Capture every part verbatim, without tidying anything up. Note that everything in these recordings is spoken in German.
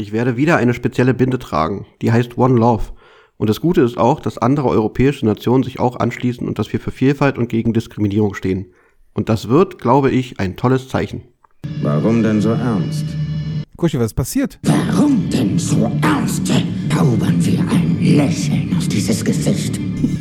ich werde wieder eine spezielle Binde tragen. Die heißt One Love. Und das Gute ist auch, dass andere europäische Nationen sich auch anschließen und dass wir für Vielfalt und gegen Diskriminierung stehen. Und das wird, glaube ich, ein tolles Zeichen. Warum denn so ernst? Kuschi, was ist passiert? Warum denn so ernst? Zaubern wir ein Lächeln aus dieses Gesicht.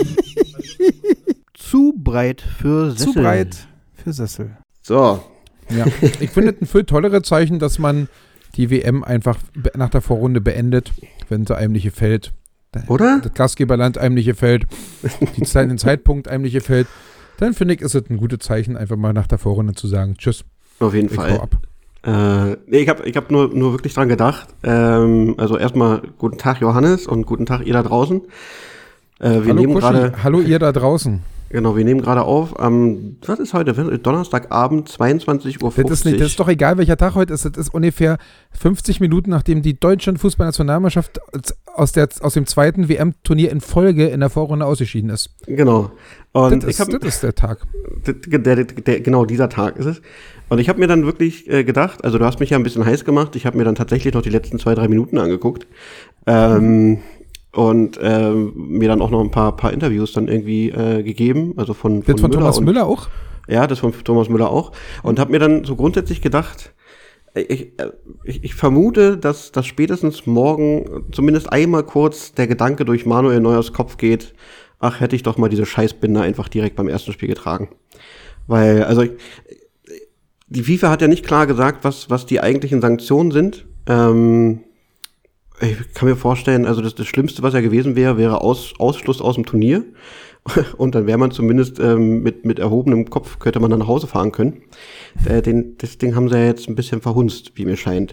Zu breit für Sessel. Zu breit für Sessel. So. Ja, ich finde es ein viel tollere Zeichen, dass man die W M einfach nach der Vorrunde beendet, wenn sie einem nicht gefällt. Oder? Das Gastgeberland einem nicht gefällt, die Zeit, den Zeitpunkt einem nicht gefällt. Dann finde ich, ist es ein gutes Zeichen, einfach mal nach der Vorrunde zu sagen, tschüss. Auf jeden ich Fall. Ab. Äh, nee, ich habe ich hab nur, nur wirklich dran gedacht. Ähm, also erstmal guten Tag Johannes und guten Tag ihr da draußen. Äh, wir hallo nehmen gerade. Hallo ihr da draußen. Genau, wir nehmen gerade auf am, was ist heute? Donnerstagabend, zweiundzwanzig Uhr fünfzig. Das ist, nicht, das ist doch egal, welcher Tag heute ist. Das ist ungefähr fünfzig Minuten, nachdem die Deutschland-Fußballnationalmannschaft aus, der, aus dem zweiten W M-Turnier in Folge in der Vorrunde ausgeschieden ist. Genau. Und das, ich hab, ist, das ist der Tag. Der, der, der, genau, dieser Tag ist es. Und ich habe mir dann wirklich äh, gedacht, also du hast mich ja ein bisschen heiß gemacht, ich habe mir dann tatsächlich noch die letzten zwei, drei Minuten angeguckt. Ähm, Und äh, mir dann auch noch ein paar, paar Interviews dann irgendwie äh, gegeben, also von, von, das von Müller Thomas und, Müller auch? Ja, das von Thomas Müller auch. Und habe mir dann so grundsätzlich gedacht, ich, ich, ich vermute, dass, dass spätestens morgen zumindest einmal kurz der Gedanke durch Manuel Neuers Kopf geht, ach, hätte ich doch mal diese Scheißbinde einfach direkt beim ersten Spiel getragen. Weil, also die FIFA hat ja nicht klar gesagt, was, was die eigentlichen Sanktionen sind. Ähm, Ich kann mir vorstellen, also das, das Schlimmste, was ja gewesen wäre, wäre Aus, Ausschluss aus dem Turnier. Und dann wäre man zumindest ähm, mit, mit erhobenem Kopf, könnte man dann nach Hause fahren können. Äh, den, das Ding haben sie ja jetzt ein bisschen verhunzt, wie mir scheint.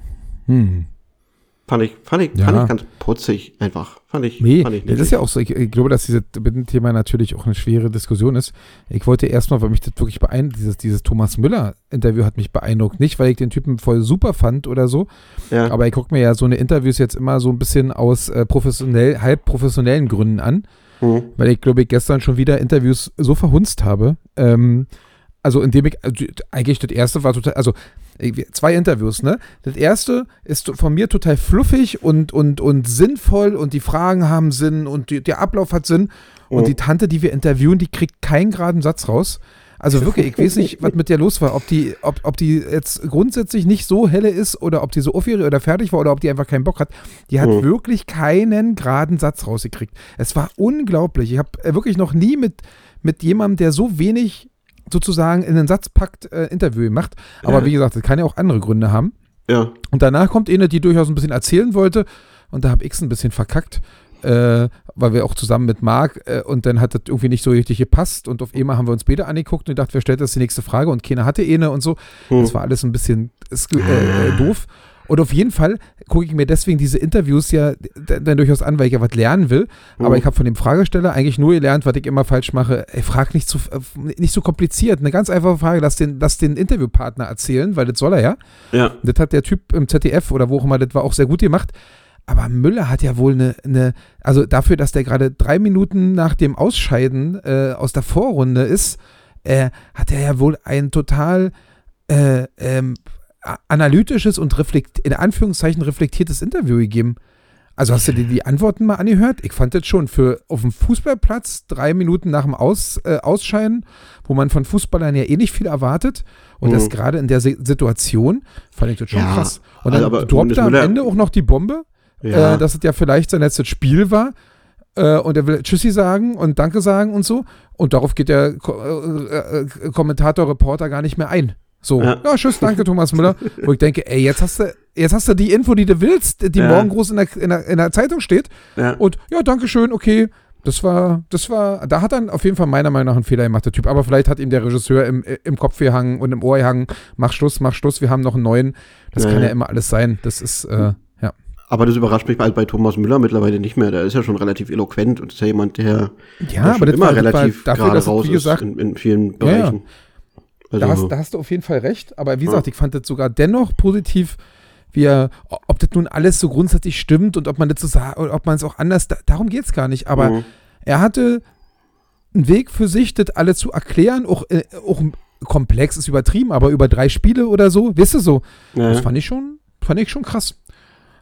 Hm. Fand ich, fand ich, Ja. fand ich ganz putzig, einfach. Fand ich, Nee, fand ich das ist ja auch so. Ich, ich glaube, dass dieses Thema natürlich auch eine schwere Diskussion ist. Ich wollte erstmal, weil mich das wirklich beeindruckt, dieses, dieses Thomas Müller-Interview hat mich beeindruckt. Nicht, weil ich den Typen voll super fand oder so, Ja. aber ich gucke mir ja so eine Interviews jetzt immer so ein bisschen aus äh, professionell, halb professionellen Gründen an, Mhm. weil ich glaube, ich gestern schon wieder Interviews so verhunzt habe. Ähm, also indem ich, also, eigentlich das erste war total, also zwei Interviews, ne? Das erste ist von mir total fluffig und, und, und sinnvoll und die Fragen haben Sinn und die, der Ablauf hat Sinn. Und Mhm. die Tante, die wir interviewen, die kriegt keinen geraden Satz raus. Also wirklich, ich weiß nicht, was mit der los war. Ob die, ob, ob die jetzt grundsätzlich nicht so helle ist oder ob die so aufgeregt oder fertig war oder ob die einfach keinen Bock hat. Die hat Mhm. wirklich keinen geraden Satz rausgekriegt. Es war unglaublich. Ich habe wirklich noch nie mit, mit jemandem, der so wenig sozusagen in den Satz packt, äh, Interview gemacht. Aber Ja. wie gesagt, das kann ja auch andere Gründe haben. Ja. Und danach kommt eine, die durchaus ein bisschen erzählen wollte. Und da habe ich es ein bisschen verkackt, äh, weil wir auch zusammen mit Marc äh, und dann hat das irgendwie nicht so richtig gepasst. Und auf einmal haben wir uns beide angeguckt und ich dachte, wer stellt das die nächste Frage? Und keiner hatte eine und so. Hm. Das war alles ein bisschen ist, äh, äh, doof. Und auf jeden Fall gucke ich mir deswegen diese Interviews ja d- dann durchaus an, weil ich ja was lernen will. Mhm. Aber ich habe von dem Fragesteller eigentlich nur gelernt, was ich immer falsch mache. Ey, frag nicht so, äh, nicht so kompliziert. Eine ganz einfache Frage, lass den, lass den Interviewpartner erzählen, weil das soll er ja. Ja. Das hat der Typ im Z D F oder wo auch immer, das war auch sehr gut gemacht. Aber Müller hat ja wohl eine, eine also dafür, dass der gerade drei Minuten nach dem Ausscheiden äh, aus der Vorrunde ist, äh, hat er ja wohl ein total äh, ähm, analytisches und reflekt, in Anführungszeichen reflektiertes Interview gegeben. Also hast du dir die Antworten mal angehört? Ich fand das schon für auf dem Fußballplatz drei Minuten nach dem Aus, äh, Ausscheiden, wo man von Fußballern ja eh nicht viel erwartet und Mhm. das gerade in der Se- Situation, fand ich das schon Ja, krass. Und dann also aber droppt er am Müller- Ende auch noch die Bombe, Ja. äh, dass es ja vielleicht sein letztes Spiel war äh, und er will Tschüssi sagen und Danke sagen und so und darauf geht der Ko äh, äh, Kommentator, Reporter gar nicht mehr ein. So, ja. Ja. Tschüss, danke Thomas Müller. Wo ich denke, ey, jetzt hast du, jetzt hast du die Info, die du willst, die Ja. morgen groß in der, in, der, in der Zeitung steht. Ja. Und ja, danke schön, okay. Das war, das war, da hat dann auf jeden Fall meiner Meinung nach einen Fehler gemacht, der Typ. Aber vielleicht hat ihm der Regisseur im, im Kopf gehangen und im Ohr gehangen, mach Schluss, mach Schluss, wir haben noch einen neuen. Das Ja. kann ja immer alles sein. Das ist, äh, ja. Aber das überrascht mich bei, bei Thomas Müller mittlerweile nicht mehr. Der ist ja schon relativ eloquent und ist ja jemand, der, Ja, der aber schon das immer war, das war relativ dafür, gerade dass, raus wie gesagt, ist in, in vielen Ja, Bereichen. Also, Da hast, da hast du auf jeden Fall recht, aber wie Ja. gesagt, ich fand das sogar dennoch positiv, wie er, ob das nun alles so grundsätzlich stimmt und ob man das so sagt, oder ob man es auch anders, da, darum geht es gar nicht, aber Mhm. er hatte einen Weg für sich, das alles zu erklären, auch, äh, auch komplex ist übertrieben, aber über drei Spiele oder so, wisst ihr so, Ja. das fand ich schon, fand ich schon krass.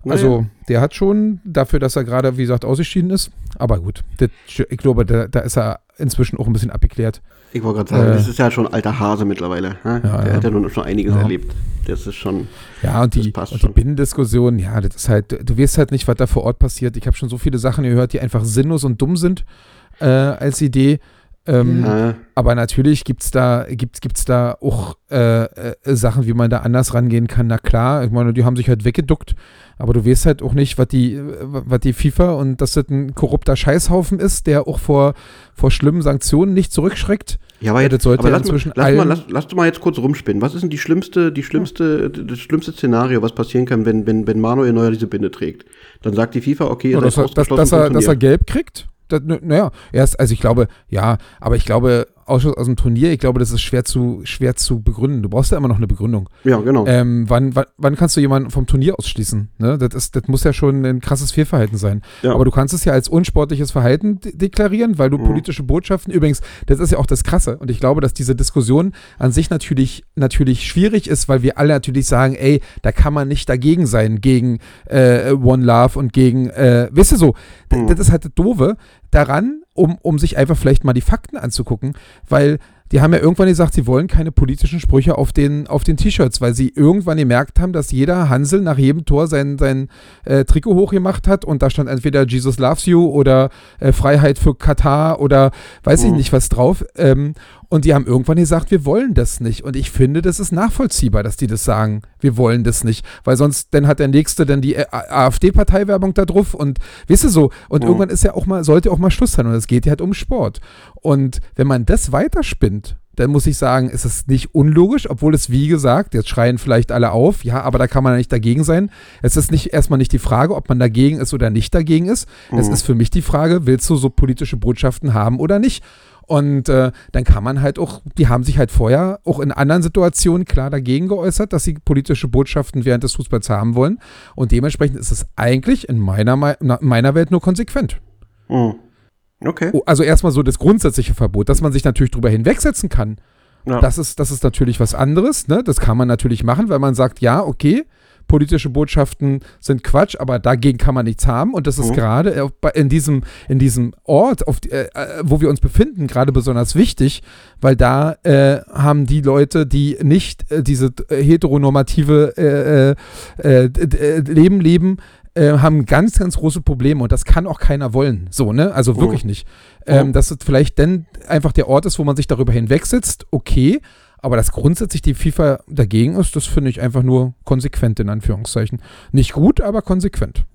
Also Naja. der hat schon dafür, dass er gerade, wie gesagt, ausgeschieden ist. Aber gut, das, ich glaube, da, da ist er inzwischen auch ein bisschen abgeklärt. Ich wollte gerade sagen, Äh, das ist ja schon ein alter Hase mittlerweile. Ne? Ja, Der ja. hat ja nun schon einiges Ja. erlebt. Das ist schon. Ja, und Das die, passt und die schon. Binnendiskussion, ja, das ist halt, du weißt halt nicht, was da vor Ort passiert. Ich habe schon so viele Sachen gehört, die einfach sinnlos und dumm sind äh, als Idee. Ähm, Ja. Aber natürlich gibt's da, gibt's, gibt's da auch äh, äh, Sachen, wie man da anders rangehen kann. Na klar, ich meine, die haben sich halt weggeduckt, aber du weißt halt auch nicht, was die, äh, was die FIFA und dass das ein korrupter Scheißhaufen ist, der auch vor, vor schlimmen Sanktionen nicht zurückschreckt. Ja, aber, Ja, jetzt, das sollte aber ja lass, mal, inzwischen lass, mal, allen- lass, lass du mal jetzt kurz rumspinnen. Was ist denn die schlimmste, die schlimmste, das schlimmste Szenario, was passieren kann, wenn, wenn, wenn Manuel Neuer diese Binde trägt? Dann sagt die FIFA, okay, ihr Oder seid dass, er, dass, ausgeschlossen dass, vom er, dass er Turnier. gelb kriegt? Das, naja, erst, also ich glaube, ja, aber ich glaube, Ausschluss aus dem Turnier, ich glaube, das ist schwer zu, schwer zu begründen. Du brauchst ja immer noch eine Begründung. Ja, genau. Ähm, wann, wann, wann kannst du jemanden vom Turnier ausschließen? Ne? Das, ist, das muss ja schon ein krasses Fehlverhalten sein. Ja. Aber du kannst es ja als unsportliches Verhalten de deklarieren, weil du Mhm. politische Botschaften, übrigens, das ist ja auch das Krasse. Und ich glaube, dass diese Diskussion an sich natürlich, natürlich schwierig ist, weil wir alle natürlich sagen, ey, da kann man nicht dagegen sein, gegen äh, One Love und gegen, äh, weißt du so, d- Mhm. das ist halt das Doofe daran, um, um sich einfach vielleicht mal die Fakten anzugucken, weil die haben ja irgendwann gesagt, sie wollen keine politischen Sprüche auf den, auf den T-Shirts, weil sie irgendwann gemerkt haben, dass jeder Hansel nach jedem Tor sein, sein äh, Trikot hochgemacht hat und da stand entweder Jesus loves you oder äh, Freiheit für Katar oder weiß ich Mhm. nicht was drauf. Ähm, und die haben irgendwann gesagt, wir wollen das nicht. Und ich finde, das ist nachvollziehbar, dass die das sagen, wir wollen das nicht. Weil sonst, dann hat der Nächste dann die äh, AfD-Parteiwerbung da drauf und weißt du so, und Mhm. irgendwann ist ja auch mal, sollte auch mal Schluss sein und es geht ja halt um Sport. Und wenn man das weiterspinnt, dann muss ich sagen, ist es nicht unlogisch, obwohl es, wie gesagt, jetzt schreien vielleicht alle auf, ja, aber da kann man ja nicht dagegen sein. Es ist nicht erstmal nicht die Frage, ob man dagegen ist oder nicht dagegen ist. Es Mhm. ist für mich die Frage, willst du so politische Botschaften haben oder nicht? Und äh, dann kann man halt auch, die haben sich halt vorher auch in anderen Situationen klar dagegen geäußert, dass sie politische Botschaften während des Fußballs haben wollen. Und dementsprechend ist es eigentlich in meiner, Me- in meiner Welt nur konsequent. Mhm. Okay. Oh, also erstmal so das grundsätzliche Verbot, dass man sich natürlich drüber hinwegsetzen kann. Ja. Das ist, das ist natürlich was anderes, ne? Das kann man natürlich machen, weil man sagt, ja, okay, politische Botschaften sind Quatsch, aber dagegen kann man nichts haben. Und das ist Mhm. gerade auf- bei- in diesem, in diesem Ort, auf, die- äh, äh, wo wir uns befinden, gerade besonders wichtig, weil da äh, haben die Leute, die nicht äh, diese äh, heteronormative äh, äh, d- d- äh, Leben leben, äh, haben ganz, ganz große Probleme und das kann auch keiner wollen. So, ne? Also wirklich nicht. Ähm, Mhm. dass es vielleicht dann einfach der Ort ist, wo man sich darüber hinwegsetzt, okay, aber dass grundsätzlich die FIFA dagegen ist, das finde ich einfach nur konsequent in Anführungszeichen. Nicht gut, aber konsequent.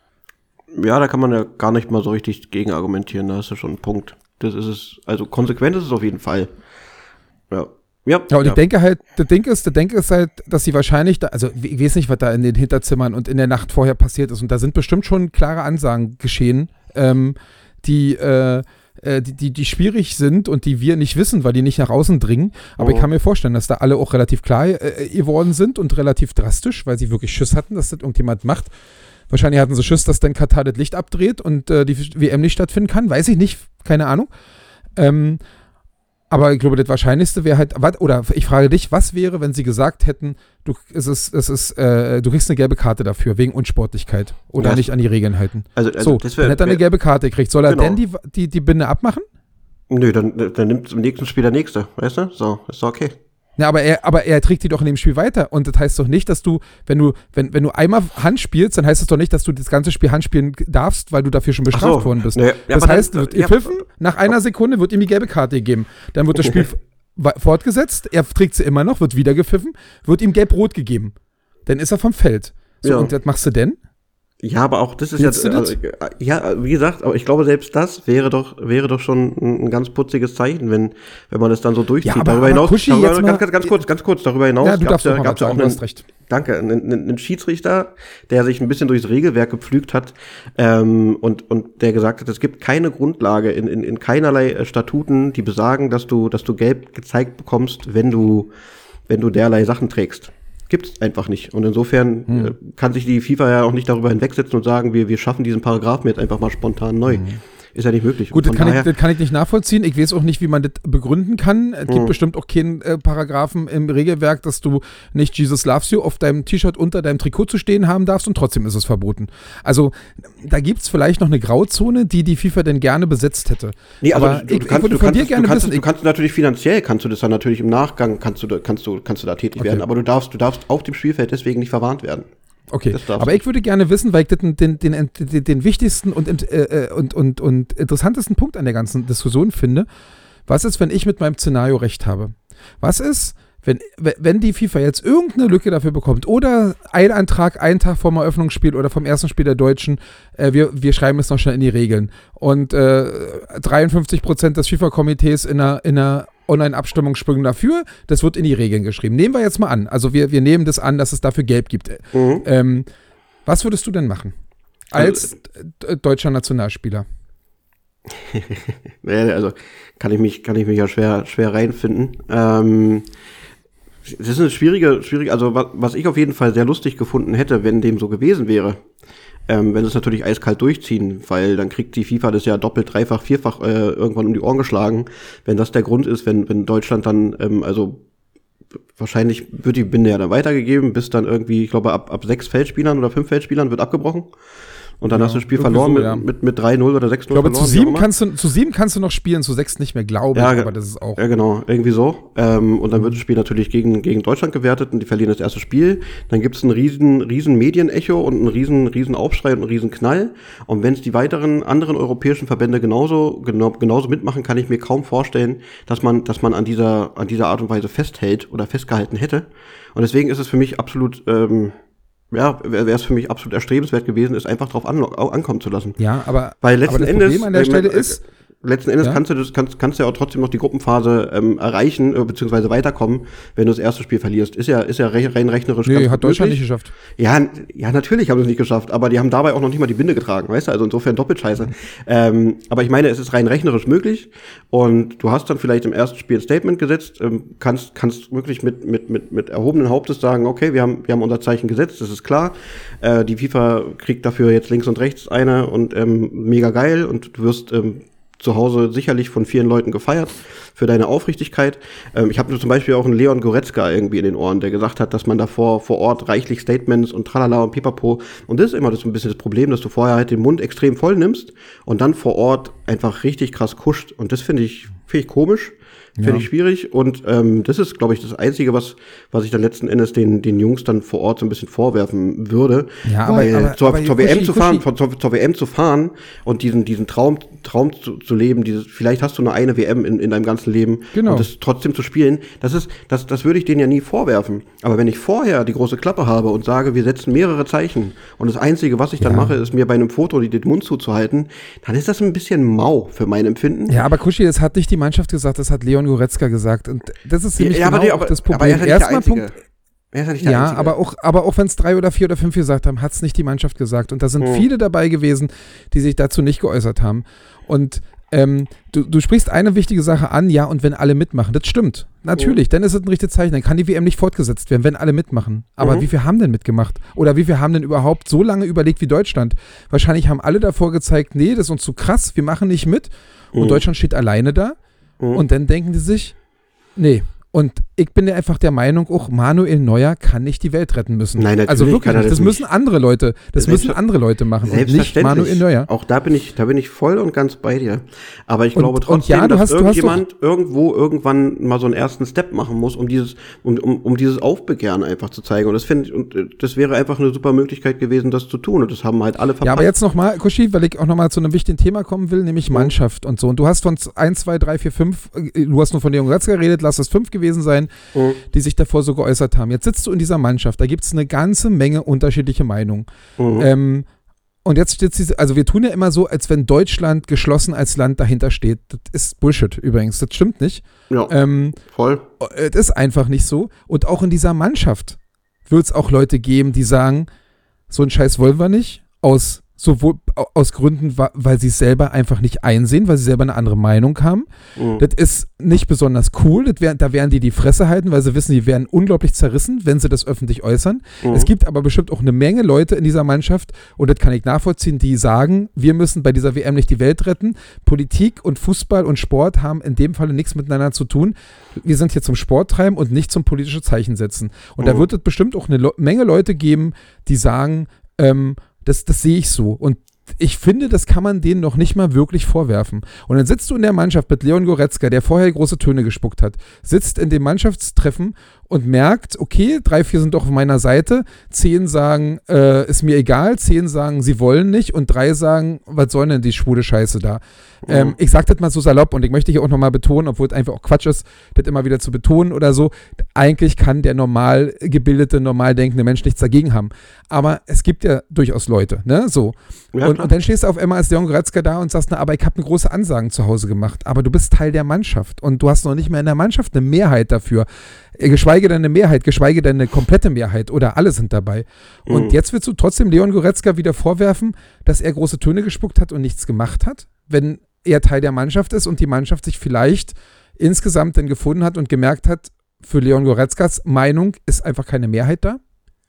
Ja, da kann man ja gar nicht mal so richtig gegen argumentieren, da hast du schon einen Punkt. Das ist es, also konsequent ist es auf jeden Fall. Ja. Ja, Ja, und ich denke halt, das Ding ist, das Ding ist halt, dass sie wahrscheinlich, da, also ich weiß nicht, was da in den Hinterzimmern und in der Nacht vorher passiert ist und da sind bestimmt schon klare Ansagen geschehen, ähm, die, äh, äh, die, die, die schwierig sind und die wir nicht wissen, weil die nicht nach außen dringen. Aber Oh. ich kann mir vorstellen, dass da alle auch relativ klar äh, geworden sind und relativ drastisch, weil sie wirklich Schiss hatten, dass das irgendjemand macht. Wahrscheinlich hatten sie Schiss, dass dann Katar das Licht abdreht und äh, die W M nicht stattfinden kann. Weiß ich nicht, keine Ahnung. Ähm, aber ich glaube, das Wahrscheinlichste wäre halt, wat, oder ich frage dich, was wäre, wenn sie gesagt hätten, du, es ist, es ist, äh, du kriegst eine gelbe Karte dafür, wegen Unsportlichkeit oder Ja, nicht an die Regeln halten. Also, also so, das wär, dann hätte er eine wär, gelbe Karte gekriegt. Soll er Genau. denn die, die, die Binde abmachen? Nö, dann, dann nimmt im nächsten Spiel der Nächste, weißt du? So, ist doch okay. Ja, aber er, aber er trägt die doch in dem Spiel weiter. Und das heißt doch nicht, dass du, wenn du, wenn, wenn du einmal Hand spielst, dann heißt es doch nicht, dass du das ganze Spiel Hand spielen darfst, weil du dafür schon bestraft Ach so. worden bist. Nee, ja, das aber heißt, dann- wird ja. gepfiffen, nach einer Sekunde wird ihm die gelbe Karte gegeben. Dann wird das Spiel wa- fortgesetzt, er trägt sie immer noch, wird wieder gepfiffen, wird ihm gelb-rot gegeben. Dann ist er vom Feld. So, Ja. und was machst du denn? Ja, aber auch das ist Willst ja, du das? also, ja, wie gesagt, aber ich glaube, selbst das wäre doch, wäre doch schon ein, ein ganz putziges Zeichen, wenn, wenn man das dann so durchzieht. Ja, aber- darüber aber hinaus, Kuschi, darüber, jetzt ganz, mal- ganz, ganz kurz, ganz kurz, darüber hinaus Ja, du gab's darfst doch mal gab's was ja auch sagen, du einen, hast recht. danke, einen, einen, einen Schiedsrichter, der sich ein bisschen durchs Regelwerk gepflügt hat, ähm, und, und der gesagt hat, es gibt keine Grundlage in, in, in keinerlei äh, Statuten, die besagen, dass du, dass du gelb gezeigt bekommst, wenn du, wenn du derlei Sachen trägst. Gibt's einfach nicht. Und insofern Hm. äh, kann sich die FIFA ja auch nicht darüber hinwegsetzen und sagen, wir, wir schaffen diesen Paragraphen jetzt einfach mal spontan neu. Hm. ist ja nicht möglich. Gut, das Von kann, ich, daher- das kann ich nicht nachvollziehen. Ich weiß auch nicht, wie man das begründen kann. Es gibt Mhm. bestimmt auch keinen äh, Paragraphen im Regelwerk, dass du nicht Jesus Loves You auf deinem T-Shirt unter deinem Trikot zu stehen haben darfst und trotzdem ist es verboten. Also da gibt es vielleicht noch eine Grauzone, die die FIFA denn gerne besetzt hätte. Nee, also Aber du, ich, du ich kannst, würde du von kannst, dir es- gerne du kannst, wissen, es- du kannst natürlich finanziell, kannst du das dann natürlich im Nachgang, kannst du, da- kannst du, kannst du da tätig Okay. werden, aber du darfst, du darfst auf dem Spielfeld deswegen nicht verwarnt werden. okay, das darfst aber du. ich würde gerne wissen, weil ich den, den, den, den, den wichtigsten und, äh, und, und, und interessantesten Punkt an der ganzen Diskussion finde, was ist, wenn ich mit meinem Szenario recht habe? Was ist, wenn, wenn die FIFA jetzt irgendeine Lücke dafür bekommt oder ein Antrag einen Tag vom Eröffnungsspiel oder vom ersten Spiel der Deutschen, äh, wir, wir schreiben es noch schnell in die Regeln und äh, dreiundfünfzig Prozent des FIFA-Komitees in einer, in einer Online-Abstimmung springen dafür, das wird in die Regeln geschrieben. Nehmen wir jetzt mal an, also wir, wir nehmen das an, dass es dafür Gelb gibt. Mhm. Ähm, was würdest du denn machen als äh, deutscher Nationalspieler? Ja, also kann ich mich, kann ich mich ja schwer, schwer reinfinden. Ähm, das ist eine schwierige, schwierige, also was, was ich auf jeden Fall sehr lustig gefunden hätte, wenn dem so gewesen wäre. Ähm, wenn sie es natürlich eiskalt durchziehen, weil dann kriegt die FIFA das ja doppelt, dreifach, vierfach äh, irgendwann um die Ohren geschlagen. Wenn das der Grund ist, wenn, wenn Deutschland dann, ähm, also wahrscheinlich wird die Binde ja dann weitergegeben, bis dann irgendwie, ich glaube, ab, ab sechs Feldspielern oder fünf Feldspielern wird abgebrochen. Und dann Ja, hast du das Spiel irgendwie verloren so, ja. mit, mit, mit drei null oder sechs null Ich glaube, zu verloren. wie auch sieben, immer. kannst du, zu sieben kannst du noch spielen, zu sechs nicht mehr, glaube ich, Ja, aber das ist auch. Ja, genau, irgendwie so. Ähm, und dann wird das Spiel natürlich gegen, gegen Deutschland gewertet und die verlieren das erste Spiel. Dann gibt es ein riesen, riesen Medienecho und einen riesen, riesen Aufschrei und einen riesen Knall. Und wenn es die weiteren anderen europäischen Verbände genauso, genau, genauso mitmachen, kann ich mir kaum vorstellen, dass man, dass man an dieser, an dieser Art und Weise festhält oder festgehalten hätte. Und deswegen ist es für mich absolut, ähm, ja, wäre es für mich absolut erstrebenswert gewesen, es einfach drauf an, ankommen zu lassen. Ja, aber, Weil letzten aber das Endes, Problem an der äh, Stelle äh, ist, letzten Endes Ja? kannst du das, kannst, kannst du ja auch trotzdem noch die Gruppenphase ähm, erreichen, äh, beziehungsweise weiterkommen, wenn du das erste Spiel verlierst. Ist ja, ist ja re rein rechnerisch nee, ganz hat gut Deutschland nicht möglich. geschafft. Ja, n- ja, natürlich haben sie es nicht geschafft, aber die haben dabei auch noch nicht mal die Binde getragen, weißt du, also insofern doppelt scheiße. Ähm, aber ich meine, es ist rein rechnerisch möglich und du hast dann vielleicht im ersten Spiel ein Statement gesetzt, ähm, kannst, kannst wirklich mit, mit, mit, mit erhobenen Hauptes sagen, okay, wir haben, wir haben unser Zeichen gesetzt, das ist klar. Äh, die FIFA kriegt dafür jetzt links und rechts eine und ähm, mega geil und du wirst ähm, zu Hause sicherlich von vielen Leuten gefeiert für deine Aufrichtigkeit. Ähm, ich habe zum Beispiel auch einen Leon Goretzka irgendwie in den Ohren, der gesagt hat, dass man davor vor Ort reichlich Statements und tralala und pipapo. Und das ist immer das ein bisschen das Problem, dass du vorher halt den Mund extrem voll nimmst und dann vor Ort einfach richtig krass kuscht. Und das finde ich, finde ich komisch. Finde Ja. ich schwierig und ähm, das ist, glaube ich, das Einzige, was was ich dann letzten Endes den den Jungs dann vor Ort so ein bisschen vorwerfen würde. Ja, aber- Weil aber- zur, aber zur Kuschi, W M zu fahren, Kuschi. zur, zur W M zu fahren und diesen diesen Traum Traum zu, zu leben, dieses vielleicht hast du nur eine W M in, in deinem ganzen Leben Genau. und das trotzdem zu spielen, das ist das das würde ich denen ja nie vorwerfen. Aber wenn ich vorher die große Klappe habe und sage, wir setzen mehrere Zeichen und das Einzige, was ich dann Ja. mache, ist mir bei einem Foto die, den Mund zuzuhalten, dann ist das ein bisschen mau für mein Empfinden. Ja, aber Kuschi, das hat nicht die Mannschaft gesagt, das hat Leon Goretzka gesagt. Und das ist nämlich Ja, aber genau nee, auch aber- das aber Problem. er ist ja nicht der Erstmal Einzige. Punkt. Er ist ja nicht der Ja, Einzige. aber auch, aber auch wenn es drei oder vier oder fünf gesagt haben, hat es nicht die Mannschaft gesagt. Und da sind Hm. viele dabei gewesen, die sich dazu nicht geäußert haben. Und ähm, du, du sprichst eine wichtige Sache an, ja, und wenn alle mitmachen, das stimmt. Natürlich, dann ist es ein richtiges Zeichen, dann kann die W M nicht fortgesetzt werden, wenn alle mitmachen. Aber Mhm. wie viele haben denn mitgemacht? Oder wie viele haben denn überhaupt so lange überlegt wie Deutschland? Wahrscheinlich haben alle davor gezeigt, nee, das ist uns zu krass, wir machen nicht mit. Und Mhm. Deutschland steht alleine da. Mhm. Und dann denken die sich, nee. Und ich bin ja einfach der Meinung, auch Manuel Neuer kann nicht die Welt retten müssen. Nein, natürlich also wirklich kann er nicht. das Das müssen andere Leute, das müssen Selbstver- andere Leute machen und nicht Selbstverständlich. Manuel Neuer. Auch da bin ich, da bin ich voll und ganz bei dir. Aber ich Und- glaube und trotzdem, ja, du dass hast- du hast irgendjemand irgendwo irgendwann mal so einen ersten Step machen muss, um dieses, um, um, um dieses Aufbegehren einfach zu zeigen. Und das finde ich, und äh, das wäre einfach eine super Möglichkeit gewesen, das zu tun. Und das haben halt alle verpasst. Ja, aber jetzt nochmal, Kuschi, weil ich auch nochmal zu einem wichtigen Thema kommen will, nämlich Mannschaft und so. Und du hast von eins, zwei, drei, vier, fünf, äh, du hast nur von Leon Goretzka geredet, lass es fünf gewesen sein, Mhm. die sich davor so geäußert haben. Jetzt sitzt du in dieser Mannschaft, da gibt es eine ganze Menge unterschiedliche Meinungen. Mhm. Ähm, und jetzt steht sie, also wir tun ja immer so, als wenn Deutschland geschlossen als Land dahinter steht. Das ist Bullshit übrigens, das stimmt nicht. ja, Ähm, voll. es ist einfach nicht so. Und auch in dieser Mannschaft wird es auch Leute geben, die sagen, so einen Scheiß wollen wir nicht, aus sowohl aus Gründen, weil sie es selber einfach nicht einsehen, weil sie selber eine andere Meinung haben. Mhm. Das ist nicht besonders cool, das wär, da werden die die Fresse halten, weil sie wissen, die werden unglaublich zerrissen, wenn sie das öffentlich äußern. Mhm. Es gibt aber bestimmt auch eine Menge Leute in dieser Mannschaft, und das kann ich nachvollziehen, die sagen, wir müssen bei dieser W M nicht die Welt retten. Politik und Fußball und Sport haben in dem Falle nichts miteinander zu tun. Wir sind hier zum Sport treiben und nicht zum politische Zeichen setzen. Und mhm. da wird es bestimmt auch eine Le- Menge Leute geben, die sagen, ähm, Das, das sehe ich so. Und ich finde, das kann man denen noch nicht mal wirklich vorwerfen. Und dann sitzt du in der Mannschaft mit Leon Goretzka, der vorher große Töne gespuckt hat, sitzt in dem Mannschaftstreffen und merkt, okay, drei, vier sind doch auf meiner Seite, zehn sagen, äh, ist mir egal, zehn sagen, sie wollen nicht, und drei sagen, was soll denn die schwule Scheiße da? Mhm. Ähm, ich sage das mal so salopp, und ich möchte hier auch nochmal betonen, obwohl es einfach auch Quatsch ist, das immer wieder zu betonen oder so, eigentlich kann der normal gebildete, normal denkende Mensch nichts dagegen haben. Aber es gibt ja durchaus Leute, ne, so. Ja, und, und dann stehst du auf einmal als Leon Goretzka da und sagst, na, aber ich habe eine große Ansagen zu Hause gemacht. Aber du bist Teil der Mannschaft und du hast noch nicht mehr in der Mannschaft eine Mehrheit dafür. Geschweige denn eine Mehrheit, geschweige denn eine komplette Mehrheit, oder alle sind dabei. Mhm. Und jetzt willst du trotzdem Leon Goretzka wieder vorwerfen, dass er große Töne gespuckt hat und nichts gemacht hat, wenn er Teil der Mannschaft ist und die Mannschaft sich vielleicht insgesamt dann gefunden hat und gemerkt hat, für Leon Goretzkas Meinung ist einfach keine Mehrheit da?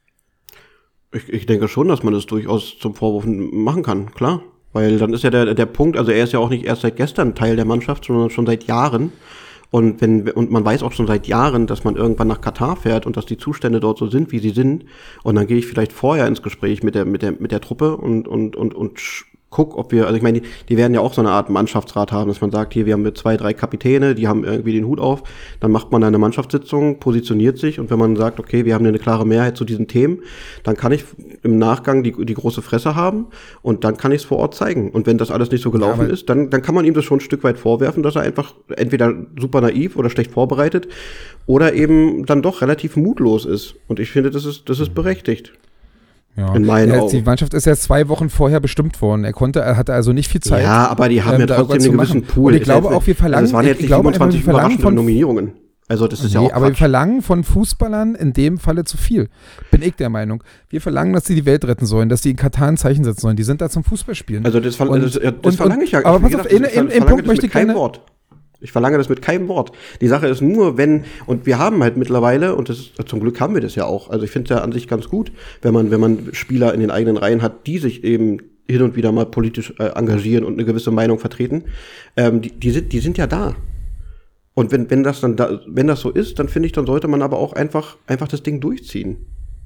Ich, ich denke schon, dass man das durchaus zum Vorwurf machen kann, klar. Weil dann ist ja der, der Punkt, also er ist ja auch nicht erst seit gestern Teil der Mannschaft, sondern schon seit Jahren. Und wenn, und man weiß auch schon seit Jahren, dass man irgendwann nach Katar fährt und dass die Zustände dort so sind, wie sie sind. Und dann gehe ich vielleicht vorher ins Gespräch mit der, mit der, mit der Truppe und, und, und, und guck, ob wir, also ich meine, die, die werden ja auch so eine Art Mannschaftsrat haben, dass man sagt, hier, wir haben mit zwei, drei Kapitäne, die haben irgendwie den Hut auf, dann macht man eine Mannschaftssitzung, positioniert sich, und wenn man sagt, okay, wir haben eine klare Mehrheit zu diesen Themen, dann kann ich im Nachgang die, die große Fresse haben, und dann kann ich es vor Ort zeigen. Und wenn das alles nicht so gelaufen ja, ist, dann, dann kann man ihm das schon ein Stück weit vorwerfen, dass er einfach entweder super naiv oder schlecht vorbereitet oder eben dann doch relativ mutlos ist. Und ich finde, das ist, das ist berechtigt. Ja. In meinen ja, Augen. Die Mannschaft ist ja zwei Wochen vorher bestimmt worden. Er konnte, er hatte also nicht viel Zeit. Ja, aber die haben ähm, ja trotzdem einen gewissen Pool. Und ich glaube auch, wir verlangen, also es waren jetzt ich glaube, siebenundzwanzig wir verlangen von Nominierungen. Also das ist nee, ja auch aber Quatsch. Wir verlangen von Fußballern in dem Falle zu viel. Bin ich der Meinung. Wir verlangen, dass sie die Welt retten sollen, dass sie in Katar ein Zeichen setzen sollen. Die sind da zum Fußballspielen. Also das, ver- und, das, das und, verlange ich ja. Aber pass auf, in, in, in Punkt möchte ich keine... Wort. Ich verlange das mit keinem Wort. Die Sache ist nur, wenn, und wir haben halt mittlerweile, und das ist, zum Glück haben wir das ja auch, also ich finde es ja an sich ganz gut, wenn man, wenn man Spieler in den eigenen Reihen hat, die sich eben hin und wieder mal politisch äh, engagieren und eine gewisse Meinung vertreten, ähm, die, die sind, die sind ja da. Und wenn, wenn das dann da, wenn das so ist, dann finde ich, dann sollte man aber auch einfach, einfach das Ding durchziehen.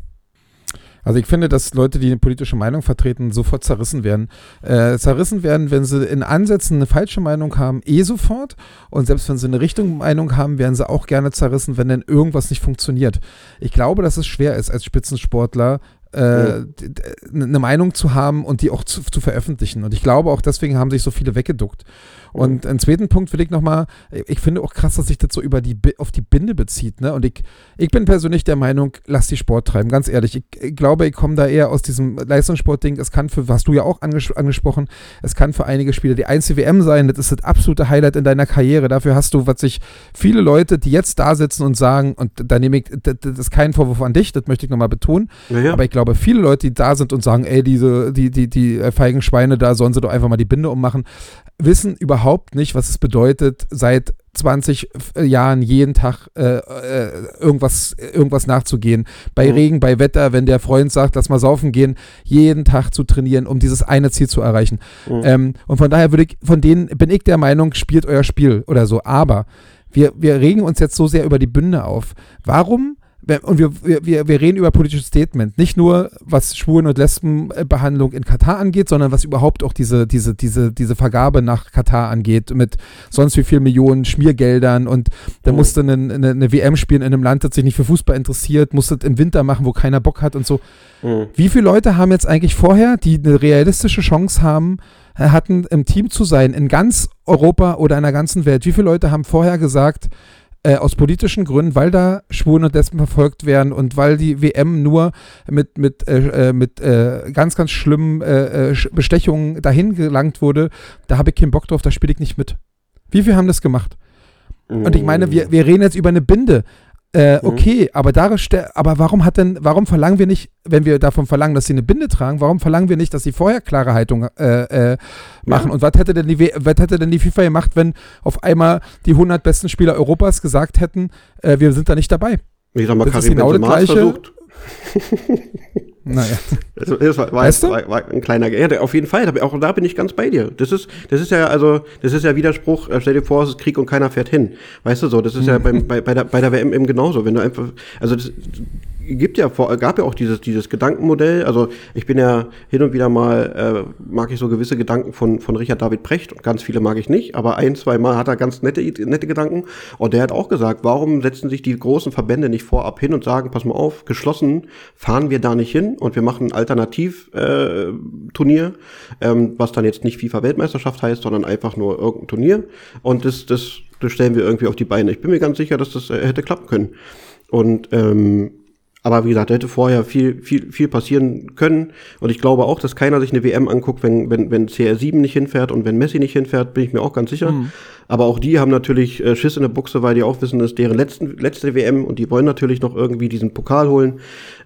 Also ich finde, dass Leute, die eine politische Meinung vertreten, sofort zerrissen werden. Äh, zerrissen werden, wenn sie in Ansätzen eine falsche Meinung haben, eh sofort. Und selbst wenn sie eine Richtung Meinung haben, werden sie auch gerne zerrissen, wenn dann irgendwas nicht funktioniert. Ich glaube, dass es schwer ist, als Spitzensportler äh, eine Meinung zu haben und die auch zu, zu veröffentlichen. Und ich glaube auch, deswegen haben sich so viele weggeduckt. Und einen zweiten Punkt will ich nochmal, ich finde auch krass, dass sich das so über die, auf die Binde bezieht, ne? Und ich, ich bin persönlich der Meinung, lass die Sport treiben, ganz ehrlich. Ich, ich glaube, ich komme da eher aus diesem Leistungssportding. Es kann für, hast du ja auch anges- angesprochen, es kann für einige Spieler die einzige W M sein. Das ist das absolute Highlight in deiner Karriere. Dafür hast du, was sich viele Leute, die jetzt da sitzen und sagen, und da nehme ich, das, das ist kein Vorwurf an dich, das möchte ich nochmal betonen, ja, ja. Aber ich glaube, viele Leute, die da sind und sagen, ey, diese, die, die, die feigen Schweine, da sollen sie doch einfach mal die Binde ummachen, wissen überhaupt nicht, was es bedeutet, seit zwanzig Jahren jeden Tag äh, äh, irgendwas, irgendwas nachzugehen. Bei mhm. Regen, bei Wetter, wenn der Freund sagt, lass mal saufen gehen, jeden Tag zu trainieren, um dieses eine Ziel zu erreichen. Mhm. Ähm, und von daher würde ich, von denen bin ich der Meinung, spielt euer Spiel oder so. Aber wir, wir regen uns jetzt so sehr über die Bünde auf. Warum? Und wir, wir, wir reden über politisches Statement. Nicht nur, was Schwulen- und Lesbenbehandlung in Katar angeht, sondern was überhaupt auch diese, diese, diese, diese Vergabe nach Katar angeht, mit sonst wie viel Millionen Schmiergeldern. Und da oh. musste eine, eine, eine W M spielen in einem Land, das sich nicht für Fußball interessiert, musste im Winter machen, wo keiner Bock hat und so. Oh. Wie viele Leute haben jetzt eigentlich vorher, die eine realistische Chance haben, hatten, im Team zu sein, in ganz Europa oder in der ganzen Welt? Wie viele Leute haben vorher gesagt, Äh, aus politischen Gründen, weil da Schwulen und Lesben verfolgt werden und weil die W M nur mit, mit, äh, mit äh, ganz, ganz schlimmen äh, Bestechungen dahin gelangt wurde, da habe ich keinen Bock drauf, da spiele ich nicht mit. Wie viele haben das gemacht? Mm. Und ich meine, wir, wir reden jetzt über eine Binde, Äh, okay, aber, da, aber warum hat denn, warum verlangen wir nicht, wenn wir davon verlangen, dass sie eine Binde tragen, warum verlangen wir nicht, dass sie vorher klare Haltung äh, äh, machen? Ja. Und was hätte denn die, was hätte denn die FIFA gemacht, wenn auf einmal die hundert besten Spieler Europas gesagt hätten, äh, wir sind da nicht dabei? Ich sag mal, das Karim ist genau das Gleiche. Versucht. Naja. Also, das war, war, weißt du? war, war ein kleiner, ja, auf jeden Fall, auch da bin ich ganz bei dir. Das ist, das ist ja, also, das ist ja Widerspruch, stell dir vor, es ist Krieg und keiner fährt hin. Weißt du so, das ist ja beim, bei, bei der, bei der W M eben genauso. Wenn du einfach, also, das gibt ja, vor, gab ja auch dieses, dieses Gedankenmodell, also, ich bin ja hin und wieder mal, äh, mag ich so gewisse Gedanken von, von Richard David Precht und ganz viele mag ich nicht, aber ein, zwei Mal hat er ganz nette, nette Gedanken und der hat auch gesagt, warum setzen sich die großen Verbände nicht vorab hin und sagen, pass mal auf, geschlossen fahren wir da nicht hin und wir machen ein Alternativ-Turnier, äh, ähm, was dann jetzt nicht FIFA-Weltmeisterschaft heißt, sondern einfach nur irgendein Turnier. Und das, das, das stellen wir irgendwie auf die Beine. Ich bin mir ganz sicher, dass das äh, hätte klappen können. Und ähm, aber wie gesagt, da hätte vorher viel, viel, viel passieren können. Und ich glaube auch, dass keiner sich eine W M anguckt, wenn, wenn, wenn C R sieben nicht hinfährt und wenn Messi nicht hinfährt, bin ich mir auch ganz sicher. Mhm. Aber auch die haben natürlich äh, Schiss in der Buchse, weil die auch wissen, das ist deren letzten, letzte W M und die wollen natürlich noch irgendwie diesen Pokal holen.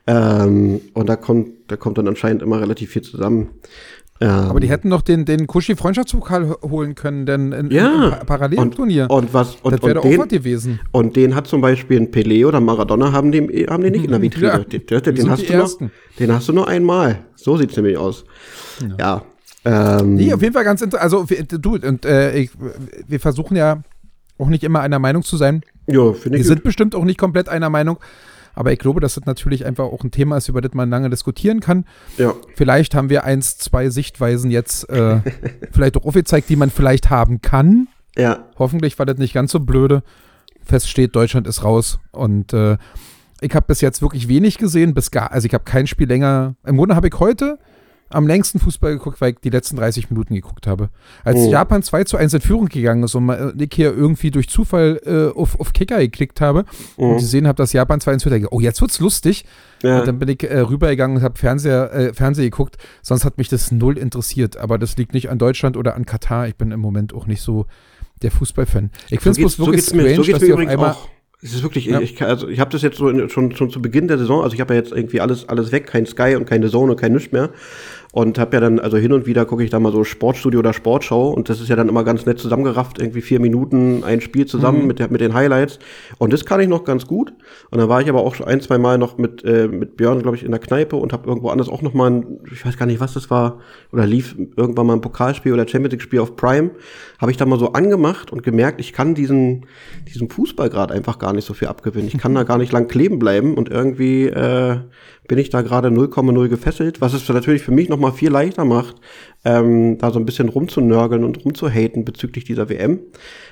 Ähm, und da kommt, da kommt dann anscheinend immer relativ viel zusammen. Ähm, Aber die hätten noch den, den Kuschi-Freundschaftspokal holen können, denn in, ja, im Parallelturnier. Und, und was, und, das wäre und den, auch was gewesen. Und den hat zum Beispiel ein Pelé oder Maradona haben den, haben den nicht in der Vitrine. Ja, den, den, den, hast du noch, den hast du nur einmal. So sieht's nämlich aus. Ja. ja ähm, nee, auf jeden Fall ganz interessant. Also, du, und äh, ich, wir versuchen ja auch nicht immer einer Meinung zu sein. Ja, finde ich. Wir sind bestimmt auch nicht komplett einer Meinung. Aber ich glaube, dass das natürlich einfach auch ein Thema ist, über das man lange diskutieren kann. Ja. Vielleicht haben wir eins, zwei Sichtweisen jetzt äh, vielleicht auch aufgezeigt, die man vielleicht haben kann. Ja. Hoffentlich war das nicht ganz so blöde. Fest steht, Deutschland ist raus. Und äh, ich habe bis jetzt wirklich wenig gesehen. Bis gar, also ich habe kein Spiel länger. Im Grunde habe ich heute am längsten Fußball geguckt, weil ich die letzten dreißig Minuten geguckt habe. Als oh. Japan zwei zu eins in Führung gegangen ist und ich hier irgendwie durch Zufall äh, auf, auf Kicker geklickt habe oh. und gesehen habe, dass Japan zwei eins führt, oh, jetzt wird's lustig. Ja. Und dann bin ich äh, rübergegangen und habe Fernseher, äh, Fernsehen geguckt. Sonst hat mich das null interessiert. Aber das liegt nicht an Deutschland oder an Katar. Ich bin im Moment auch nicht so der Fußballfan. Ich finde es so wirklich strange, mir, so dass mir die auf einmal... Auch. Es ist wirklich, ja. ich, also ich habe das jetzt so in, schon, schon zu Beginn der Saison, also ich habe ja jetzt irgendwie alles, alles weg, kein Sky und keine Zone und kein nichts mehr. Und habe ja dann, also hin und wieder gucke ich da mal so Sportstudio oder Sportschau und das ist ja dann immer ganz nett zusammengerafft, irgendwie vier Minuten ein Spiel zusammen mhm. mit, der, mit den Highlights. Und das kann ich noch ganz gut. Und dann war ich aber auch ein, zwei Mal noch mit, äh, mit Björn, glaube ich, in der Kneipe und habe irgendwo anders auch noch mal ein, ich weiß gar nicht, was das war, oder lief irgendwann mal ein Pokalspiel oder Champions League Spiel auf Prime. Habe ich da mal so angemacht und gemerkt, ich kann diesen, diesen Fußball gerade einfach gar nicht so viel abgewinnen. Ich kann da gar nicht lang kleben bleiben und irgendwie äh, bin ich da gerade null Komma null gefesselt, was es natürlich für mich noch mal viel leichter macht, ähm, da so ein bisschen rumzunörgeln und rumzuhaten bezüglich dieser W M.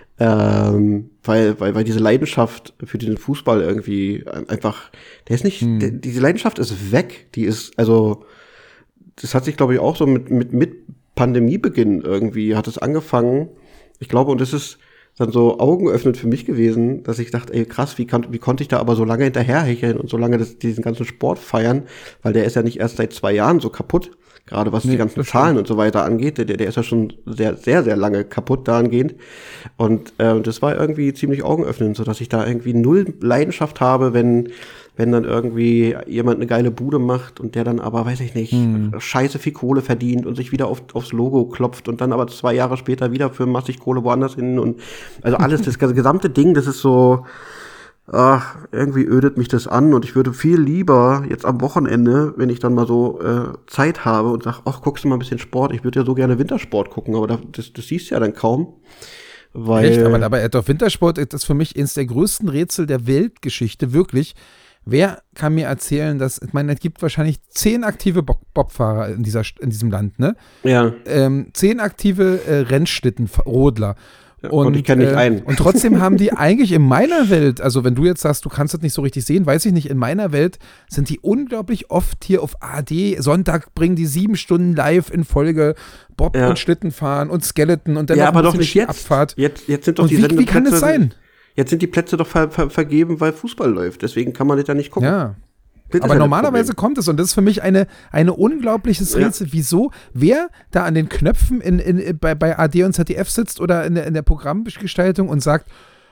Ähm, weil, weil, weil diese Leidenschaft für diesen Fußball irgendwie einfach, der ist nicht, hm. der, diese Leidenschaft ist weg. Die ist, also, das hat sich, glaube ich, auch so mit, mit, mit Pandemiebeginn irgendwie hat es angefangen. Ich glaube, und es ist dann so augenöffnend für mich gewesen, dass ich dachte, ey, krass, wie, kann, wie konnte ich da aber so lange hinterherhecheln und so lange das, diesen ganzen Sport feiern, weil der ist ja nicht erst seit zwei Jahren so kaputt, gerade was nee, die ganzen Zahlen und so weiter angeht, der, der ist ja schon sehr, sehr, sehr lange kaputt dahingehend und äh, das war irgendwie ziemlich augenöffnend, so dass ich da irgendwie null Leidenschaft habe, wenn wenn dann irgendwie jemand eine geile Bude macht und der dann aber, weiß ich nicht, hm. scheiße viel Kohle verdient und sich wieder auf, aufs Logo klopft und dann aber zwei Jahre später wieder für massig Kohle woanders hin und also alles, das gesamte Ding, das ist so, ach, irgendwie ödet mich das an und ich würde viel lieber jetzt am Wochenende, wenn ich dann mal so äh, Zeit habe und sag, ach, guckst du mal ein bisschen Sport, ich würde ja so gerne Wintersport gucken, aber das, das siehst du ja dann kaum. Weil Echt? Aber dabei, doch, Wintersport ist für mich eines der größten Rätsel der Weltgeschichte, wirklich. Wer kann mir erzählen, dass, ich meine, es gibt wahrscheinlich zehn aktive Bob- Bobfahrer in, dieser, in diesem Land, ne? Ja. Ähm, zehn aktive äh, Rennschlittenrodler. Ja, und, und ich kenne nicht äh, einen. Und trotzdem haben die eigentlich in meiner Welt, also wenn du jetzt sagst, du kannst das nicht so richtig sehen, weiß ich nicht, in meiner Welt sind die unglaublich oft hier auf A R D. Sonntag bringen die sieben Stunden live in Folge Bob ja. und Schlittenfahren und Skeleton und dann ja, noch aber ein doch bisschen nicht jetzt. Abfahrt. Jetzt, jetzt sind doch und die wie, wie kann es sein? Jetzt sind die Plätze doch ver- ver- vergeben, weil Fußball läuft. Deswegen kann man das ja nicht gucken. Ja. Aber normalerweise kommt es und das ist für mich eine, eine unglaubliches Rätsel, ja. wieso, wer da an den Knöpfen in, in, bei, bei A R D und Z D F sitzt oder in der, in der Programmgestaltung und sagt,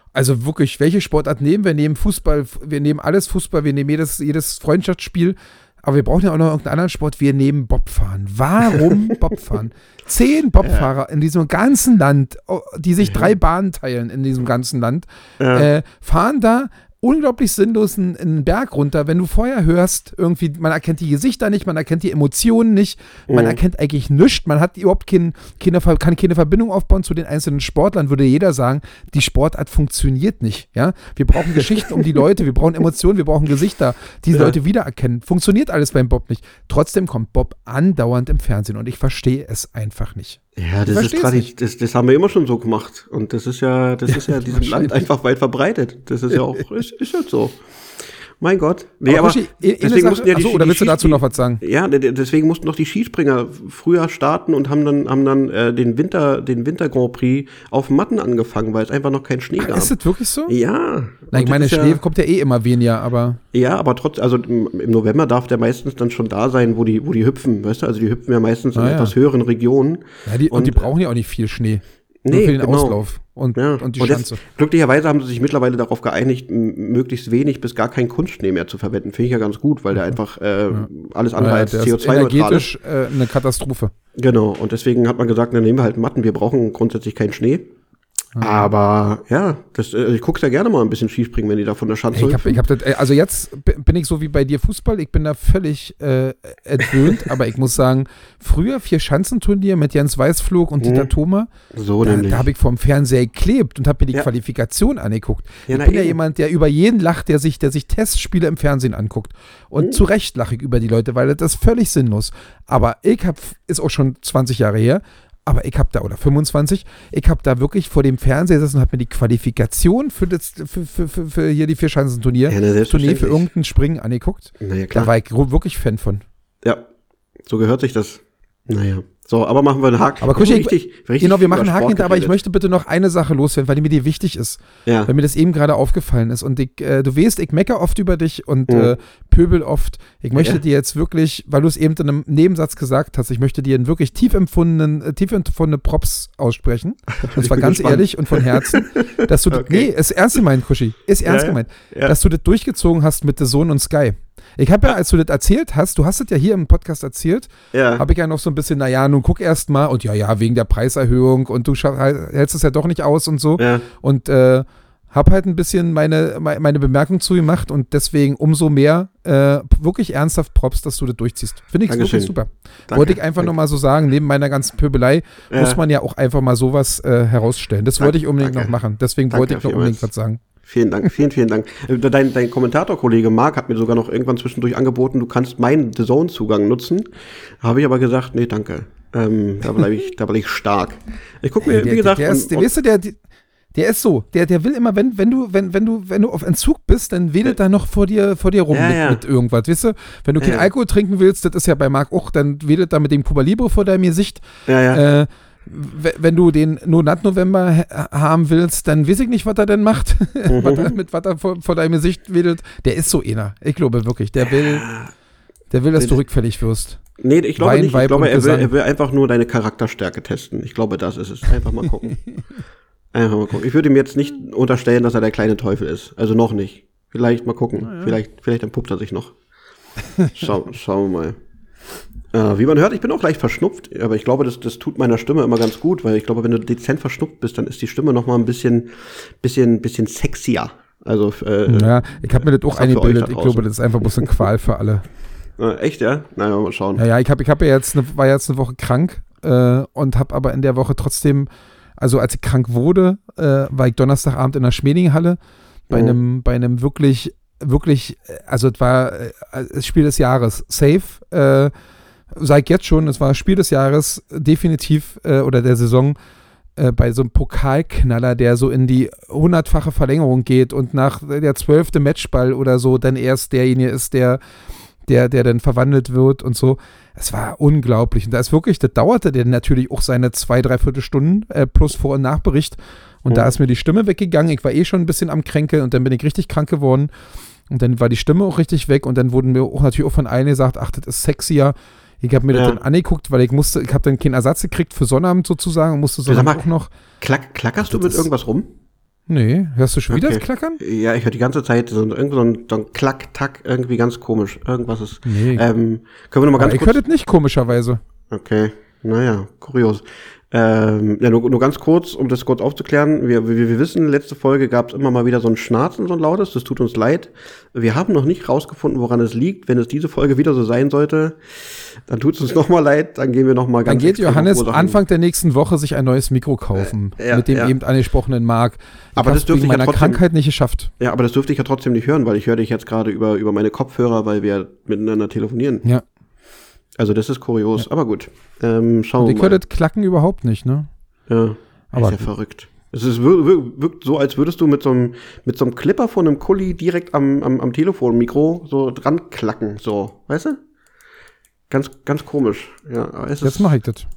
Also wirklich, welche Sportart nehmen wir? Nehmen Fußball, wir nehmen alles Fußball, wir nehmen jedes, jedes Freundschaftsspiel, aber wir brauchen ja auch noch irgendeinen anderen Sport, wir nehmen Bobfahren. Warum Bobfahren? Zehn Bobfahrer ja. in diesem ganzen Land, die sich ja. drei Bahnen teilen in diesem ganzen Land, ja. äh, fahren da unglaublich sinnlos einen, einen Berg runter, wenn du vorher hörst, irgendwie, man erkennt die Gesichter nicht, man erkennt die Emotionen nicht, man mhm. erkennt eigentlich nichts, man hat überhaupt kein, keine, kann keine Verbindung aufbauen zu den einzelnen Sportlern, würde jeder sagen, die Sportart funktioniert nicht, ja, wir brauchen Geschichten um die Leute, wir brauchen Emotionen, wir brauchen Gesichter, die ja. Leute wiedererkennen, funktioniert alles beim Bob nicht, trotzdem kommt Bob andauernd im Fernsehen und ich verstehe es einfach nicht. Ja, das ist traditionell, das, das haben wir immer schon so gemacht. Und das ist ja, das ja, ist ja in diesem Land einfach weit verbreitet. Das ist ja auch, ist, ist halt so. Mein Gott. Nee, aber, aber Uschi, deswegen Sache, mussten ja die, achso, oder willst du dazu noch was sagen? Ja, deswegen mussten noch die Skispringer früher starten und haben dann, haben dann äh, den Winter, den Winter Grand Prix auf Matten angefangen, weil es einfach noch keinen Schnee Ach, gab. Ist das wirklich so? Ja. Na, ich meine, Schnee ja, kommt ja eh immer weniger, aber. Ja, aber trotzdem, also im, im November darf der meistens dann schon da sein, wo die, wo die hüpfen, weißt du? Also die hüpfen ja meistens in ah, etwas ja. höheren Regionen. Ja, die, und, und die brauchen ja auch nicht viel Schnee. Nur nee, für den genau. Auslauf und, ja. und die und Schanze. Jetzt, glücklicherweise haben sie sich mittlerweile darauf geeinigt, m- möglichst wenig bis gar keinen Kunstschnee mehr zu verwenden. Finde ich ja ganz gut, weil der einfach äh, ja. alles andere ja, als C O zwei neutral ist. Energetisch äh, eine Katastrophe. Genau, und deswegen hat man gesagt, dann nehmen wir halt Matten, wir brauchen grundsätzlich keinen Schnee. Mhm. Aber ja, das, äh, ich gucke sehr gerne mal ein bisschen Skispringen, wenn die da von der Schanze ich hab, ich hab das, Also jetzt bin ich so wie bei dir Fußball, ich bin da völlig äh, entwöhnt, aber ich muss sagen, früher vier Schanzenturnier mit Jens Weißflog und mhm. Dieter Thoma, so da, da habe ich vorm Fernseher geklebt und habe mir die ja. Qualifikation angeguckt. Ja, ich bin ja eben. jemand, der über jeden lacht, der sich, der sich Testspiele im Fernsehen anguckt. Und mhm. zu Recht lache ich über die Leute, weil das ist völlig sinnlos. Aber ich habe, ist auch schon zwanzig Jahre her, aber ich habe da, oder fünfundzwanzig, ich habe da wirklich vor dem Fernseher gesessen und habe mir die Qualifikation für, das, für, für, für, für hier die Vierschanzenturnier, ja, Turnier für irgendein Springen angeguckt. Naja, klar. Da war ich wirklich Fan von. Ja, so gehört sich das. Naja. So, aber machen wir einen Haken. Aber Kuschi, richtig, richtig genau, wir machen einen Haken hinter, aber ich möchte bitte noch eine Sache loswerden, weil die mir dir wichtig ist. Ja. Weil mir das eben gerade aufgefallen ist. Und ich, äh, du weißt, ich meckere oft über dich und mhm. äh, pöbel oft. Ich möchte ja. dir jetzt wirklich, weil du es eben in einem Nebensatz gesagt hast, ich möchte dir einen wirklich tief empfundenen, äh, tief empfundene Props aussprechen. Und zwar ganz gespannt. ehrlich und von Herzen, dass du, okay. nee, ist ernst gemeint, Kuschi, ist ernst ja, gemeint, ja. dass du das durchgezogen hast mit The Zone und Sky. Ich habe ja, als du das erzählt hast, du hast es ja hier im Podcast erzählt, ja. habe ich ja noch so ein bisschen, naja, nun guck erst mal und ja, ja, wegen der Preiserhöhung und du scha- hältst es ja doch nicht aus und so. Ja. Und äh, habe halt ein bisschen meine, meine Bemerkung zu gemacht und deswegen umso mehr äh, wirklich ernsthaft Props, dass du das durchziehst. Finde ich wirklich super. Danke. Wollte ich einfach nochmal so sagen, neben meiner ganzen Pöbelei ja. muss man ja auch einfach mal sowas äh, herausstellen. Das Danke. wollte ich unbedingt Danke. noch machen. Deswegen Danke wollte ich noch unbedingt was sagen. Vielen Dank, vielen, vielen Dank. Dein, dein Kommentatorkollege Marc hat mir sogar noch irgendwann zwischendurch angeboten, du kannst meinen The Zone-Zugang nutzen. Habe ich aber gesagt, nee, danke. Ähm, da bleibe ich, da bleib ich stark. Ich gucke mir, der, wie gesagt. Der, der ist, der, weißt du, der, der ist so, der, der will immer, wenn, wenn du, wenn, wenn du, wenn du auf Entzug bist, dann wedelt er noch vor dir, vor dir rum ja, mit, ja. mit irgendwas, weißt du? Wenn du ja, keinen ja. Alkohol trinken willst, das ist ja bei Marc auch, dann wedelt er mit dem Cuba Libre vor deinem Gesicht. Ja, ja. Äh, wenn du den Monat-November haben willst, dann weiß ich nicht, was er denn macht, mhm. was er, mit was er vor, vor deinem Gesicht wedelt. Der ist so einer. Ich glaube wirklich. Der will, der will, dass du rückfällig wirst. Nee, ich glaube Wein, nicht. Ich glaube, er will, er will einfach nur deine Charakterstärke testen. Ich glaube, das ist es. Einfach mal gucken. Einfach mal gucken. Ich würde ihm jetzt nicht unterstellen, dass er der kleine Teufel ist. Also noch nicht. Vielleicht mal gucken. Ja. Vielleicht, vielleicht entpuppt er sich noch. Schau, schauen wir mal. Äh, wie man hört, ich bin auch leicht verschnupft, aber ich glaube, das, das tut meiner Stimme immer ganz gut, weil ich glaube, wenn du dezent verschnupft bist, dann ist die Stimme noch mal ein bisschen, bisschen, bisschen sexier. Also, äh, ja, ich habe mir das auch eingebildet. Ich glaube, das ist einfach bloß eine Qual für alle. Äh, echt, ja? Naja, mal schauen. Ja, ja, ich habe ich hab ja jetzt eine, war jetzt eine Woche krank äh, und habe aber in der Woche trotzdem, also als ich krank wurde, äh, war ich Donnerstagabend in der Schmiedinghalle bei mhm. einem, bei einem wirklich, wirklich, also es war äh, das Spiel des Jahres, safe, äh, sag ich jetzt schon, es war Spiel des Jahres, definitiv, äh, oder der Saison, äh, bei so einem Pokalknaller, der so in die hundertfache Verlängerung geht und nach der zwölfte Matchball oder so dann erst derjenige ist, der, der, der dann verwandelt wird und so. Es war unglaublich. Und da ist wirklich, das dauerte dann natürlich auch seine zwei, dreiviertel Stunden äh, plus Vor- und Nachbericht. Und mhm. da ist mir die Stimme weggegangen. Ich war eh schon ein bisschen am Kränkeln und dann bin ich richtig krank geworden. Und dann war die Stimme auch richtig weg und dann wurden mir auch natürlich auch von allen gesagt, ach, das ist sexier. Ich habe mir ja. das dann angeguckt, weil ich musste, ich habe dann keinen Ersatz gekriegt für Sonnabend sozusagen und musste Sonnabend auch noch. Klack, klackerst du mit irgendwas rum? Nee, hörst du schon wieder Okay. das Klackern? Ja, ich höre die ganze Zeit so, irgendwie so ein, so ein Klack, Tack, irgendwie ganz komisch. Irgendwas ist. Nee. Ähm, können wir noch mal Aber ganz ich kurz. höre das nicht, komischerweise. Okay, naja, kurios. Ähm, ja, nur, nur ganz kurz, um das kurz aufzuklären. Wir, wir, wir wissen, letzte Folge gab es immer mal wieder so ein Schnarzen, so ein lautes. Das tut uns leid. Wir haben noch nicht rausgefunden, woran es liegt. Wenn es diese Folge wieder so sein sollte, dann tut es uns noch mal leid. Dann gehen wir noch mal ganz Dann geht extrem Johannes auf Ursachen. Anfang der nächsten Woche sich ein neues Mikro kaufen. Äh, ja, mit dem ja. eben angesprochenen Marc. Ich Aber das hab's dürfte wegen ich ja meiner trotzdem- Krankheit nicht geschafft. Ja, aber das dürfte ich ja trotzdem nicht hören, weil ich höre dich jetzt gerade über, über meine Kopfhörer, weil wir miteinander telefonieren. Ja. Also das ist kurios, aber gut. Ähm, schauen Und wir ich mal. höre das Klacken überhaupt nicht, ne? Ja, Aber ist ja verrückt. Es ist, wir, wir, wirkt so, als würdest du mit so einem, mit so einem Clipper von einem Kuli direkt am, am, am Telefonmikro so dran klacken, so, weißt du? Ganz, ganz komisch. Ja, aber es Jetzt ist, mache ich das.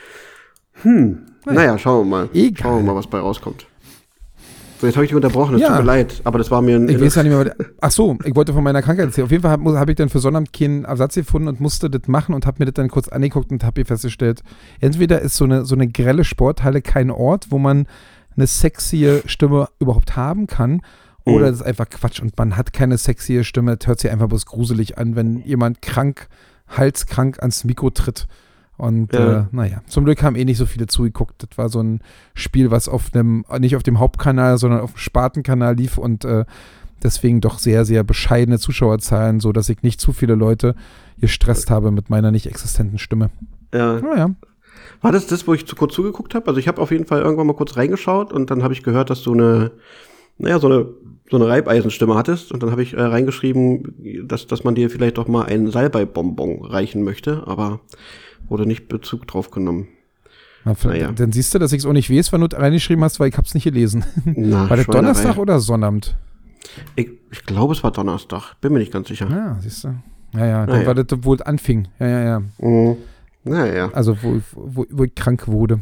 hm, naja, schauen wir mal. Egal. Schauen wir mal, was bei rauskommt. So, jetzt habe ich dich unterbrochen, es Ja. tut mir leid, aber das war mir ein... Ich weiß ja nicht mehr, was- ach so, ich wollte von meiner Krankheit erzählen. Auf jeden Fall habe hab ich dann für Sonnabend keinen Ersatz gefunden und musste das machen und habe mir das dann kurz angeguckt und habe festgestellt, entweder ist so eine, so eine grelle Sporthalle kein Ort, wo man eine sexy Stimme überhaupt haben kann, oder Mhm. das ist einfach Quatsch und man hat keine sexy Stimme. Das hört sich einfach bloß gruselig an, wenn jemand krank, halskrank ans Mikro tritt. Und Ja. äh, naja, zum Glück haben eh nicht so viele zugeguckt. Das war so ein Spiel, was auf einem, nicht auf dem Hauptkanal, sondern auf dem Spartenkanal lief und äh, deswegen doch sehr, sehr bescheidene Zuschauerzahlen, so dass ich nicht zu viele Leute gestresst habe mit meiner nicht existenten Stimme. Ja. Naja. War das das, wo ich zu kurz zugeguckt habe? Also ich habe auf jeden Fall irgendwann mal kurz reingeschaut und dann habe ich gehört, dass du eine, naja, so eine, so eine Reibeisenstimme hattest und dann habe ich äh, reingeschrieben, dass, dass man dir vielleicht doch mal einen Salbeibonbon reichen möchte, aber wurde nicht Bezug drauf genommen. Na, vielleicht- Naja. Dann siehst du, dass ich es auch nicht weiß, wann du reingeschrieben hast, weil ich hab's nicht gelesen. Na, War das Schweinerei. Donnerstag oder Sonnabend? Ich, ich glaube, es war Donnerstag. Bin mir nicht ganz sicher. Ja, siehst du. Ja, ja, dann Naja. war das, wo es anfing. Ja, ja, ja. Mhm. Naja. Also, wo, wo, wo ich krank wurde.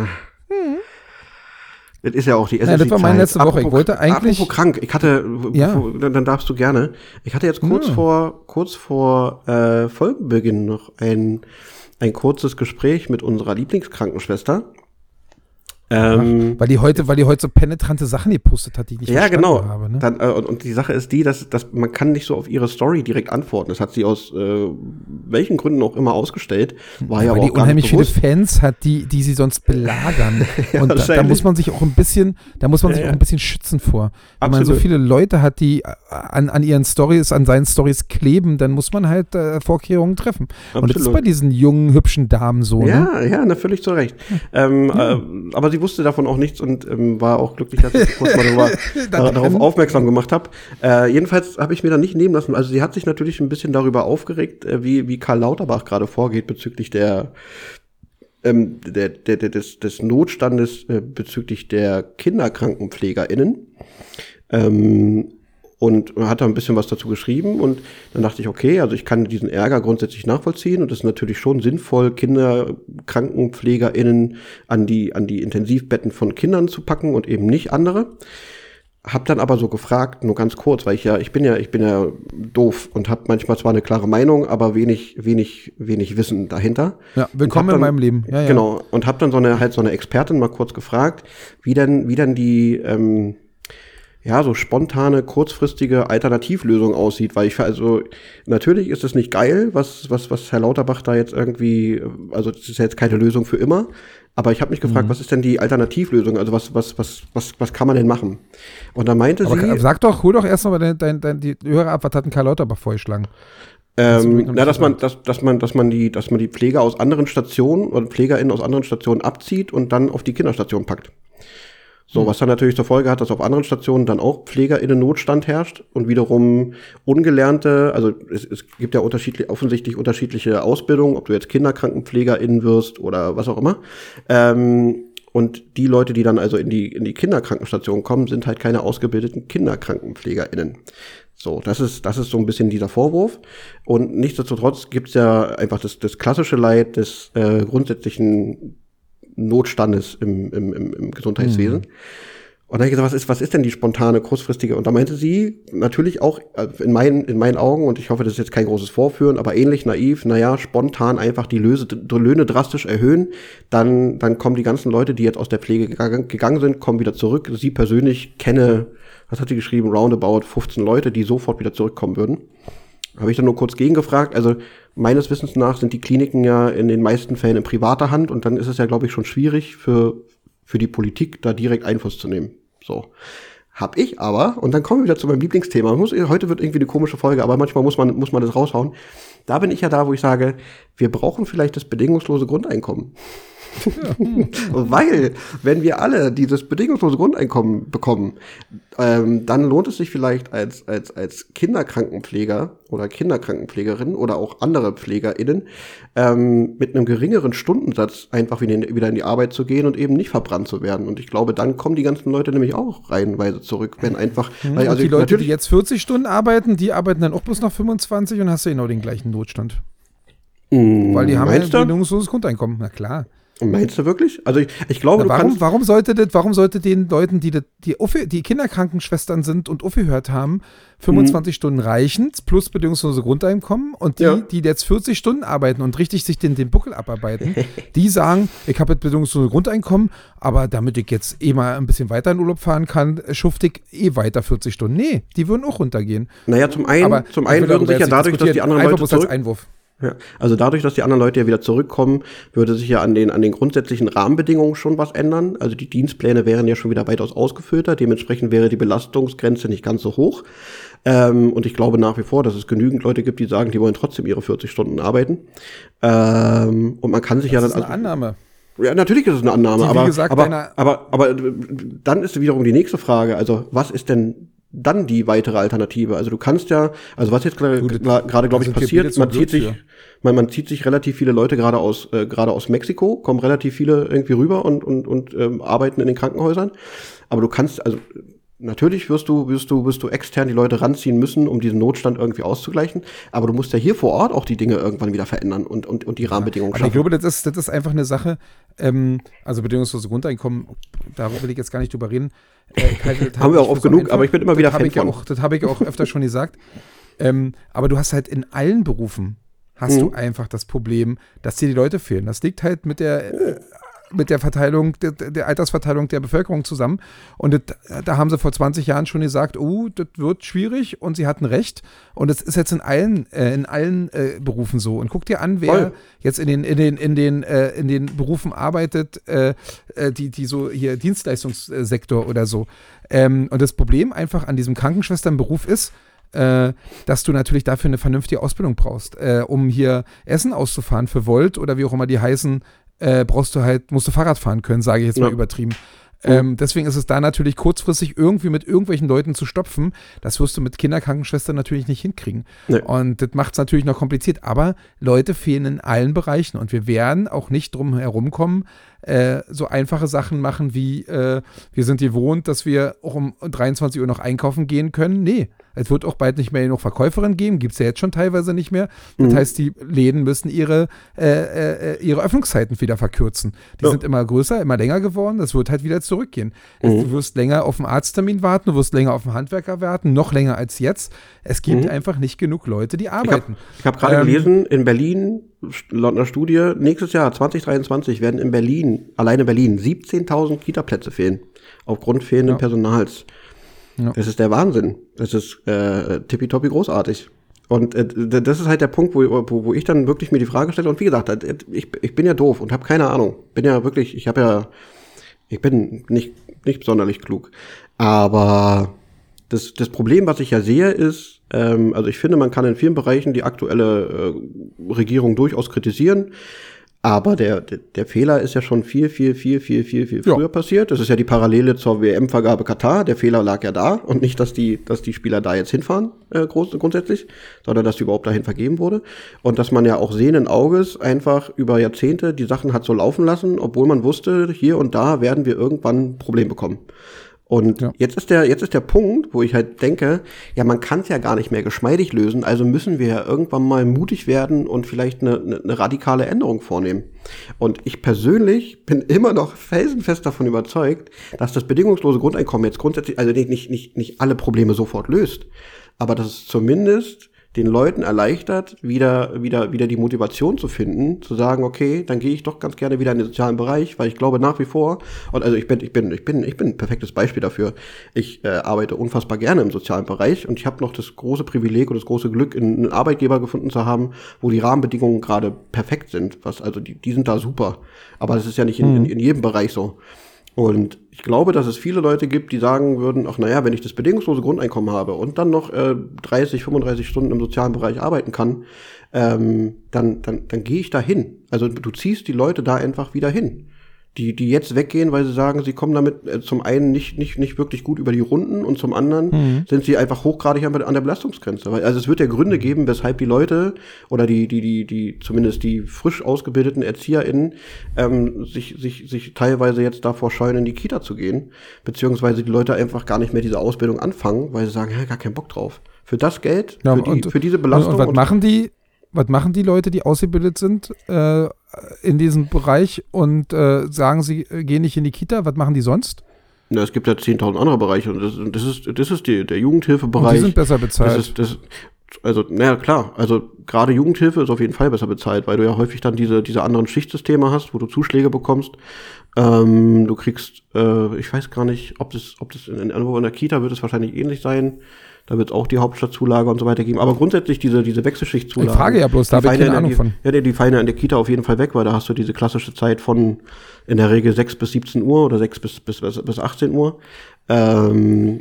Das ist ja auch die Nein, das war meine Zeit. letzte Woche. Ich Apropos- wollte eigentlich- Apropos krank. Ich hatte, Ja. bevor- dann, dann darfst du gerne. Ich hatte jetzt kurz Ja. vor, kurz vor äh, Folgenbeginn noch ein, ein kurzes Gespräch mit unserer Lieblingskrankenschwester. Ähm, Weil die heute, weil die heute so penetrante Sachen gepostet hat, die ich nicht ja, verstanden genau. habe. Ne? Dann, äh, und, und die Sache ist die, dass, dass man kann nicht so auf ihre Story direkt antworten. Das hat sie aus äh, welchen Gründen auch immer ausgestellt. War ja weil aber die auch gar unheimlich nicht viele bewusst. Fans hat, die, die sie sonst belagern. Und da, da wahrscheinlich. muss man sich auch ein bisschen, da muss man Ja, sich ja. auch ein bisschen schützen vor. Wenn man so Absolut. viele Leute hat, die an, an ihren Stories, an seinen Stories kleben, dann muss man halt äh, Vorkehrungen treffen. Und das ist Absolut. bei diesen jungen, hübschen Damen so. Ne? Ja, ja, na, völlig zu Recht. Ähm, äh, aber sie wusste davon auch nichts und ähm, war auch glücklich, dass ich kurz mal darüber, Dann- darauf aufmerksam gemacht habe. Äh, jedenfalls habe ich mir dann nicht nehmen lassen. Also sie hat sich natürlich ein bisschen darüber aufgeregt, äh, wie, wie Karl Lauterbach gerade vorgeht bezüglich der, ähm, der, der, der des, des Notstandes äh, bezüglich der KinderkrankenpflegerInnen. Ähm, und hat da ein bisschen was dazu geschrieben und dann dachte ich, okay, also ich kann diesen Ärger grundsätzlich nachvollziehen und es ist natürlich schon sinnvoll, KinderkrankenpflegerInnen an die, an die Intensivbetten von Kindern zu packen und eben nicht andere. Hab dann aber so gefragt, nur ganz kurz, weil ich ja, ich bin ja, ich bin ja doof und habe manchmal zwar eine klare Meinung, aber wenig, wenig, wenig Wissen dahinter. Ja, willkommen Und hab in meinem Leben. Ja, ja. Genau. Und habe dann so eine halt so eine Expertin mal kurz gefragt, wie denn, wie denn die ähm, ja, so spontane, kurzfristige Alternativlösung aussieht, weil ich, also, natürlich ist es nicht geil, was, was, was Herr Lauterbach da jetzt irgendwie, also, das ist ja jetzt keine Lösung für immer, aber ich habe mich gefragt, Mhm. was ist denn die Alternativlösung, also, was, was, was, was, was kann man denn machen? Und da meinte Aber sie, sag doch, hol doch erstmal dein, dein, dein, die Hörer ab, was hat denn Karl Lauterbach vorgeschlagen? Das ist ähm, übrigens noch na, nicht dass man, gesagt. dass, dass man, dass man die, dass man die Pfleger aus anderen Stationen oder PflegerInnen aus anderen Stationen abzieht und dann auf die Kinderstation packt. So, was dann natürlich zur Folge hat, dass auf anderen Stationen dann auch PflegerInnen-Notstand herrscht und wiederum ungelernte, also es, es gibt ja unterschiedlich, offensichtlich unterschiedliche Ausbildungen, ob du jetzt KinderkrankenpflegerInnen wirst oder was auch immer. Ähm, und die Leute, die dann also in die, in die Kinderkrankenstation kommen, sind halt keine ausgebildeten KinderkrankenpflegerInnen. So, das ist, das ist so ein bisschen dieser Vorwurf. Und nichtsdestotrotz gibt's ja einfach das, das klassische Leid des äh, grundsätzlichen Notstandes im, im, im, im Gesundheitswesen. Mhm. Und dann habe ich gesagt, was ist, was ist denn die spontane, kurzfristige? Und da meinte sie, natürlich auch in meinen, in meinen Augen, und ich hoffe, das ist jetzt kein großes Vorführen, aber ähnlich naiv, naja, spontan einfach die Löse, die Löhne drastisch erhöhen, dann, dann kommen die ganzen Leute, die jetzt aus der Pflege gegangen, gegangen sind, kommen wieder zurück. Sie persönlich kenne, was hat sie geschrieben, roundabout fünfzehn Leute, die sofort wieder zurückkommen würden. Habe ich dann nur kurz gegengefragt. Also meines Wissens nach sind die Kliniken ja in den meisten Fällen in privater Hand und dann ist es ja, glaube ich, schon schwierig für, für die Politik, da direkt Einfluss zu nehmen. So. Hab ich aber, und dann kommen wir wieder zu meinem Lieblingsthema. Muss, heute wird irgendwie eine komische Folge, aber manchmal muss man, muss man das raushauen. Da bin ich ja da, wo ich sage, wir brauchen vielleicht das bedingungslose Grundeinkommen. Ja. Weil, wenn wir alle dieses bedingungslose Grundeinkommen bekommen, ähm, dann lohnt es sich vielleicht als, als, als Kinderkrankenpfleger oder Kinderkrankenpflegerin oder auch andere PflegerInnen ähm, mit einem geringeren Stundensatz einfach wieder in, wieder in die Arbeit zu gehen und eben nicht verbrannt zu werden. Und ich glaube, dann kommen die ganzen Leute nämlich auch reihenweise zurück, wenn einfach. Mhm, weil, also und die Leute, die jetzt vierzig Stunden arbeiten, die arbeiten dann auch bloß noch fünfundzwanzig und hast du genau den gleichen Notstand. Mh, Weil die haben ja ein du? bedingungsloses Grundeinkommen, na klar. Meinst du wirklich? Also ich, ich glaube, Na, warum, du kannst warum sollte das, warum sollte den Leuten, die das, die, aufge- die Kinderkrankenschwestern sind und aufgehört haben, fünfundzwanzig mhm. Stunden reichen, plus bedingungslose Grundeinkommen und die, ja. die jetzt vierzig Stunden arbeiten und richtig sich den, den Buckel abarbeiten, die sagen, ich habe jetzt bedingungslose Grundeinkommen, aber damit ich jetzt eh mal ein bisschen weiter in Urlaub fahren kann, schufte ich eh weiter vierzig Stunden. Nee, die würden auch runtergehen. Naja, zum einen, aber zum einen würden sich ja dadurch, dass die anderen einfach Leute bloß zurück... als Einwurf. Ja, also dadurch, dass die anderen Leute ja wieder zurückkommen, würde sich ja an den, an den grundsätzlichen Rahmenbedingungen schon was ändern. Also die Dienstpläne wären ja schon wieder weitaus ausgefüllter. Dementsprechend wäre die Belastungsgrenze nicht ganz so hoch. Ähm, und ich glaube nach wie vor, dass es genügend Leute gibt, die sagen, die wollen trotzdem ihre vierzig Stunden arbeiten. Ähm, und man kann sich das ja dann... Das ist eine Annahme. Ja, natürlich ist es eine Annahme, die, aber, gesagt, aber, deiner, aber, aber, aber dann ist wiederum die nächste Frage. Also was ist denn dann die weitere Alternative? Also du kannst ja, also was jetzt gerade, glaube ich, passiert, man zieht sich, man, man zieht sich relativ viele Leute gerade aus, äh, gerade aus Mexiko, kommen relativ viele irgendwie rüber und, und, und ähm, arbeiten in den Krankenhäusern. Aber du kannst, also natürlich wirst du, wirst du, wirst du extern die Leute ranziehen müssen, um diesen Notstand irgendwie auszugleichen. Aber du musst ja hier vor Ort auch die Dinge irgendwann wieder verändern und, und, und die Rahmenbedingungen ja, schaffen. Ich glaube, das ist, das ist einfach eine Sache, ähm, also bedingungslose Grundeinkommen, darüber will ich jetzt gar nicht drüber reden. Äh, halte, Haben wir auch oft genug, einfach, aber ich bin immer wieder Fan von. Ja auch, das habe ich auch öfter schon gesagt. Ähm, aber du hast halt in allen Berufen, hast mhm. du einfach das Problem, dass dir die Leute fehlen. Das liegt halt mit der... Äh, mit der Verteilung, der, der Altersverteilung der Bevölkerung zusammen. Und das, da haben sie vor zwanzig Jahren schon gesagt, oh, das wird schwierig und sie hatten recht. Und das ist jetzt in allen, äh, in allen äh, Berufen so. Und guck dir an, wer Voll. jetzt in den, in den, in den, äh, in den Berufen arbeitet, äh, die, die so hier Dienstleistungssektor oder so. Ähm, und das Problem einfach an diesem Krankenschwesternberuf ist, Äh, dass du natürlich dafür eine vernünftige Ausbildung brauchst, äh, um hier Essen auszufahren für Volt oder wie auch immer die heißen, äh, brauchst du halt, musst du Fahrrad fahren können, sage ich jetzt ja. mal übertrieben. Ähm, deswegen ist es da natürlich kurzfristig irgendwie mit irgendwelchen Leuten zu stopfen. Das wirst du mit Kinderkrankenschwestern natürlich nicht hinkriegen. Nee. Und das macht es natürlich noch kompliziert. Aber Leute fehlen in allen Bereichen und wir werden auch nicht drum herumkommen, äh, so einfache Sachen machen wie, äh, wir sind gewohnt, dass wir auch um dreiundzwanzig Uhr noch einkaufen gehen können. Nee, es wird auch bald nicht mehr noch Verkäuferinnen geben, gibt es ja jetzt schon teilweise nicht mehr. Das mhm. heißt, die Läden müssen ihre, äh, äh, ihre Öffnungszeiten wieder verkürzen. Die ja. sind immer größer, immer länger geworden, das wird halt wieder zurückgehen. Mhm. Du wirst länger auf einen Arzttermin warten, du wirst länger auf einen Handwerker warten, noch länger als jetzt. Es gibt mhm. einfach nicht genug Leute, die arbeiten. Ich habe hab gerade ähm, gelesen, in Berlin, laut einer Studie, nächstes Jahr, zwanzig dreiundzwanzig, werden in Berlin, alleine in Berlin, siebzehntausend Kita-Plätze fehlen, aufgrund fehlenden ja. Personals. Ja. Das ist der Wahnsinn. Das ist äh, tippitoppi großartig. Und äh, das ist halt der Punkt, wo, wo, wo ich dann wirklich mir die Frage stelle. Und wie gesagt, ich, ich bin ja doof und habe keine Ahnung. Bin ja wirklich, ich habe ja, ich bin nicht, nicht sonderlich klug. Aber das, das Problem, was ich ja sehe, ist, ähm, also ich finde, man kann in vielen Bereichen die aktuelle äh, Regierung durchaus kritisieren. Aber der, der, der Fehler ist ja schon viel, viel, viel, viel, viel, viel früher ja. passiert. Das ist ja die Parallele zur W M-Vergabe Katar. Der Fehler lag ja da und nicht, dass die, dass die Spieler da jetzt hinfahren, äh, groß, grundsätzlich, sondern dass die überhaupt dahin vergeben wurde. Und dass man ja auch sehenden Auges einfach über Jahrzehnte die Sachen hat so laufen lassen, obwohl man wusste, hier und da werden wir irgendwann ein Problem bekommen. Und Ja. jetzt ist der, jetzt ist der Punkt, wo ich halt denke, ja, man kann es ja gar nicht mehr geschmeidig lösen, also müssen wir ja irgendwann mal mutig werden und vielleicht eine, eine, eine radikale Änderung vornehmen. Und ich persönlich bin immer noch felsenfest davon überzeugt, dass das bedingungslose Grundeinkommen jetzt grundsätzlich, also nicht, nicht, nicht alle Probleme sofort löst, aber dass es zumindest den Leuten erleichtert, wieder, wieder, wieder die Motivation zu finden, zu sagen, okay, dann gehe ich doch ganz gerne wieder in den sozialen Bereich, weil ich glaube nach wie vor, und also ich bin, ich bin, ich bin, ich bin ein perfektes Beispiel dafür. Ich äh, arbeite unfassbar gerne im sozialen Bereich und ich habe noch das große Privileg und das große Glück, einen Arbeitgeber gefunden zu haben, wo die Rahmenbedingungen gerade perfekt sind. Was, also die, die sind da super. Aber das ist ja nicht in, in, in jedem Bereich so. Und ich glaube, dass es viele Leute gibt, die sagen würden, ach naja, wenn ich das bedingungslose Grundeinkommen habe und dann noch äh, dreißig, fünfunddreißig Stunden im sozialen Bereich arbeiten kann, ähm, dann, dann, dann gehe ich da hin. Also du ziehst die Leute da einfach wieder hin. Die, die jetzt weggehen, weil sie sagen, sie kommen damit äh, zum einen nicht, nicht, nicht wirklich gut über die Runden und zum anderen mhm. sind sie einfach hochgradig an, an der Belastungsgrenze. Weil, also es wird ja Gründe geben, weshalb die Leute oder die, die, die, die, zumindest die frisch ausgebildeten ErzieherInnen ähm, sich, sich, sich teilweise jetzt davor scheuen, in die Kita zu gehen, beziehungsweise die Leute einfach gar nicht mehr diese Ausbildung anfangen, weil sie sagen, ja, gar keinen Bock drauf. Für das Geld, ja, für, die, und, für diese Belastung. Und, und was machen die? Was machen die Leute, die ausgebildet sind äh, in diesem Bereich und äh, sagen, sie äh, gehen nicht in die Kita? Was machen die sonst? Na, es gibt ja zehntausend andere Bereiche und das, das ist, das ist die, der Jugendhilfebereich. Und die sind besser bezahlt. Das ist, das, also, naja, klar, also gerade Jugendhilfe ist auf jeden Fall besser bezahlt, weil du ja häufig dann diese, diese anderen Schichtsysteme hast, wo du Zuschläge bekommst. Ähm, du kriegst, äh, ich weiß gar nicht, ob das, ob das in, in, in der Kita wird es wahrscheinlich ähnlich sein. Da wird es auch die Hauptstadtzulage und so weiter geben. Aber grundsätzlich diese, diese Wechselschichtzulage. Ich frage ja bloß, da habe ich keine Ahnung die, von. Ja, die, die fallen ja in der Kita auf jeden Fall weg, weil da hast du diese klassische Zeit von in der Regel sechs bis siebzehn Uhr oder sechs bis, bis, bis achtzehn Uhr. Ähm,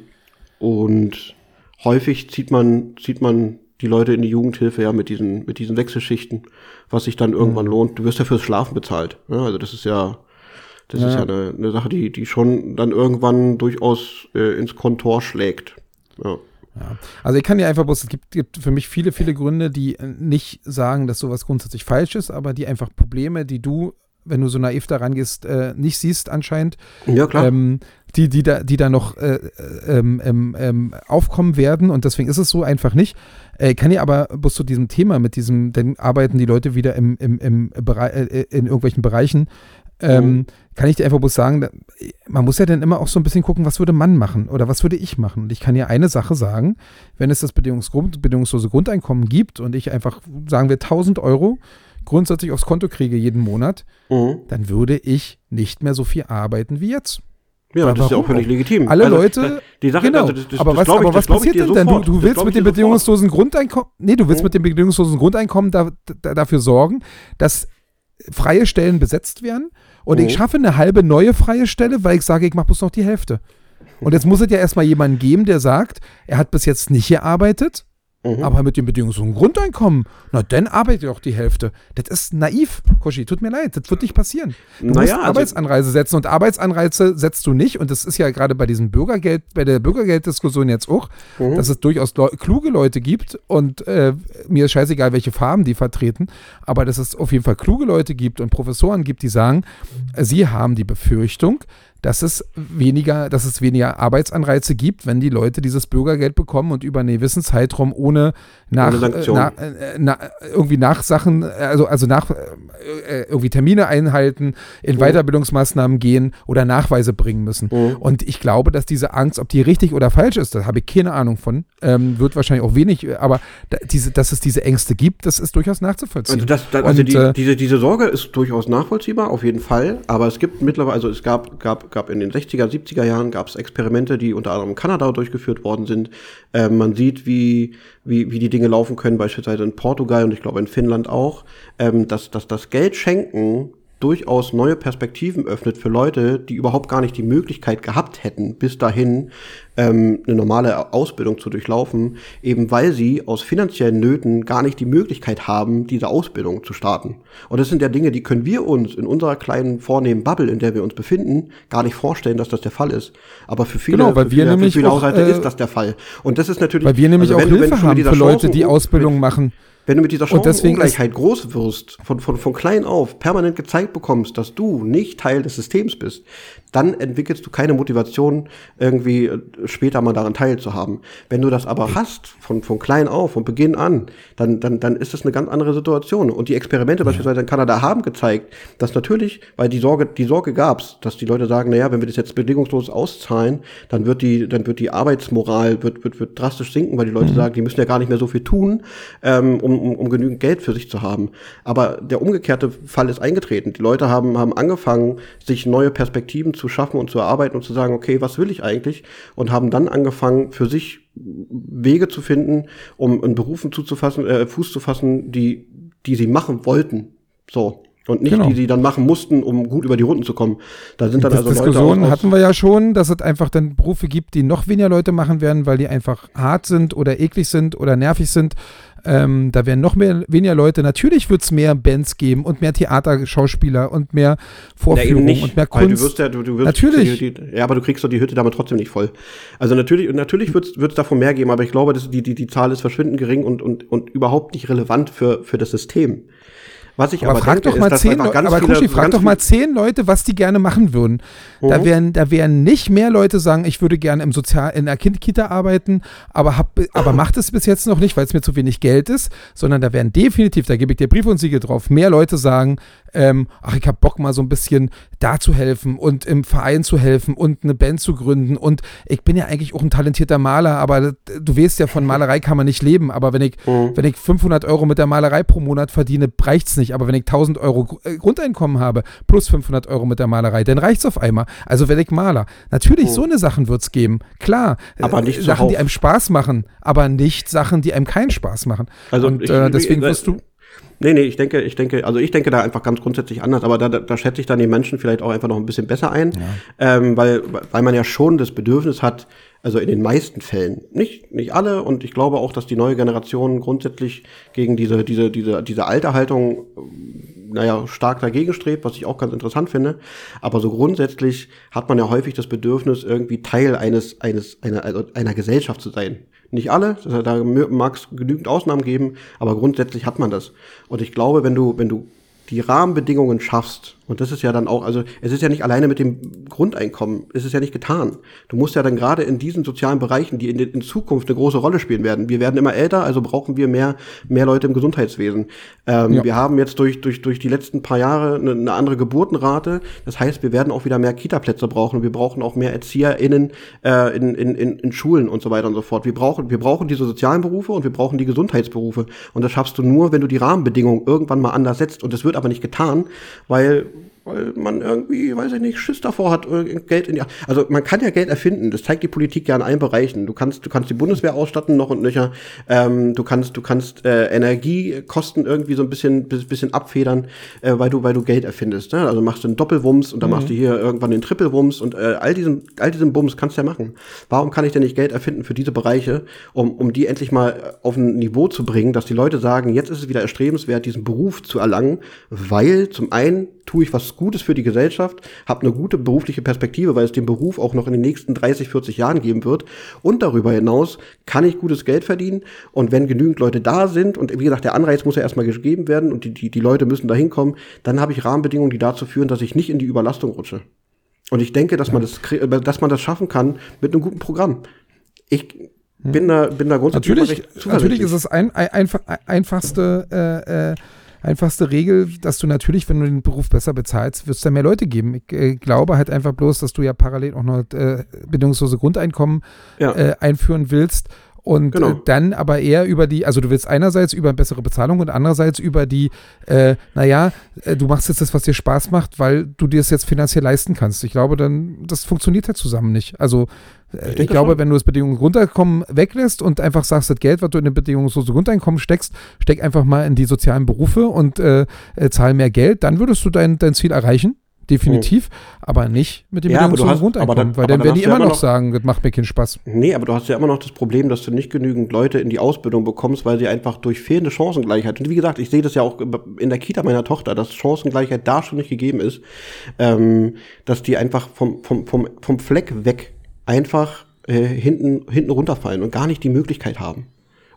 und häufig zieht man, zieht man die Leute in die Jugendhilfe ja mit diesen, mit diesen Wechselschichten, was sich dann irgendwann mhm. lohnt. Du wirst ja fürs Schlafen bezahlt. Ja, also das ist ja, das ja. ist ja eine, eine Sache, die, die schon dann irgendwann durchaus äh, ins Kontor schlägt. Ja. Ja. Also ich kann dir einfach bloß, es gibt, gibt für mich viele, viele Gründe, die nicht sagen, dass sowas grundsätzlich falsch ist, aber die einfach Probleme, die du, wenn du so naiv da rangehst, äh, nicht siehst anscheinend. Ja, klar. Ähm, die, die da, die da noch äh, ähm, ähm, ähm, aufkommen werden und deswegen ist es so einfach nicht. Äh, kann ja aber bloß zu diesem Thema mit diesem, dann arbeiten die Leute wieder im, im, im Bereich, äh, in irgendwelchen Bereichen, Ähm, mhm. kann ich dir einfach bloß sagen, man muss ja dann immer auch so ein bisschen gucken, was würde man machen oder was würde ich machen. Und ich kann ja eine Sache sagen, wenn es das Bedingungsgrund, bedingungslose Grundeinkommen gibt und ich einfach, sagen wir, tausend Euro grundsätzlich aufs Konto kriege jeden Monat, mhm. dann würde ich nicht mehr so viel arbeiten wie jetzt. Ja, aber das ist ja auch völlig legitim. Alle also, Leute, die Sache, genau, also das, das, aber was, das aber ich, was passiert denn dann? Du, du willst mit dem bedingungslosen Grundeinkommen, nee, du willst mhm. mit dem bedingungslosen Grundeinkommen da, da, dafür sorgen, dass freie Stellen besetzt werden und mhm. ich schaffe eine halbe neue freie Stelle, weil ich sage, ich mache bloß noch die Hälfte. Und jetzt muss es ja erstmal jemanden geben, der sagt, er hat bis jetzt nicht gearbeitet, mhm. aber mit dem bedingungslosen Grundeinkommen, na dann arbeitet er auch die Hälfte. Das ist naiv, Koschi, tut mir leid, das wird nicht passieren. Du naja, musst Arbeitsanreize setzen und Arbeitsanreize setzt du nicht und das ist ja gerade bei diesem Bürgergeld, bei der Bürgergelddiskussion jetzt auch, mhm. dass es durchaus le- kluge Leute gibt und äh, mir ist scheißegal, welche Farben die vertreten, aber dass es auf jeden Fall kluge Leute gibt und Professoren gibt, die sagen, äh, sie haben die Befürchtung, dass es weniger, dass es weniger Arbeitsanreize gibt, wenn die Leute dieses Bürgergeld bekommen und über einen gewissen Zeitraum ohne nach, äh, na, äh, na, irgendwie Nachsachen, also, also nach, äh, irgendwie Termine einhalten, in oh. Weiterbildungsmaßnahmen gehen oder Nachweise bringen müssen. Oh. Und ich glaube, dass diese Angst, ob die richtig oder falsch ist, da habe ich keine Ahnung von, ähm, wird wahrscheinlich auch wenig, aber da, diese, dass es diese Ängste gibt, das ist durchaus nachzuvollziehen. Also, das, das, also und, die, äh, diese, diese Sorge ist durchaus nachvollziehbar, auf jeden Fall, aber es gibt mittlerweile, also es gab, gab gab in den sechziger, siebziger Jahren gab es Experimente, die unter anderem in Kanada durchgeführt worden sind. Äh, man sieht, wie, wie, wie die Dinge laufen können, beispielsweise in Portugal und ich glaube in Finnland auch, ähm, dass, dass das Geld schenken durchaus neue Perspektiven öffnet für Leute, die überhaupt gar nicht die Möglichkeit gehabt hätten, bis dahin ähm, eine normale Ausbildung zu durchlaufen, eben weil sie aus finanziellen Nöten gar nicht die Möglichkeit haben, diese Ausbildung zu starten. Und das sind ja Dinge, die können wir uns in unserer kleinen, vornehmen Bubble, in der wir uns befinden, gar nicht vorstellen, dass das der Fall ist. Aber für viele, genau, weil für wir viele, nämlich für viele auch, Haushalte äh, ist das der Fall. Und das ist natürlich, weil wir nämlich also auch wenn, Hilfe wenn haben für Leute, Chancen, die Ausbildung machen. Wenn du mit dieser Und deswegen Chancenungleichheit groß wirst, von, von, von klein auf permanent gezeigt bekommst, dass du nicht Teil des Systems bist, dann entwickelst du keine Motivation, irgendwie später mal daran teilzuhaben. Wenn du das aber hast, von, von klein auf, von Beginn an, dann, dann, dann ist das eine ganz andere Situation. Und die Experimente ja. beispielsweise in Kanada haben gezeigt, dass natürlich, weil die Sorge, die Sorge gab's, dass die Leute sagen, naja, wenn wir das jetzt bedingungslos auszahlen, dann wird die, dann wird die Arbeitsmoral wird, wird, wird drastisch sinken, weil die Leute mhm. sagen, die müssen ja gar nicht mehr so viel tun, ähm, um, um, um genügend Geld für sich zu haben. Aber der umgekehrte Fall ist eingetreten. Die Leute haben, haben angefangen, sich neue Perspektiven zu schaffen und zu erarbeiten und zu sagen, okay, was will ich eigentlich? Und haben dann angefangen, für sich Wege zu finden, um in Berufen zuzufassen, äh, Fuß zu fassen, die, die sie machen wollten. So. Und nicht, genau. die sie dann machen mussten, um gut über die Runden zu kommen. Da sind dann das also Diskussionen Leute aus, hatten wir ja schon, dass es einfach dann Berufe gibt, die noch weniger Leute machen werden, weil die einfach hart sind oder eklig sind oder nervig sind. Ähm, da werden noch mehr, weniger Leute. Natürlich wird es mehr Bands geben und mehr Theaterschauspieler und mehr Vorführungen ja, und mehr Kunst. Weil du wirst ja, du, du wirst natürlich. Die, die, ja, aber du kriegst doch die Hütte damit trotzdem nicht voll. Also natürlich, natürlich wird es davon mehr geben, aber ich glaube, dass die, die, die Zahl ist verschwindend gering und, und, und überhaupt nicht relevant für, für das System. Was ich aber, aber frag denke, doch mal ist, zehn Leute, aber viele, Kuschi, frag doch mal zehn Leute, was die gerne machen würden. Mhm. Da werden, da werden nicht mehr Leute sagen, ich würde gerne im Sozial, in der Kindkita arbeiten, aber hab, aber macht es bis jetzt noch nicht, weil es mir zu wenig Geld ist, sondern da werden definitiv, da gebe ich dir Brief und Siegel drauf, mehr Leute sagen, ähm, ach, ich hab Bock mal so ein bisschen da zu helfen und im Verein zu helfen und eine Band zu gründen und ich bin ja eigentlich auch ein talentierter Maler, aber du weißt ja, von Malerei kann man nicht leben, aber wenn ich, mhm. wenn ich fünfhundert Euro mit der Malerei pro Monat verdiene, reicht's nicht, aber wenn ich tausend Euro Grundeinkommen habe, plus fünfhundert Euro mit der Malerei, dann reicht's auf einmal. Also wenn ich Maler. Natürlich, mhm. so eine Sachen wird's geben, klar. Aber nicht äh, Sachen, die einem Spaß machen, aber nicht Sachen, die einem keinen Spaß machen. Also und ich, äh, deswegen wirst du Nee, nee, ich denke, ich denke, also ich denke da einfach ganz grundsätzlich anders, aber da, da, da schätze ich dann die Menschen vielleicht auch einfach noch ein bisschen besser ein, ja. ähm, weil, weil man ja schon das Bedürfnis hat, also in den meisten Fällen, nicht, nicht alle, und ich glaube auch, dass die neue Generation grundsätzlich gegen diese, diese, diese, diese alte Haltung, naja, stark dagegen strebt, was ich auch ganz interessant finde, aber so grundsätzlich hat man ja häufig das Bedürfnis, irgendwie Teil eines, eines, einer, also einer Gesellschaft zu sein. Nicht alle, da mag es genügend Ausnahmen geben, aber grundsätzlich hat man das. Und ich glaube, wenn du, wenn du die Rahmenbedingungen schaffst, und das ist ja dann auch, also es ist ja nicht alleine mit dem Grundeinkommen, es ist ja nicht getan. Du musst ja dann gerade in diesen sozialen Bereichen, die in, in Zukunft eine große Rolle spielen werden, wir werden immer älter, also brauchen wir mehr mehr Leute im Gesundheitswesen. Ähm, ja. Wir haben jetzt durch durch durch die letzten paar Jahre eine, eine andere Geburtenrate, das heißt, wir werden auch wieder mehr Kita-Plätze brauchen, wir brauchen auch mehr ErzieherInnen äh, in, in, in, in Schulen und so weiter und so fort. Wir brauchen, wir brauchen diese sozialen Berufe und wir brauchen die Gesundheitsberufe. Und das schaffst du nur, wenn du die Rahmenbedingungen irgendwann mal anders setzt. Und das wird aber nicht getan, weil weil man irgendwie, weiß ich nicht, Schiss davor hat, Geld in die, also man kann ja Geld erfinden, das zeigt die Politik ja in allen Bereichen. Du kannst, du kannst die Bundeswehr ausstatten, noch und nöcher, ähm, du kannst, du kannst äh, Energiekosten irgendwie so ein bisschen, bisschen abfedern, äh, weil du, weil du Geld erfindest, ne? Also machst du einen Doppelwumms und dann mhm. machst du hier irgendwann den Trippelwumms und äh, all diesen, all diesen Bums kannst du ja machen. Warum kann ich denn nicht Geld erfinden für diese Bereiche, um, um die endlich mal auf ein Niveau zu bringen, dass die Leute sagen, jetzt ist es wieder erstrebenswert, diesen Beruf zu erlangen, weil zum einen tue ich was Gutes für die Gesellschaft, habe eine gute berufliche Perspektive, weil es den Beruf auch noch in den nächsten dreißig, vierzig Jahren geben wird. Und darüber hinaus kann ich gutes Geld verdienen. Und wenn genügend Leute da sind, und wie gesagt, der Anreiz muss ja erstmal gegeben werden und die, die, die Leute müssen da hinkommen, dann habe ich Rahmenbedingungen, die dazu führen, dass ich nicht in die Überlastung rutsche. Und ich denke, dass man das, dass man das schaffen kann mit einem guten Programm. Ich bin da, bin da grundsätzlich natürlich, recht zuversichtlich. Natürlich ist es ein, ein, einfach, einfachste äh, äh, einfachste Regel, dass du natürlich, wenn du den Beruf besser bezahlst, wird es da mehr Leute geben. Ich äh, glaube halt einfach bloß, dass du ja parallel auch noch äh, bedingungslose Grundeinkommen ja. äh, einführen willst und genau. äh, dann aber eher über die, also du willst einerseits über bessere Bezahlung und andererseits über die, äh, naja, äh, du machst jetzt das, was dir Spaß macht, weil du dir es jetzt finanziell leisten kannst. Ich glaube dann, das funktioniert halt zusammen nicht. Also Ich, ich glaube, schon. Wenn du das Bedingungen Grundeinkommen weglässt und einfach sagst, das Geld, was du in den bedingungslosen Grundeinkommen steckst, steck einfach mal in die sozialen Berufe und äh, äh, zahl mehr Geld, dann würdest du dein, dein Ziel erreichen, definitiv, mhm. aber nicht mit dem ja, bedingungslosen Grundeinkommen, dann, weil dann, dann werden die immer noch, noch sagen, das macht mir keinen Spaß. Nee, aber du hast ja immer noch das Problem, dass du nicht genügend Leute in die Ausbildung bekommst, weil sie einfach durch fehlende Chancengleichheit, und wie gesagt, ich sehe das ja auch in der Kita meiner Tochter, dass Chancengleichheit da schon nicht gegeben ist, ähm, dass die einfach vom, vom, vom, vom Fleck weg einfach äh, hinten, hinten runterfallen und gar nicht die Möglichkeit haben.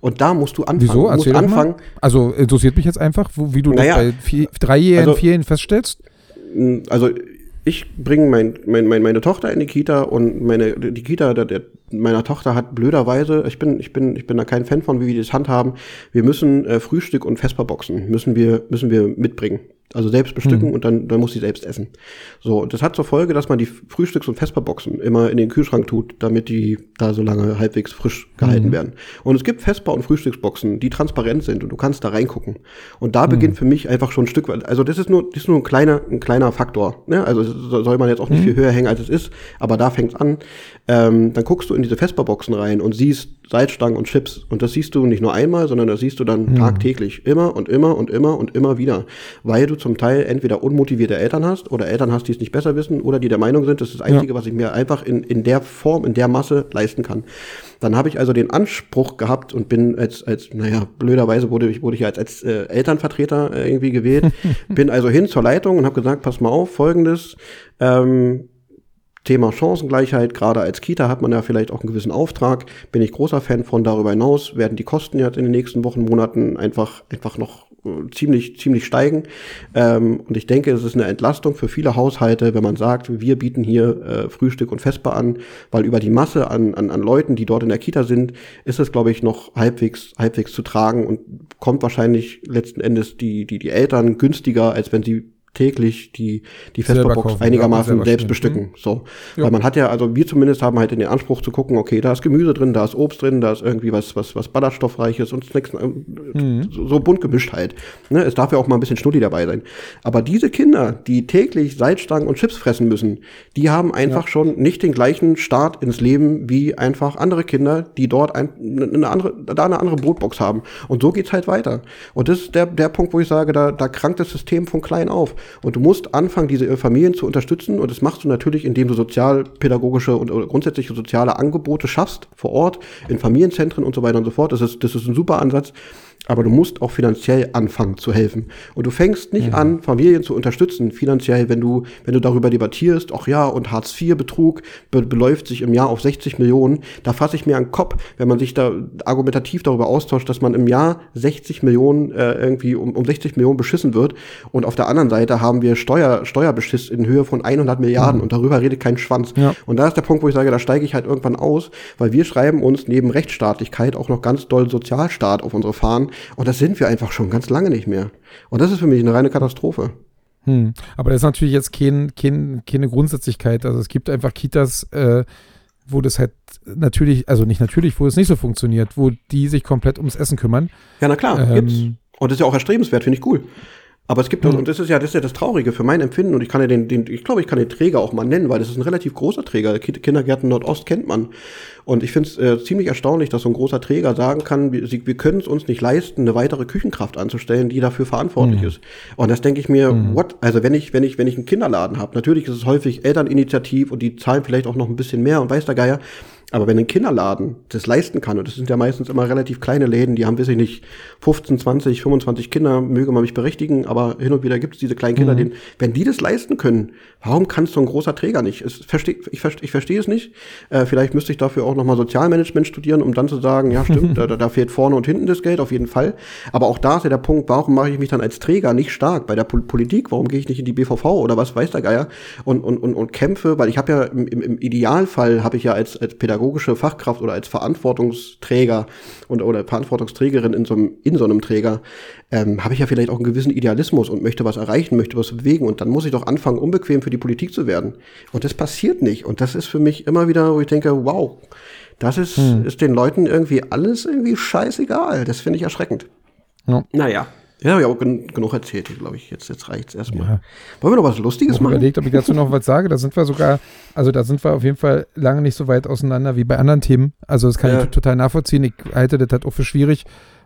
Und da musst du anfangen. Wieso? Du musst Erzähl anfangen. doch mal. Also interessiert mich jetzt einfach, wo, wie du Naja, das bei vier, Dreijährigen, also- Vierjährigen feststellst. Also ich bringe mein, mein, mein, meine Tochter in die Kita und meine, die Kita der, der, meiner Tochter hat blöderweise, ich bin, ich bin, ich bin da kein Fan von, wie wir das handhaben. Wir müssen äh, Frühstück und Vesperboxen müssen wir, müssen wir mitbringen. Also selbst bestücken Hm. und dann, dann muss sie selbst essen. So, und das hat zur Folge, dass man die Frühstücks- und Vesperboxen immer in den Kühlschrank tut, damit die da so lange halbwegs frisch gehalten Mhm. werden. Und es gibt Vesper- und Frühstücksboxen, die transparent sind und du kannst da reingucken. Und da beginnt für mich einfach schon ein Stück weit, also das ist nur, das ist nur ein kleiner, ein kleiner Faktor. Ne? Also so- soll man jetzt auch nicht viel höher hängen, als es ist, aber da fängt's an. Ähm, dann guckst du in diese Vesperboxen rein und siehst Salzstangen und Chips. Und das siehst du nicht nur einmal, sondern das siehst du dann tagtäglich. Immer und immer und immer und immer wieder. Weil du zum Teil entweder unmotivierte Eltern hast oder Eltern hast, die es nicht besser wissen oder die der Meinung sind, das ist das Einzige, was ich mir einfach in, in der Form, in der Masse leisten kann. Dann habe ich also den Anspruch gehabt und bin als, als naja, blöderweise wurde ich, wurde ich als, als äh, Elternvertreter äh, irgendwie gewählt. Bin also hin zur Leitung und habe gesagt, pass mal auf, Folgendes, ähm, Thema Chancengleichheit, gerade als Kita hat man ja vielleicht auch einen gewissen Auftrag, bin ich großer Fan von. Darüber hinaus werden die Kosten jetzt in den nächsten Wochen, Monaten einfach einfach noch äh, ziemlich ziemlich steigen. Ähm, und ich denke, es ist eine Entlastung für viele Haushalte, wenn man sagt, wir bieten hier äh, Frühstück und Vesper an, weil über die Masse an, an, an Leuten, die dort in der Kita sind, ist es, glaube ich, noch halbwegs halbwegs zu tragen und kommt wahrscheinlich letzten Endes die die die Eltern günstiger, als wenn sie täglich die die Selber Vesperbox kaufen, einigermaßen ja, selber selbst stehen. bestücken. So, Ja. weil man hat ja, also wir zumindest haben halt in den Anspruch zu gucken, okay, da ist Gemüse drin, da ist Obst drin, da ist irgendwie was was was Ballaststoffreiches und Snacks, äh, so, so bunt gemischt halt. Ne, es darf ja auch mal ein bisschen Schnulli dabei sein. Aber diese Kinder, die täglich Salzstangen und Chips fressen müssen, die haben einfach schon nicht den gleichen Start ins Leben wie einfach andere Kinder, die dort ein, eine andere, da eine andere Brotbox haben. Und so geht's halt weiter. Und das ist der der Punkt, wo ich sage, da da krankt das System von klein auf. Und du musst anfangen, diese Familien zu unterstützen. Und das machst du natürlich, indem du sozialpädagogische und oder grundsätzliche soziale Angebote schaffst, vor Ort, in Familienzentren und so weiter und so fort. Das ist, das ist ein super Ansatz. Aber du musst auch finanziell anfangen zu helfen. Und du fängst nicht Mhm. an, Familien zu unterstützen, finanziell, wenn du, wenn du darüber debattierst, ach ja, und Hartz vier Betrug be- beläuft sich im Jahr auf sechzig Millionen. Da fasse ich mir an den Kopf, wenn man sich da argumentativ darüber austauscht, dass man im Jahr sechzig Millionen äh, irgendwie um, um sechzig Millionen beschissen wird. Und auf der anderen Seite haben wir Steuer, Steuerbeschiss in Höhe von hundert Milliarden. Und darüber redet kein Schwanz. Ja. Und da ist der Punkt, wo ich sage, da steige ich halt irgendwann aus, weil wir schreiben uns neben Rechtsstaatlichkeit auch noch ganz doll Sozialstaat auf unsere Fahnen. Und das sind wir einfach schon ganz lange nicht mehr. Und das ist für mich eine reine Katastrophe. Hm. Aber das ist natürlich jetzt kein, kein, keine Grundsätzlichkeit. Also es gibt einfach Kitas, äh, wo das halt natürlich, also nicht natürlich, wo es nicht so funktioniert, wo die sich komplett ums Essen kümmern. Ja, na klar, Ähm, gibt's. Und das ist ja auch erstrebenswert, finde ich cool. Aber es gibt, Mhm. und das ist ja, das ist ja das Traurige für mein Empfinden, und ich kann ja den, den, ich glaube, ich kann den Träger auch mal nennen, weil das ist ein relativ großer Träger. Ki- Kindergärten Nordost kennt man. Und ich finde es äh, ziemlich erstaunlich, dass so ein großer Träger sagen kann, wir, sie- wir können es uns nicht leisten, eine weitere Küchenkraft anzustellen, die dafür verantwortlich Mhm. ist. Und das denke ich mir, what? Also wenn ich, wenn ich, wenn ich einen Kinderladen habe, natürlich ist es häufig Elterninitiativ und die zahlen vielleicht auch noch ein bisschen mehr und weiß der Geier. Aber wenn ein Kinderladen das leisten kann, und das sind ja meistens immer relativ kleine Läden, die haben, weiß ich nicht, fünfzehn, zwanzig, fünfundzwanzig Kinder, möge man mich berichtigen, aber hin und wieder gibt es diese kleinen Kinder, Mhm. denen, wenn die das leisten können, warum kann es so ein großer Träger nicht? Es versteh, ich verstehe ich versteh es nicht. Äh, vielleicht müsste ich dafür auch nochmal Sozialmanagement studieren, um dann zu sagen, ja stimmt, da, da fehlt vorne und hinten das Geld, auf jeden Fall. Aber auch da ist ja der Punkt, warum mache ich mich dann als Träger nicht stark bei der Pol- Politik? Warum gehe ich nicht in die B V V oder was weiß der Geier und, und, und, und kämpfe? Weil ich habe ja im, im, im Idealfall habe ich ja als, als pädagogische Fachkraft oder als Verantwortungsträger und oder Verantwortungsträgerin in so einem, in so einem Träger, ähm, habe ich ja vielleicht auch einen gewissen Idealismus und möchte was erreichen, möchte was bewegen. Und dann muss ich doch anfangen, unbequem für die Politik zu werden. Und das passiert nicht. Und das ist für mich immer wieder, wo ich denke, wow, das ist, Hm. ist den Leuten irgendwie alles irgendwie scheißegal. Das finde ich erschreckend. Ja. Naja. Ja, habe ich auch gen genug erzählt, glaube ich. Jetzt, jetzt reicht's erstmal. Ja. Wollen wir noch was Lustiges Ich machen? überlegt, ob ich dazu noch was sage. Da sind wir sogar, also da sind wir auf jeden Fall lange nicht so weit auseinander wie bei anderen Themen. Also das kann Ja. ich total nachvollziehen. Ich halte das halt auch für schwierig.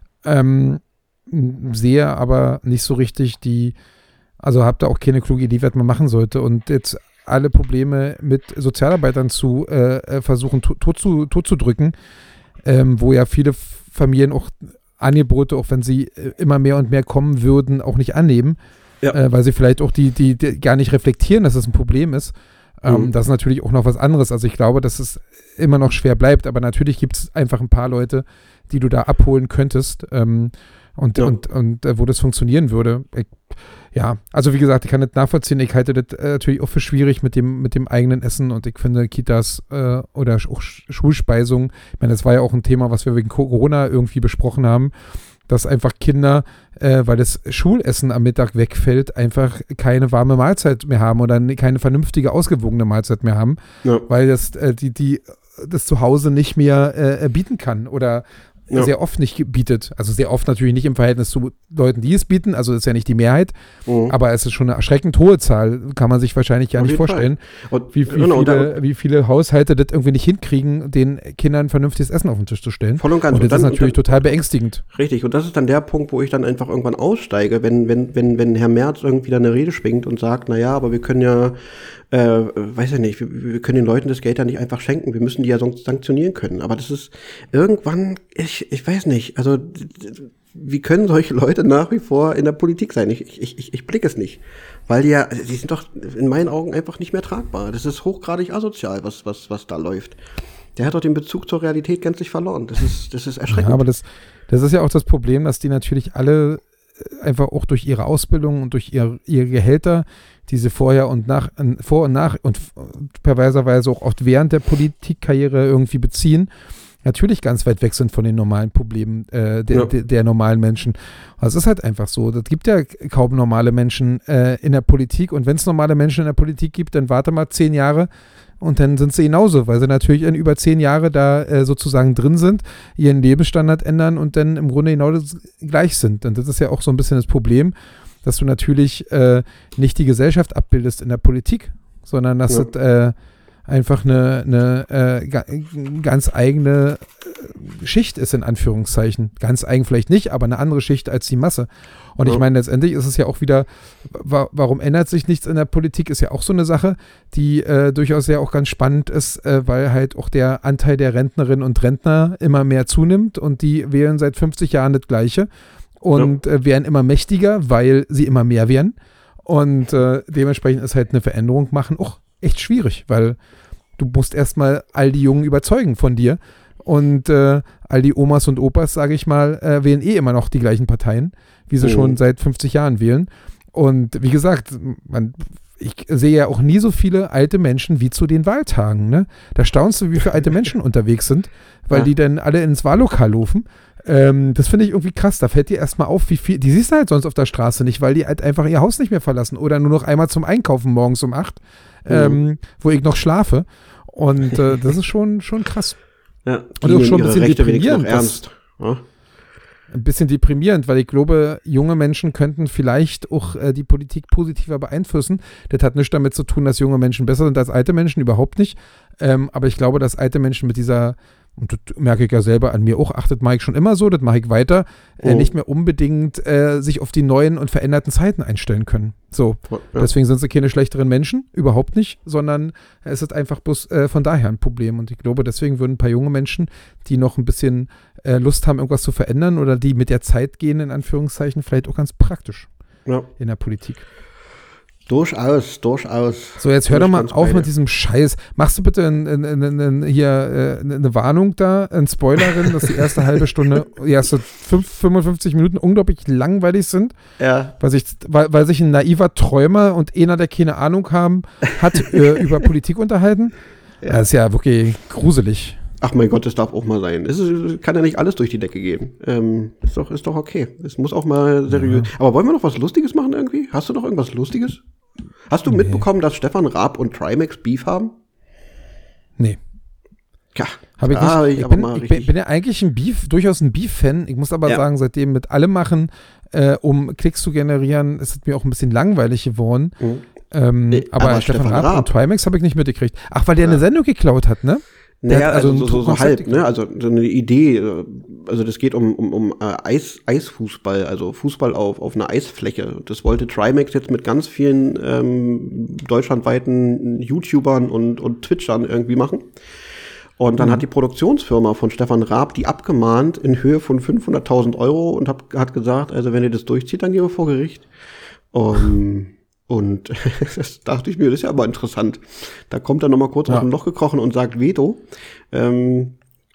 Ähm, sehe aber nicht so richtig die, also habe da auch keine kluge Idee, was man machen sollte. Und jetzt alle Probleme mit Sozialarbeitern zu äh, versuchen, tot, tot, zu, tot zu drücken, ähm, wo ja viele Familien auch Angebote, auch wenn sie äh, immer mehr und mehr kommen würden, auch nicht annehmen, Ja. äh, weil sie vielleicht auch die, die, die gar nicht reflektieren, dass es ein Problem ist. Ähm, Mhm. Das ist natürlich auch noch was anderes. Also ich glaube, dass es immer noch schwer bleibt, aber natürlich gibt es einfach ein paar Leute, die du da abholen könntest ähm, und, ja. und, und äh, wo das funktionieren würde. Ich, ja, also wie gesagt, ich kann das nachvollziehen. Ich halte das äh, natürlich auch für schwierig mit dem, mit dem eigenen Essen und ich finde Kitas äh, oder auch Schulspeisung, ich meine, das war ja auch ein Thema, was wir wegen Corona irgendwie besprochen haben, dass einfach Kinder, äh, weil das Schulessen am Mittag wegfällt, einfach keine warme Mahlzeit mehr haben oder keine vernünftige, ausgewogene Mahlzeit mehr haben, ja. weil das äh, die, die das zu Hause nicht mehr äh, bieten kann oder ja. sehr oft nicht bietet. Also sehr oft natürlich nicht im Verhältnis zu Leuten, die es bieten, also das ist ja nicht die Mehrheit, mhm. aber es ist schon eine erschreckend hohe Zahl, kann man sich wahrscheinlich gar nicht vorstellen, und, wie, wie, genau, viele, da, wie viele Haushalte das irgendwie nicht hinkriegen, den Kindern vernünftiges Essen auf den Tisch zu stellen. Voll und ganz. Und das und dann, ist natürlich dann, total beängstigend. Richtig, und das ist dann der Punkt, wo ich dann einfach irgendwann aussteige, wenn, wenn, wenn, wenn Herr Merz irgendwie da eine Rede schwingt und sagt, naja, aber wir können ja Äh, weiß ich nicht, wir, wir können den Leuten das Geld ja nicht einfach schenken, wir müssen die ja sonst sanktionieren können. Aber das ist irgendwann, ich, ich weiß nicht, also wie können solche Leute nach wie vor in der Politik sein? Ich, ich, ich, ich blicke es nicht. Weil die ja, die sind doch in meinen Augen einfach nicht mehr tragbar. Das ist hochgradig asozial, was, was, was da läuft. Der hat doch den Bezug zur Realität gänzlich verloren. Das ist, das ist erschreckend. Ja, aber das, das ist ja auch das Problem, dass die natürlich alle einfach auch durch ihre Ausbildung und durch ihr, ihre Gehälter, die sie vorher und nach, vor und nach und perverserweise auch oft während der Politikkarriere irgendwie beziehen, natürlich ganz weit weg sind von den normalen Problemen äh, der, ja. der, der normalen Menschen. Also es ist halt einfach so. Es gibt ja kaum normale Menschen äh, in der Politik und wenn es normale Menschen in der Politik gibt, dann warte mal zehn Jahre und dann sind sie genauso, weil sie natürlich in über zehn Jahre da äh, sozusagen drin sind, ihren Lebensstandard ändern und dann im Grunde genau das gleich sind. Und das ist ja auch so ein bisschen das Problem, dass du natürlich äh, nicht die Gesellschaft abbildest in der Politik, sondern dass ja. das äh, einfach eine, eine äh, ganz eigene Schicht ist, in Anführungszeichen. Ganz eigen vielleicht nicht, aber eine andere Schicht als die Masse. Und ja. ich meine, letztendlich ist es ja auch wieder, wa- warum ändert sich nichts in der Politik, ist ja auch so eine Sache, die äh, durchaus ja auch ganz spannend ist, äh, weil halt auch der Anteil der Rentnerinnen und Rentner immer mehr zunimmt und die wählen seit fünfzig Jahren das Gleiche und ja. äh, werden immer mächtiger, weil sie immer mehr werden. Und äh, dementsprechend ist halt eine Veränderung machen auch echt schwierig, weil du musst erstmal all die Jungen überzeugen von dir und äh, all die Omas und Opas, sage ich mal, äh, wählen eh immer noch die gleichen Parteien, wie sie mhm. schon seit fünfzig Jahren wählen. Und wie gesagt, man, ich sehe ja auch nie so viele alte Menschen wie zu den Wahltagen. Ne? Da staunst du, wie viele alte Menschen unterwegs sind, weil ja. die dann alle ins Wahllokal laufen. Ähm, das finde ich irgendwie krass. Da fällt dir erstmal auf, wie viel, die siehst du halt sonst auf der Straße nicht, weil die halt einfach ihr Haus nicht mehr verlassen oder nur noch einmal zum Einkaufen morgens um acht, mhm. ähm, wo ich noch schlafe. Und äh, das ist schon, schon krass. Ja, und auch schon ein bisschen Rechte deprimierend. Noch ernst. Ja? Ein bisschen deprimierend, weil ich glaube, junge Menschen könnten vielleicht auch äh, die Politik positiver beeinflussen. Das hat nichts damit zu tun, dass junge Menschen besser sind als alte Menschen, überhaupt nicht. Ähm, aber ich glaube, dass alte Menschen mit dieser, und das merke ich ja selber an mir auch, achtet Mike schon immer so, das mache ich weiter, äh, oh. nicht mehr unbedingt äh, sich auf die neuen und veränderten Zeiten einstellen können. So, ja. Deswegen sind sie keine schlechteren Menschen, überhaupt nicht, sondern es ist einfach bloß äh, von daher ein Problem. Und ich glaube, deswegen würden ein paar junge Menschen, die noch ein bisschen äh, Lust haben, irgendwas zu verändern oder die mit der Zeit gehen, in Anführungszeichen, vielleicht auch ganz praktisch ja. in der Politik. Durchaus, durchaus. So, jetzt hör doch mal auf mit diesem Scheiß. Machst du bitte ein, ein, ein, ein, hier äh, eine Warnung da, ein Spoilerin, dass die erste halbe Stunde, die erste fünf, fünfundfünfzig Minuten unglaublich langweilig sind. Ja. Weil sich, weil, weil sich ein naiver Träumer und einer, der keine Ahnung haben, hat äh, über Politik unterhalten. Ja. Das ist ja wirklich gruselig. Ach mein Gott, das darf auch mal sein. Es ist, kann ja nicht alles durch die Decke gehen. Ähm, ist doch, ist doch okay. Es muss auch mal seriös. Ja. Aber wollen wir noch was Lustiges machen irgendwie? Hast du noch irgendwas Lustiges? Hast du nee. mitbekommen, dass Stefan Raab und Trimax Beef haben? Nee. Ja. Hab ich nicht. Ich, ich, bin, ich bin, bin ja eigentlich ein Beef, durchaus ein Beef-Fan. Ich muss aber ja. sagen, seitdem mit allem machen, äh, um Klicks zu generieren, ist es mir auch ein bisschen langweilig geworden. Mhm. Ähm, nee, aber, aber Stefan, Stefan Raab, Raab und Trimax habe ich nicht mitgekriegt. Ach, weil der ja. eine Sendung geklaut hat, ne? Naja, also, also so, so, so halb, ne? Also so eine Idee, also das geht um, um, um äh, Eis, Eisfußball, also Fußball auf, auf einer Eisfläche. Das wollte Trimax jetzt mit ganz vielen ähm, deutschlandweiten YouTubern und, und Twitchern irgendwie machen. Und dann mhm. hat die Produktionsfirma von Stefan Raab die abgemahnt in Höhe von fünfhunderttausend Euro und hab, hat gesagt, also wenn ihr das durchzieht, dann gehen wir vor Gericht. Um, Und das dachte ich mir, das ist ja aber interessant. Da kommt er nochmal kurz ja. aus dem Loch gekrochen und sagt Veto. Ähm,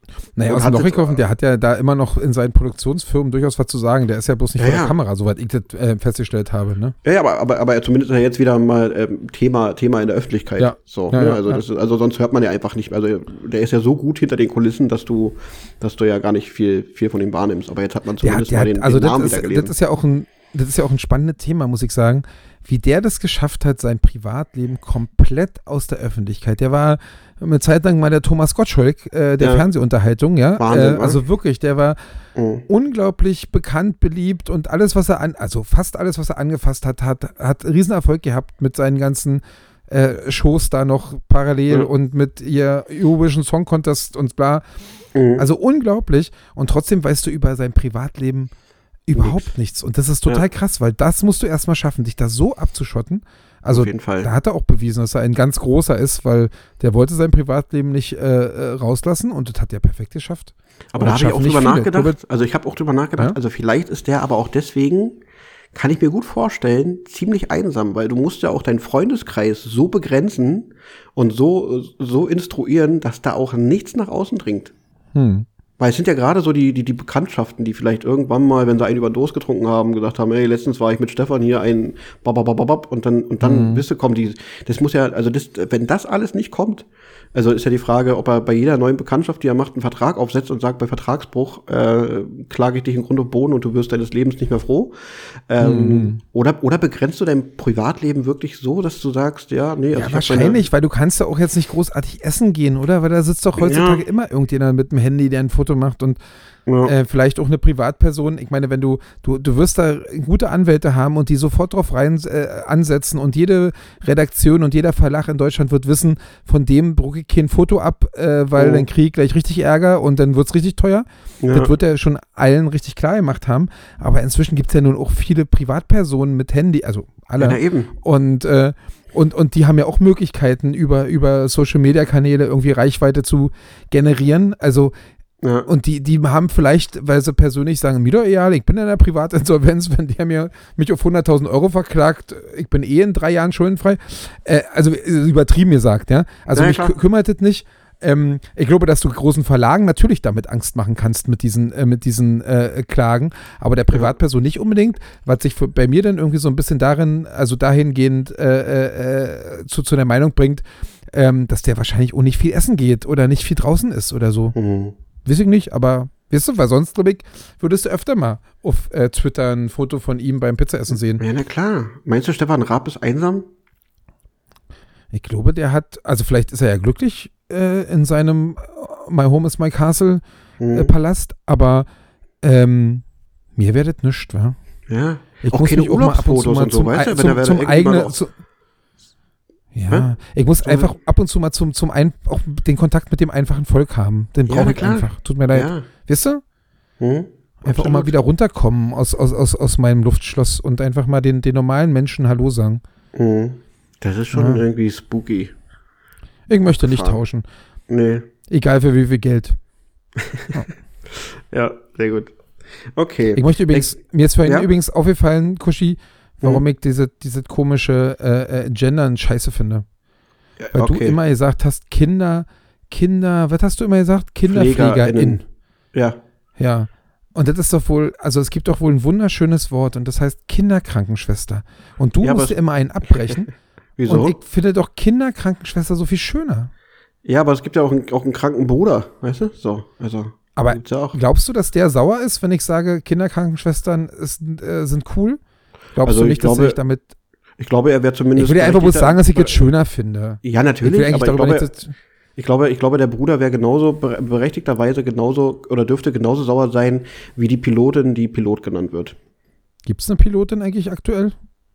Naja, Und aus hat dem jetzt- Lochikoffen, der hat ja da immer noch in seinen Produktionsfirmen durchaus was zu sagen. Der ist ja bloß nicht Ja, vor der ja. Kamera, soweit ich das äh, festgestellt habe. Ne? Ja, ja, aber, aber, aber zumindest ist er jetzt wieder mal ähm, Thema, Thema in der Öffentlichkeit. Ja. So, Ja, ne? ja, also, ja. das ist, also sonst hört man ja einfach nicht mehr. Also der ist ja so gut hinter den Kulissen, dass du, dass du ja gar nicht viel, viel von ihm wahrnimmst. Aber jetzt hat man Der zumindest hat, der mal hat, den, also den Namen das wieder ist, gelesen. das ist ja auch ein, das ist ja auch ein spannendes Thema, muss ich sagen, wie der das geschafft hat, sein Privatleben komplett aus der Öffentlichkeit. Der war eine Zeit lang mal der Thomas Gottschalk äh, der Ja. Fernsehunterhaltung, ja. Wahnsinn, äh, also wirklich, der war Mhm. unglaublich bekannt, beliebt und alles, was er an, also fast alles, was er angefasst hat, hat, hat Riesenerfolg gehabt mit seinen ganzen äh, Shows da noch parallel Ja. und mit ihr Eurovision Song Contest und bla. Mhm. Also unglaublich. Und trotzdem weißt du über sein Privatleben überhaupt nichts. Und das ist total Ja. krass, weil das musst du erstmal schaffen, dich da so abzuschotten. Also Auf jeden Fall. da hat er auch bewiesen, dass er ein ganz großer ist, weil der wollte sein Privatleben nicht äh, äh, rauslassen und das hat er perfekt geschafft. Aber Und da das habe ich auch schaffen nicht drüber viele. nachgedacht. Also ich habe auch drüber nachgedacht. Ja? Also vielleicht ist der aber auch deswegen, kann ich mir gut vorstellen, ziemlich einsam, weil du musst ja auch deinen Freundeskreis so begrenzen und so, so instruieren, dass da auch nichts nach außen dringt. Hm. Weil es sind ja gerade so die, die, die Bekanntschaften, die vielleicht irgendwann mal, wenn sie einen über den Durst getrunken haben, gesagt haben, hey, letztens war ich mit Stefan hier ein bababababab und dann, und dann, Mhm. wisst ihr, kommen die, das muss ja, also das, wenn das alles nicht kommt, also ist ja die Frage, ob er bei jeder neuen Bekanntschaft, die er macht, einen Vertrag aufsetzt und sagt, bei Vertragsbruch äh, klage ich dich in Grund und Boden und du wirst deines Lebens nicht mehr froh. Ähm, Mhm. oder, oder begrenzt du dein Privatleben wirklich so, dass du sagst, ja, nee, also Ja, ich hab wahrscheinlich, weil du kannst ja auch jetzt nicht großartig essen gehen, oder? Weil da sitzt doch heutzutage Ja. immer irgendjemand mit dem Handy, der ein Foto macht und meine, ja. äh, vielleicht auch eine Privatperson. Ich meine, wenn du, du, du wirst da gute Anwälte haben und die sofort drauf rein äh, ansetzen und jede Redaktion und jeder Verlag in Deutschland wird wissen, von dem drucke ich kein Foto ab, äh, weil Oh. dann kriege ich gleich richtig Ärger und dann wird es richtig teuer. Ja. Das wird ja schon allen richtig klar gemacht haben. Aber inzwischen gibt es ja nun auch viele Privatpersonen mit Handy, also alle. Ja, na eben. Und, äh, und, und die haben ja auch Möglichkeiten, über, über Social-Media-Kanäle irgendwie Reichweite zu generieren. Also, Ja. und die, die haben vielleicht, weil sie persönlich sagen, mir doch egal, ich bin in der Privatinsolvenz, wenn der mir mich auf hunderttausend Euro verklagt, ich bin eh in drei Jahren schuldenfrei. Äh, also übertrieben gesagt, ja. Also Ja, mich klar. kü- kümmert das nicht. Ähm, ich glaube, dass du großen Verlagen natürlich damit Angst machen kannst mit diesen, äh, mit diesen äh, Klagen, aber der Privatperson nicht unbedingt, was sich für, bei mir dann irgendwie so ein bisschen darin, also dahingehend äh, äh, zu, zu der Meinung bringt, ähm, dass der wahrscheinlich auch nicht viel essen geht oder nicht viel draußen ist oder so. Mhm. Weiß ich nicht, aber weißt du, weil sonst, glaube ich, würdest du öfter mal auf äh, Twitter ein Foto von ihm beim Pizzaessen sehen. Ja, na klar. Meinst du, Stefan Raab ist einsam? Ich glaube, der hat, also vielleicht ist er ja glücklich äh, in seinem äh, My Home is My Castle Mhm. äh, Palast, aber ähm, mir werdet nichts, wa? Ja. Ich Auch muss keine mich auch mal ab und zu Urlaubsfotos mal und so, zum, weißt du? ei- Wenn er- zum, wenn zum er irgendwie mal eigenen, auch- zu, ja, ich muss einfach ab und zu mal zum, zum ein, auch den Kontakt mit dem einfachen Volk haben. Den Ja, brauche na ich klar. einfach. Tut mir leid. Ja. Weißt du? Mhm. Einfach auch Absolut. mal wieder runterkommen aus, aus, aus, aus meinem Luftschloss und einfach mal den, den normalen Menschen Hallo sagen. Mhm. Das ist schon Ja. irgendwie spooky. Ich möchte nicht Abgefahren. tauschen. Nee. Egal für wie viel Geld. Ja, sehr gut. Okay. Ich möchte übrigens, mir ist vorhin Ja? übrigens aufgefallen, Kuschi, warum Mhm. ich diese, diese komische äh, äh, Gendern scheiße finde. Ja, Weil okay. du immer gesagt hast, Kinder, Kinder, was hast du immer gesagt? Kinderpflegerin. PflegerInnen. Ja. Ja. Und das ist doch wohl, also es gibt doch wohl ein wunderschönes Wort und das heißt Kinderkrankenschwester. Und du Ja, aber musst es- dir immer einen abbrechen. Wieso? Und ich finde doch Kinderkrankenschwester so viel schöner. Ja, aber es gibt ja auch einen, auch einen kranken Bruder, weißt du? So, also. Aber gibt's ja auch. glaubst du, dass der sauer ist, wenn ich sage, Kinderkrankenschwestern ist, äh, sind cool? Glaubst Also du ich nicht, dass glaube, ich damit. Ich glaube, er wäre zumindest. Ich will dir einfach bloß berechtigter- sagen, dass ich jetzt schöner finde. Ja, Ich natürlich, will eigentlich aber ich darüber glaube, nicht. Das, ich glaube, ich glaube, der Bruder wäre genauso bere- berechtigterweise genauso oder dürfte genauso sauer sein wie die Pilotin, die Pilot genannt wird. Gibt es eine Pilotin eigentlich aktuell?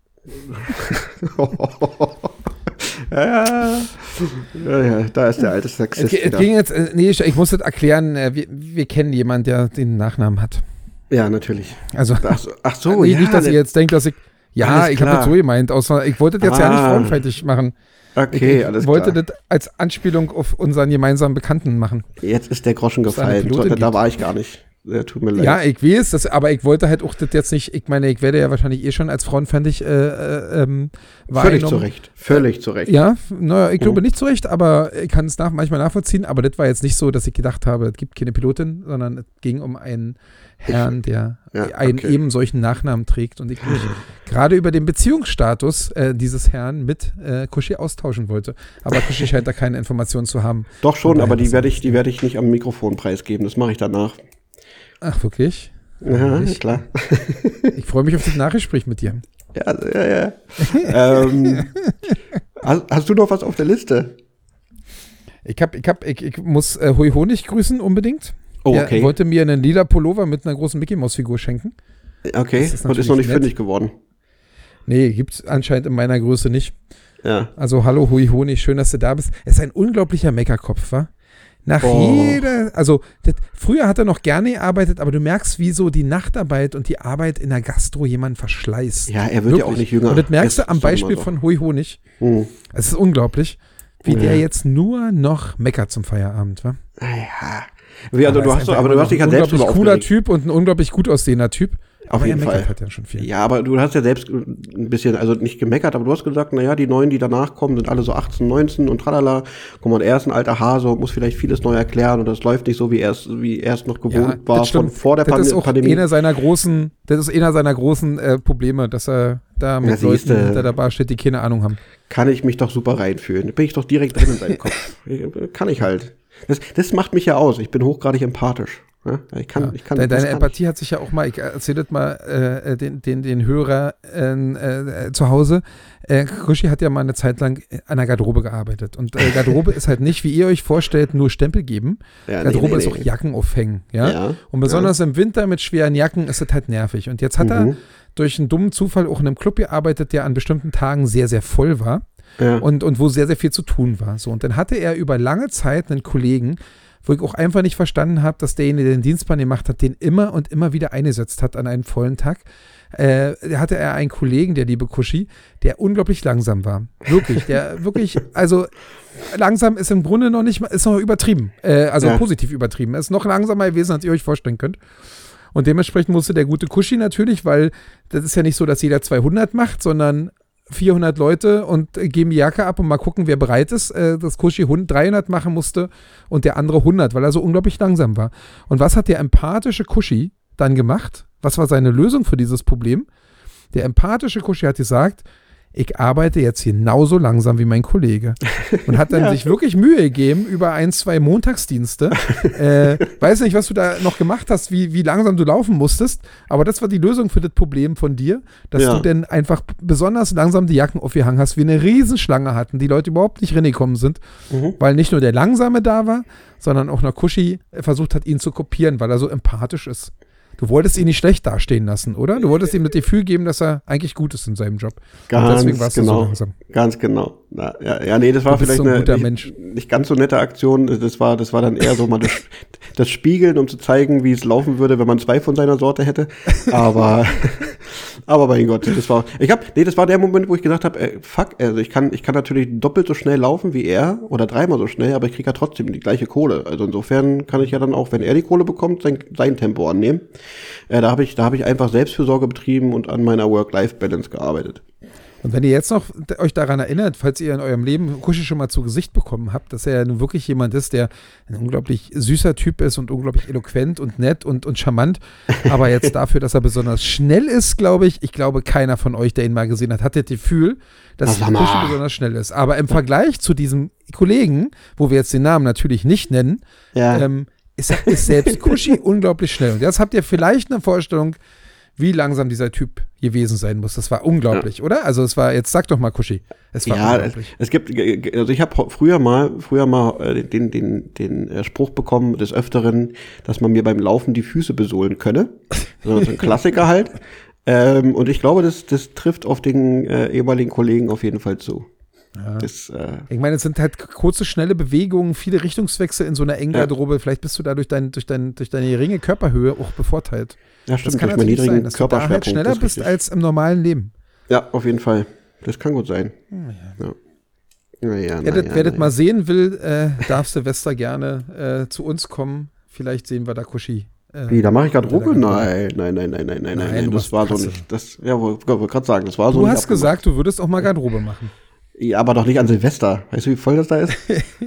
ja, ja, ja, da ist der alte Es, Sexist. ge- es wieder. ging jetzt, äh, nee, ich, ich muss das erklären. äh, Wir, wir kennen jemanden, der den Nachnamen hat. Ja, natürlich. Also, Ach so, ach so nee, ja. nicht, dass ihr ne- jetzt denkt, dass ich. Ja, Alles ich habe klar. das so gemeint. Außer, ich wollte das jetzt ja nicht Ah. frauenfeindlich machen. Okay, ich alles wollte klar. das als Anspielung auf unseren gemeinsamen Bekannten machen. Jetzt ist der Groschen es eine gefallen. So, Pilotin da gibt. war ich gar nicht. Ja, tut mir leid. Ja, ich weiß, das, aber ich wollte halt auch das jetzt nicht, ich meine, ich werde ja wahrscheinlich eh schon als frauenfeindlich äh, äh, ähm, Völlig zu Recht, völlig zu Recht. Ja, naja, ich glaube Mhm. nicht zu Recht, aber ich kann es nach, manchmal nachvollziehen, aber das war jetzt nicht so, dass ich gedacht habe, es gibt keine Pilotin, sondern es ging um einen Herrn, der Ja, einen okay. eben solchen Nachnamen trägt und ich mich gerade über den Beziehungsstatus äh, dieses Herrn mit äh, Kushi austauschen wollte. Aber Kushi scheint da keine Informationen zu haben. Doch schon, Von aber daher die werde das- ich, die werde ich nicht am Mikrofon preisgeben. Das mache ich danach. Ach, wirklich? Ja, Ich- klar. Ich freue mich auf das Nachgespräch mit dir. Ja, ja, ja. ähm, hast, hast du noch was auf der Liste? Ich, hab, ich, hab, ich, ich muss äh, Hui Honig grüßen unbedingt. Oh, Er okay. wollte mir einen lila Pullover mit einer großen Mickey-Maus-Figur schenken. Okay, Das ist und ist natürlich noch nicht nett. fündig geworden. Nee, gibt es anscheinend in meiner Größe nicht. Ja. Also hallo Hui Honig, schön, dass du da bist. Er ist ein unglaublicher Meckerkopf, wa? Nach Oh. jeder, also das, früher hat er noch gerne gearbeitet, aber du merkst, wie so die Nachtarbeit und die Arbeit in der Gastro jemanden verschleißt. Ja, er wird ja auch nicht jünger. Und das merkst Das du am ist doch immer Beispiel so. von Hui Honig. Hm. Es ist unglaublich, wie Ja. der jetzt nur noch meckert zum Feierabend, wa? Ah, ja. Wie, also, er du ist hast so, einfach aber du immer hast dich noch ja ein selbst unglaublich drüber cooler aufgeregt. Typ und ein unglaublich gut aussehender Typ. Auf aber jeden er meckert Fall. halt ja schon viel. Ja, aber du hast ja selbst ein bisschen, also nicht gemeckert, aber du hast gesagt, naja, die Neuen, die danach kommen, sind alle so achtzehn, neunzehn und tralala. Guck mal, er ist ein alter Hase und muss vielleicht vieles neu erklären und das läuft nicht so, wie er es, wie er es noch gewohnt war das stimmt. von vor der das Pand- ist auch Pandemie. einer seiner großen, das ist einer seiner großen äh, Probleme, dass er da mit Ja, Leuten siehste. hinter der Bar steht, die keine Ahnung haben. Kann ich mich doch super reinfühlen. Da bin ich doch direkt drin in seinem Kopf. Kann ich halt. Das, das macht mich ja aus. Ich bin hochgradig empathisch. Ja, ich kann, Ja. ich kann, Deine, das deine kann Empathie hat sich ja auch mal, ich erzähle das mal äh, den, den, den Hörer äh, äh, zu Hause. Äh, Kushi hat ja mal eine Zeit lang an der Garderobe gearbeitet. Und äh, Garderobe ist halt nicht, wie ihr euch vorstellt, nur Stempel geben. Ja, nee, Garderobe nee, ist nee. auch Jacken aufhängen. Ja? Ja, Und besonders im Winter mit schweren Jacken ist es halt nervig. Und jetzt hat er Mhm. durch einen dummen Zufall auch in einem Club gearbeitet, der an bestimmten Tagen sehr, sehr voll war. Ja. Und, und wo sehr, sehr viel zu tun war. So, und dann hatte er über lange Zeit einen Kollegen, wo ich auch einfach nicht verstanden habe, dass derjenige, der den Dienstplan gemacht hat, den immer und immer wieder eingesetzt hat an einem vollen Tag. Äh, da hatte er einen Kollegen, der liebe Kushi, der unglaublich langsam war. Wirklich, der wirklich, also langsam ist im Grunde noch nicht mal, ist noch übertrieben. Äh, also Ja. positiv übertrieben. Er ist noch langsamer gewesen, als ihr euch vorstellen könnt. Und dementsprechend musste der gute Kushi natürlich, weil das ist ja nicht so, dass jeder zweihundert macht, sondern vierhundert Leute und äh, geben die Jacke ab und mal gucken, wer bereit ist, äh, dass Kushi dreihundert machen musste und der andere hundert, weil er so unglaublich langsam war. Und was hat der empathische Kushi dann gemacht? Was war seine Lösung für dieses Problem? Der empathische Kushi hat gesagt, ich arbeite jetzt genauso langsam wie mein Kollege. Und hat dann Ja. sich wirklich Mühe gegeben über ein, zwei Montagsdienste. äh, weiß nicht, was du da noch gemacht hast, wie, wie langsam du laufen musstest, aber das war die Lösung für das Problem von dir, dass Ja. du denn einfach besonders langsam die Jacken aufgehangen hast, wie eine Riesenschlange hatten, die Leute überhaupt nicht reingekommen sind, Mhm. weil nicht nur der Langsame da war, sondern auch noch Kushi versucht hat, ihn zu kopieren, weil er so empathisch ist. Du wolltest ihn nicht schlecht dastehen lassen, oder? Du wolltest ihm das Gefühl geben, dass er eigentlich gut ist in seinem Job. Und Ganz deswegen warst du genau. so langsam. Ganz genau. Na, ja, ja, nee, das war Du bist vielleicht so ein eine guter nicht, Mensch. nicht ganz so nette Aktion. Das war, das war dann eher so mal das, das Spiegeln, um zu zeigen, wie es laufen würde, wenn man zwei von seiner Sorte hätte. Aber, aber mein Gott, das war, ich hab, nee, das war der Moment, wo ich gesagt habe, äh, fuck, also ich kann, ich kann natürlich doppelt so schnell laufen wie er oder dreimal so schnell, aber ich kriege ja trotzdem die gleiche Kohle. Also insofern kann ich ja dann auch, wenn er die Kohle bekommt, sein, sein Tempo annehmen. Äh, da habe ich, da habe ich einfach Selbstfürsorge betrieben und an meiner Work-Life-Balance gearbeitet. Und wenn ihr jetzt noch d- euch daran erinnert, falls ihr in eurem Leben Kushi schon mal zu Gesicht bekommen habt, dass er ja nun wirklich jemand ist, der ein unglaublich süßer Typ ist und unglaublich eloquent und nett und, und charmant, aber jetzt dafür, dass er besonders schnell ist, glaube ich, ich glaube, keiner von euch, der ihn mal gesehen hat, hat das Gefühl, dass Na, sag mal. Kushi besonders schnell ist. Aber im Vergleich zu diesem Kollegen, wo wir jetzt den Namen natürlich nicht nennen, Ja. ähm, ist, ist selbst Kushi unglaublich schnell. Und jetzt habt ihr vielleicht eine Vorstellung, wie langsam dieser Typ gewesen sein muss. Das war unglaublich, oder? Also es war, jetzt sag doch mal, Kushi. Es war Ja, es, unglaublich. es gibt, also ich habe früher mal, früher mal äh, den, den, den äh, Spruch bekommen des Öfteren, dass man mir beim Laufen die Füße besohlen könne. Also das ist ein Klassiker halt. Ähm, und ich glaube, das, das trifft auf den äh, ehemaligen Kollegen auf jeden Fall zu. Ja. Das, äh, Ich meine, es sind halt kurze, schnelle Bewegungen, viele Richtungswechsel in so einer engen Ja. Garderobe. Vielleicht bist du da durch, dein, durch, dein, durch deine geringe Körperhöhe auch bevorteilt. ja, Das stimmt, kann durch meinen natürlich niedrigen sein, dass du da halt Körperschwerpunkt. schneller das ist bist richtig. als im normalen Leben. Ja, auf jeden Fall. Das kann gut sein. Ja. Ja, ja, Wer na, das, ja, wer das na, mal sehen will, äh, darf Silvester gerne äh, zu uns kommen. Vielleicht sehen wir da Kushi Äh, Wie, da mache ich Garderobe? Nein, nein, nein, nein, nein, nein, nein, nein. du Das machst war so Praxe. nicht. Das, ja, wollte wollt gerade sagen, das war so Du nicht hast abgemacht. gesagt, du würdest auch mal Garderobe machen. Ja, aber doch nicht an Silvester. Weißt du, wie voll das da ist?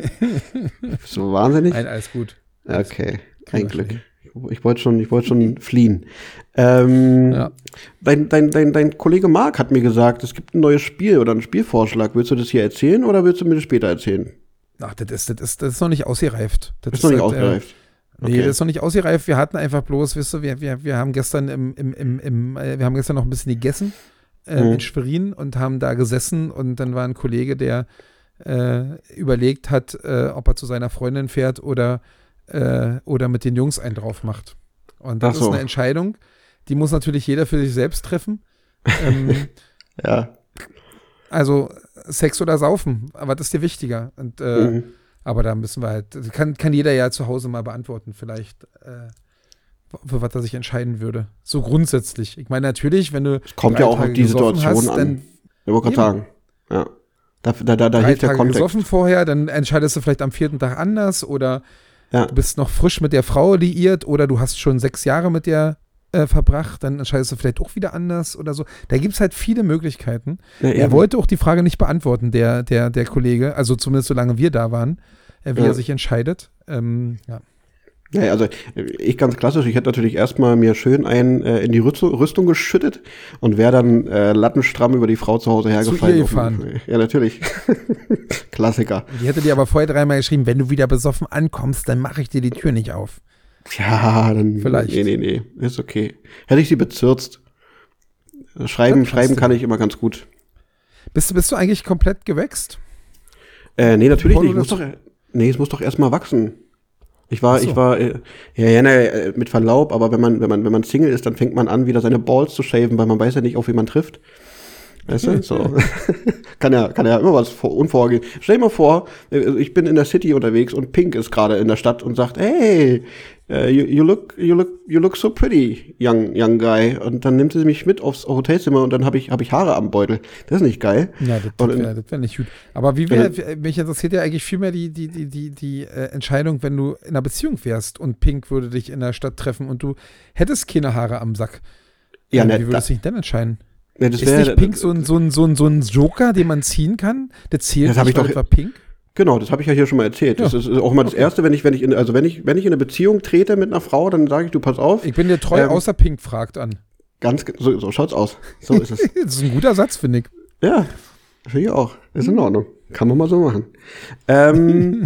So wahnsinnig? Nein, alles gut. Okay, wir kein Glück. hin. Ich wollte schon, ich wollte schon fliehen. Ähm, Ja. dein, dein, dein, dein Kollege Marc hat mir gesagt, es gibt ein neues Spiel oder einen Spielvorschlag. Willst du das hier erzählen oder willst du mir das später erzählen? Ach, das ist, das ist, das ist noch nicht ausgereift. Das Ist noch nicht halt, ausgereift. Äh, nee, Okay. das ist noch nicht ausgereift. Wir hatten einfach bloß, wisst ihr, wir, wir, wir haben gestern im, im, im, im äh, wir haben gestern noch ein bisschen gegessen äh, Mhm. in Schwerin und haben da gesessen und dann war ein Kollege, der äh, überlegt hat, äh, ob er zu seiner Freundin fährt oder, äh, oder mit den Jungs einen drauf macht. Und das Ach so. ist eine Entscheidung, die muss natürlich jeder für sich selbst treffen. ähm, Ja. Also Sex oder Saufen, was ist dir wichtiger? Und, äh, Mhm. aber da müssen wir halt, kann, kann jeder ja zu Hause mal beantworten, vielleicht, äh, für was er sich entscheiden würde. So grundsätzlich. Ich meine, natürlich, wenn du Kommt drei ja auch Tage auf die gesoffen Situation hast, an. dann Ich wollte gerade sagen. Ja. Da, da, da, da drei hilft der Tage Kontext. gesoffen vorher, dann entscheidest du vielleicht am vierten Tag anders oder Ja. du bist noch frisch mit der Frau liiert oder du hast schon sechs Jahre mit der äh, verbracht, dann entscheidest du vielleicht auch wieder anders oder so. Da gibt es halt viele Möglichkeiten. Ja, Er eben. wollte auch die Frage nicht beantworten, der, der, der Kollege, also zumindest solange wir da waren, äh, wie Ja. er sich entscheidet. Ähm, ja. Ja, also ich ganz klassisch, ich hätte natürlich erstmal mir schön einen äh, in die Rüstung, Rüstung geschüttet und wäre dann äh, lattenstramm über die Frau zu Hause hergefallen. ihr auf dem- gefahren. Ja, natürlich. Klassiker. Die hätte dir aber vorher dreimal geschrieben, wenn du wieder besoffen ankommst, dann mache ich dir die Tür nicht auf. Ja, dann. Vielleicht. Nee, nee, nee. Ist okay. Hätte ich sie bezirzt. Schreiben, Das schreiben passt kann ja. ich immer ganz gut. Bist, du- bist du eigentlich komplett gewächst? Äh, nee, natürlich Paul, nicht. Ich muss das- doch, nee, es muss doch erstmal wachsen. Ich war, Ach so. ich war, äh, ja, ja, ne, äh, mit Verlaub, aber wenn man, wenn man, wenn man Single ist, dann fängt man an, wieder seine Balls zu shaven, weil man weiß ja nicht, auf wen man trifft. Weißt du? So. kann ja, kann ja immer was vor, unvorgehen. Stell dir mal vor, äh, ich bin in der City unterwegs und Pink ist gerade in der Stadt und sagt, hey, uh, you, you look, you look, you look so pretty, young, young guy. Und dann nimmt sie mich mit aufs Hotelzimmer und dann habe ich, habe ich Haare am Beutel. Das ist nicht geil. Ja, das, Und das in- wäre wär nicht gut. Aber wie wär, mich interessiert ja eigentlich vielmehr die, die, die, die, die äh, Entscheidung, wenn du in einer Beziehung wärst und Pink würde dich in der Stadt treffen und du hättest keine Haare am Sack. Ja, Äh, ne, wie würdest da- du dich denn entscheiden? Ne, das Ist wär- nicht Pink so ein, so, ein, so, ein, so ein Joker, den man ziehen kann? Der zählt Das hab nicht, ich weil doch- das war Pink? Genau, das habe ich ja hier schon mal erzählt. Das Ja. ist auch immer das Erste, wenn ich, wenn ich in, also wenn ich, wenn ich in eine Beziehung trete mit einer Frau, dann sage ich, du pass auf. Ich bin dir treu, Ähm, außer Pink fragt an. Ganz, ge- so, so schaut's aus. So ist es. Das ist ein guter Satz, finde ich. Ja, finde ich auch. Ist in Ordnung. Kann man mal so machen. Ähm,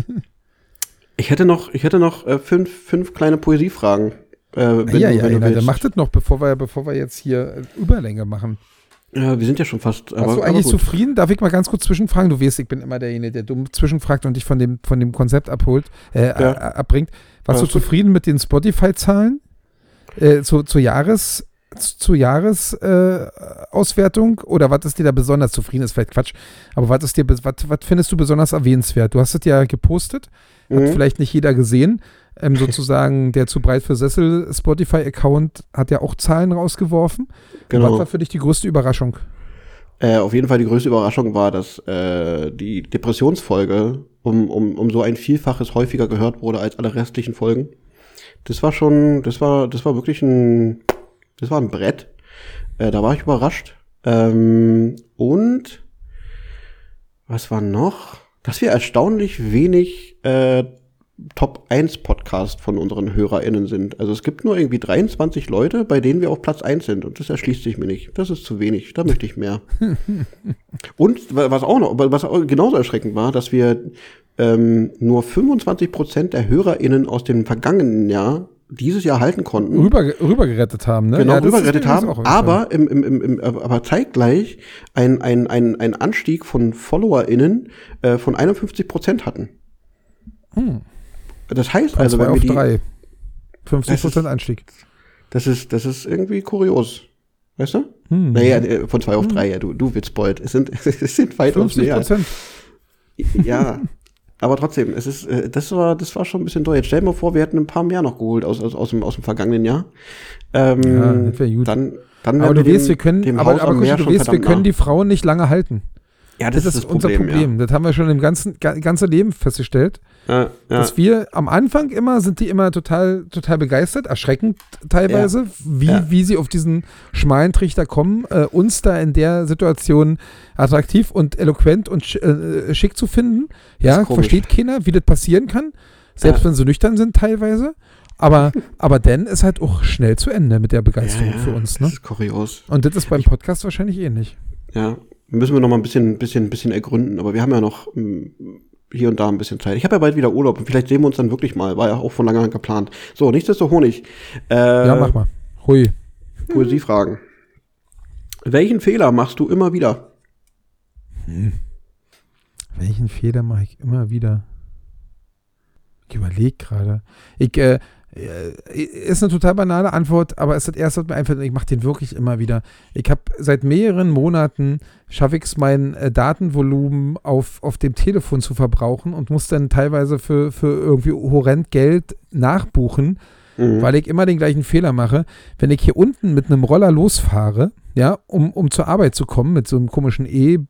ich hätte noch, ich hätte noch äh, fünf, fünf kleine Poesiefragen. Äh, wenn, ja, du- ja, wenn ja, du dann willst. macht das noch, bevor wir, bevor wir jetzt hier äh, Überlänge machen. Ja, wir sind ja schon fast. Aber, Warst du aber eigentlich gut. zufrieden? Darf ich mal ganz kurz zwischenfragen? Du weißt, ich bin immer derjenige, der dumm zwischenfragt und dich von dem, von dem Konzept abholt, äh, Ja. a- abbringt. Warst Ja, du ist gut. zufrieden mit den Spotify-Zahlen äh, zu, zur Jahres, zur Jahresauswertung? Äh, Auswertung? Oder was ist dir da besonders zufrieden? Ist vielleicht Quatsch. Aber was ist dir, bes- was, was findest du besonders erwähnenswert? Du hast es ja gepostet, hat Mhm. vielleicht nicht jeder gesehen. Ähm, sozusagen der zu breit für Sessel Spotify-Account hat ja auch Zahlen rausgeworfen. Was Genau. war für dich die größte Überraschung? Äh, auf jeden Fall die größte Überraschung war, dass äh, die Depressionsfolge um, um, um so ein Vielfaches häufiger gehört wurde als alle restlichen Folgen. Das war schon, das war, das war wirklich ein, das war ein Brett. Äh, da war ich überrascht. Ähm, und was war noch? Dass wir erstaunlich wenig äh, Top eins Podcast von unseren HörerInnen sind. Also es gibt nur irgendwie dreiundzwanzig Leute, bei denen wir auf Platz eins sind. Und das erschließt sich mir nicht. Das ist zu wenig. Da möchte ich mehr. Und wa- was auch noch, was auch genauso erschreckend war, dass wir ähm, nur fünfundzwanzig Prozent der HörerInnen aus dem vergangenen Jahr dieses Jahr halten konnten. Rüber, rübergerettet haben, ne? Genau, Ja, das ist rübergerettet mir haben, auch aufgefallen. aber im, im, im, im, aber zeitgleich ein, ein, ein, ein Anstieg von FollowerInnen äh, von einundfünfzig Prozent hatten. Hm. Das heißt Von also, zwei wenn wir auf die, drei. fünfzig Das Prozent ist- Anstieg. das ist, das ist irgendwie kurios. Weißt du? Hm. Naja, äh, von zwei auf drei, ja, du, du Witzbold. Es sind, es sind weitaus fünfzig mehr. Prozent. Ja, aber trotzdem, es ist, äh, das war, das war schon ein bisschen doll. Jetzt stell dir mal vor, wir hätten ein paar mehr noch geholt aus, aus, aus dem, aus dem vergangenen Jahr. Ähm, Ja, das wär gut. Dann, dann Aber wären du wir weißt, dem, wir können, dem aber, Haus aber am Kuschi, Meer du schon weißt, wir verdammt können nah. die Frauen nicht lange halten. Ja, das, das ist das unser Problem, Problem. ja. Das haben wir schon im ganzen ga, ganze Leben festgestellt. Ja, ja. Dass wir am Anfang immer, sind die immer total, total begeistert, erschreckend teilweise, Ja. wie, Ja. wie sie auf diesen schmalen Trichter kommen, äh, uns da in der Situation attraktiv und eloquent und sch äh, schick zu finden. Ja, ist komisch. versteht keiner, wie das passieren kann, selbst Ja. wenn sie nüchtern sind teilweise. Aber, aber dann ist halt auch schnell zu Ende mit der Begeisterung ja, ja, für uns. Das Ne? ist kurios. Und das ist beim Podcast wahrscheinlich ähnlich. Ja, müssen wir noch mal ein bisschen, bisschen, bisschen ergründen, aber wir haben ja noch mh, hier und da ein bisschen Zeit. Ich habe ja bald wieder Urlaub und vielleicht sehen wir uns dann wirklich mal. War ja auch von langer Hand geplant. So, nichtsdestotrotz Honig. Äh, Ja, mach mal. Hui. Poesiefragen. Welchen Fehler machst du immer wieder? Welchen Fehler mache ich immer wieder? Ich überlege gerade. Ich, äh, äh, ist eine total banale Antwort, aber es ist das erste, was mir einfällt, und ich mache den wirklich immer wieder. Ich habe seit mehreren Monaten, schaffe ich es, mein äh, Datenvolumen auf, auf dem Telefon zu verbrauchen und muss dann teilweise für, für irgendwie horrend Geld nachbuchen, Mhm. weil ich immer den gleichen Fehler mache. Wenn ich hier unten mit einem Roller losfahre, ja, um, um zur Arbeit zu kommen, mit so einem komischen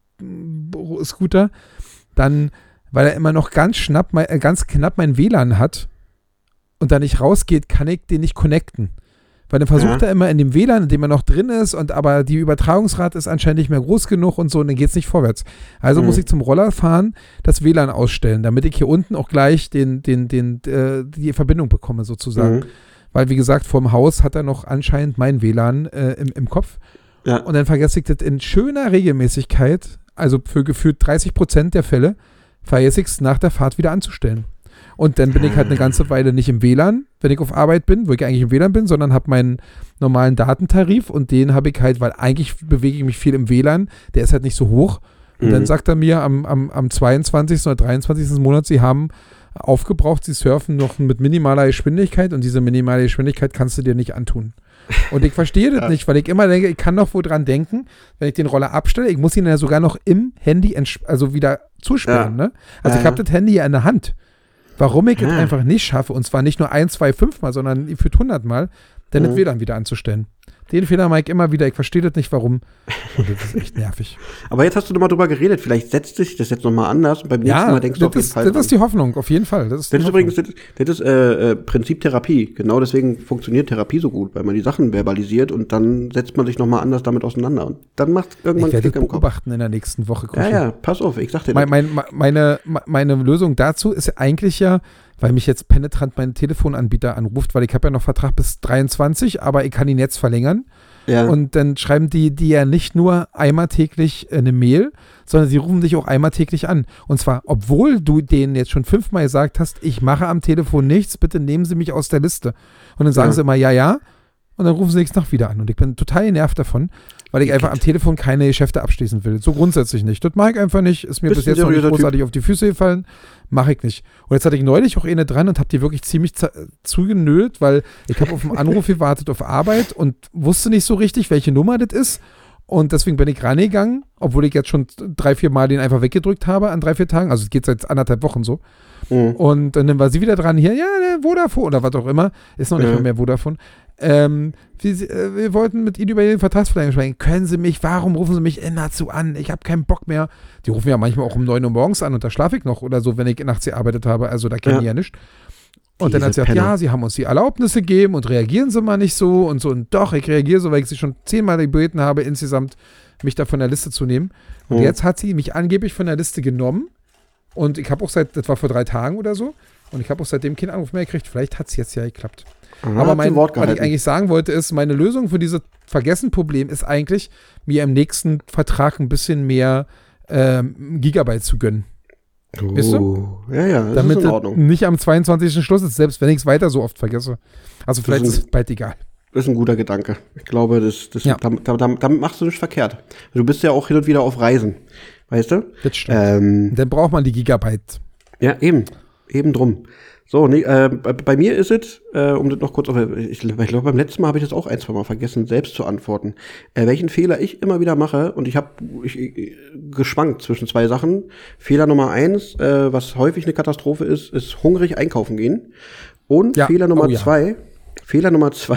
E-Scooter, dann, weil er immer noch ganz, schnapp, mein, äh, ganz knapp mein W L A N hat und da nicht rausgeht, kann ich den nicht connecten. Weil dann versucht Ja. er immer in dem W L A N, in dem er noch drin ist, und aber die Übertragungsrate ist anscheinend nicht mehr groß genug und so, und dann geht es nicht vorwärts. Also Mhm. muss ich zum Roller fahren, das W L A N ausstellen, damit ich hier unten auch gleich den, den, den, äh, die Verbindung bekomme sozusagen. Mhm. Weil, wie gesagt, vorm Haus hat er noch anscheinend mein W L A N äh, im, im Kopf. Ja. Und dann vergesse ich das in schöner Regelmäßigkeit, also für gefühlt dreißig Prozent der Fälle, vergesse ich es nach der Fahrt wieder anzustellen. Und dann bin ich halt eine ganze Weile nicht im W L A N, wenn ich auf Arbeit bin, wo ich eigentlich im W L A N bin, sondern habe meinen normalen Datentarif, und den habe ich halt, weil eigentlich bewege ich mich viel im W L A N, der ist halt nicht so hoch. Und Mhm. dann sagt er mir am, am, am zweiundzwanzigsten oder dreiundzwanzigsten Monat, sie haben aufgebraucht, sie surfen noch mit minimaler Geschwindigkeit, und diese minimale Geschwindigkeit kannst du dir nicht antun. Und ich verstehe das Ja. nicht, weil ich immer denke, ich kann noch wo dran denken, wenn ich den Roller abstelle, ich muss ihn ja sogar noch im Handy also wieder zusperren. Ja. Ne? Also Ja, ich habe ja. das Handy ja in der Hand. Warum ich es Ah. einfach nicht schaffe, und zwar nicht nur ein, zwei, fünf Mal, sondern für hundert Mal, dann Mhm. das W L A N wieder anzustellen. Den Fehler mache ich immer wieder, ich verstehe das nicht, warum. Und das ist echt nervig. Aber jetzt hast du nochmal drüber geredet, vielleicht setzt sich das jetzt nochmal anders und beim nächsten Ja, Mal denkst du das, auf jeden ist, Fall das dran. ist die Hoffnung, auf jeden Fall. Das ist, Das die ist Hoffnung. übrigens, das, das ist äh, äh, Prinzip Therapie. Genau deswegen funktioniert Therapie so gut, weil man die Sachen verbalisiert und dann setzt man sich nochmal anders damit auseinander. Und dann macht irgendwann Ich werde Klick das im Kopf. beobachten in der nächsten Woche. Ja, Kuschel. ja, pass auf, ich sag dir Mein, das. mein, meine, meine Lösung dazu ist eigentlich ja, weil mich jetzt penetrant mein Telefonanbieter anruft, weil ich habe ja noch Vertrag bis dreiundzwanzig, aber ich kann ihn jetzt verlängern. Ja. Und dann schreiben die, die ja nicht nur einmal täglich eine Mail, sondern sie rufen dich auch einmal täglich an. Und zwar, obwohl du denen jetzt schon fünfmal gesagt hast, ich mache am Telefon nichts, bitte nehmen Sie mich aus der Liste. Und dann sagen Ja. sie immer, ja, ja. Und dann rufen sie nächste Nacht wieder an. Und ich bin total genervt davon, weil ich einfach am Telefon keine Geschäfte abschließen will. So grundsätzlich nicht. Das mag ich einfach nicht. Ist mir Bist bis ein jetzt noch nicht seriöser Typ. großartig auf die Füße gefallen. Mache ich nicht. Und jetzt hatte ich neulich auch eine dran und habe die wirklich ziemlich zugenölt, weil ich habe auf einen Anruf gewartet auf Arbeit und wusste nicht so richtig, welche Nummer das ist. Und deswegen bin ich rangegangen, obwohl ich jetzt schon drei, vier Mal den einfach weggedrückt habe an drei, vier Tagen. Also es geht seit anderthalb Wochen so. Mhm. Und dann war sie wieder dran, hier, ja, der Vodafone oder was auch immer. Ist noch nicht Ja. mal mehr Vodafone. Ähm, wir, äh, wir wollten mit Ihnen über Ihre Vertragsverlängerung sprechen. Können Sie mich, warum rufen Sie mich immerzu an? Ich habe keinen Bock mehr. Die rufen ja manchmal auch um neun Uhr morgens an und da schlafe ich noch oder so, wenn ich nachts gearbeitet habe. Also da kennen Ja. die ja nichts. Und dann Diese hat sie gesagt, Penner. ja, Sie haben uns die Erlaubnisse gegeben und reagieren Sie mal nicht so und so. Und doch, ich reagiere so, weil ich Sie schon zehnmal gebeten habe, insgesamt mich da von der Liste zu nehmen. Und Mhm. jetzt hat sie mich angeblich von der Liste genommen. Und ich habe auch seit, das war vor drei Tagen oder so, und ich habe auch seitdem keinen Anruf mehr gekriegt. Vielleicht hat es jetzt ja geklappt. Aha, Aber hat mein, sie Wort was ich gehalten. eigentlich sagen wollte, ist, meine Lösung für dieses Vergessen-Problem ist eigentlich, mir im nächsten Vertrag ein bisschen mehr ähm, Gigabyte zu gönnen. Weißt Oh, ja, ja, das Damit ist in das Ordnung. nicht am zweiundzwanzigsten Schluss ist, selbst wenn ich es weiter so oft vergesse. Also vielleicht ist ist ein- es bald egal. Das ist ein guter Gedanke. Ich glaube, das, das, Ja. damit, damit, damit machst du nicht verkehrt. Du bist ja auch hin und wieder auf Reisen, weißt du? Das stimmt. Ähm, Dann braucht man die Gigabyte. ja, eben. Eben drum. So, nee, äh, bei, bei mir ist es, äh, um das noch kurz auf, ich, ich glaube, beim letzten Mal habe ich das auch ein, zwei Mal vergessen, selbst zu antworten. Äh, welchen Fehler ich immer wieder mache, und ich habe ich, ich, geschwankt zwischen zwei Sachen. Fehler Nummer eins, äh, was häufig eine Katastrophe ist, ist hungrig einkaufen gehen. Und Ja. Fehler Nummer Oh ja. zwei, Fehler Nummer zwei,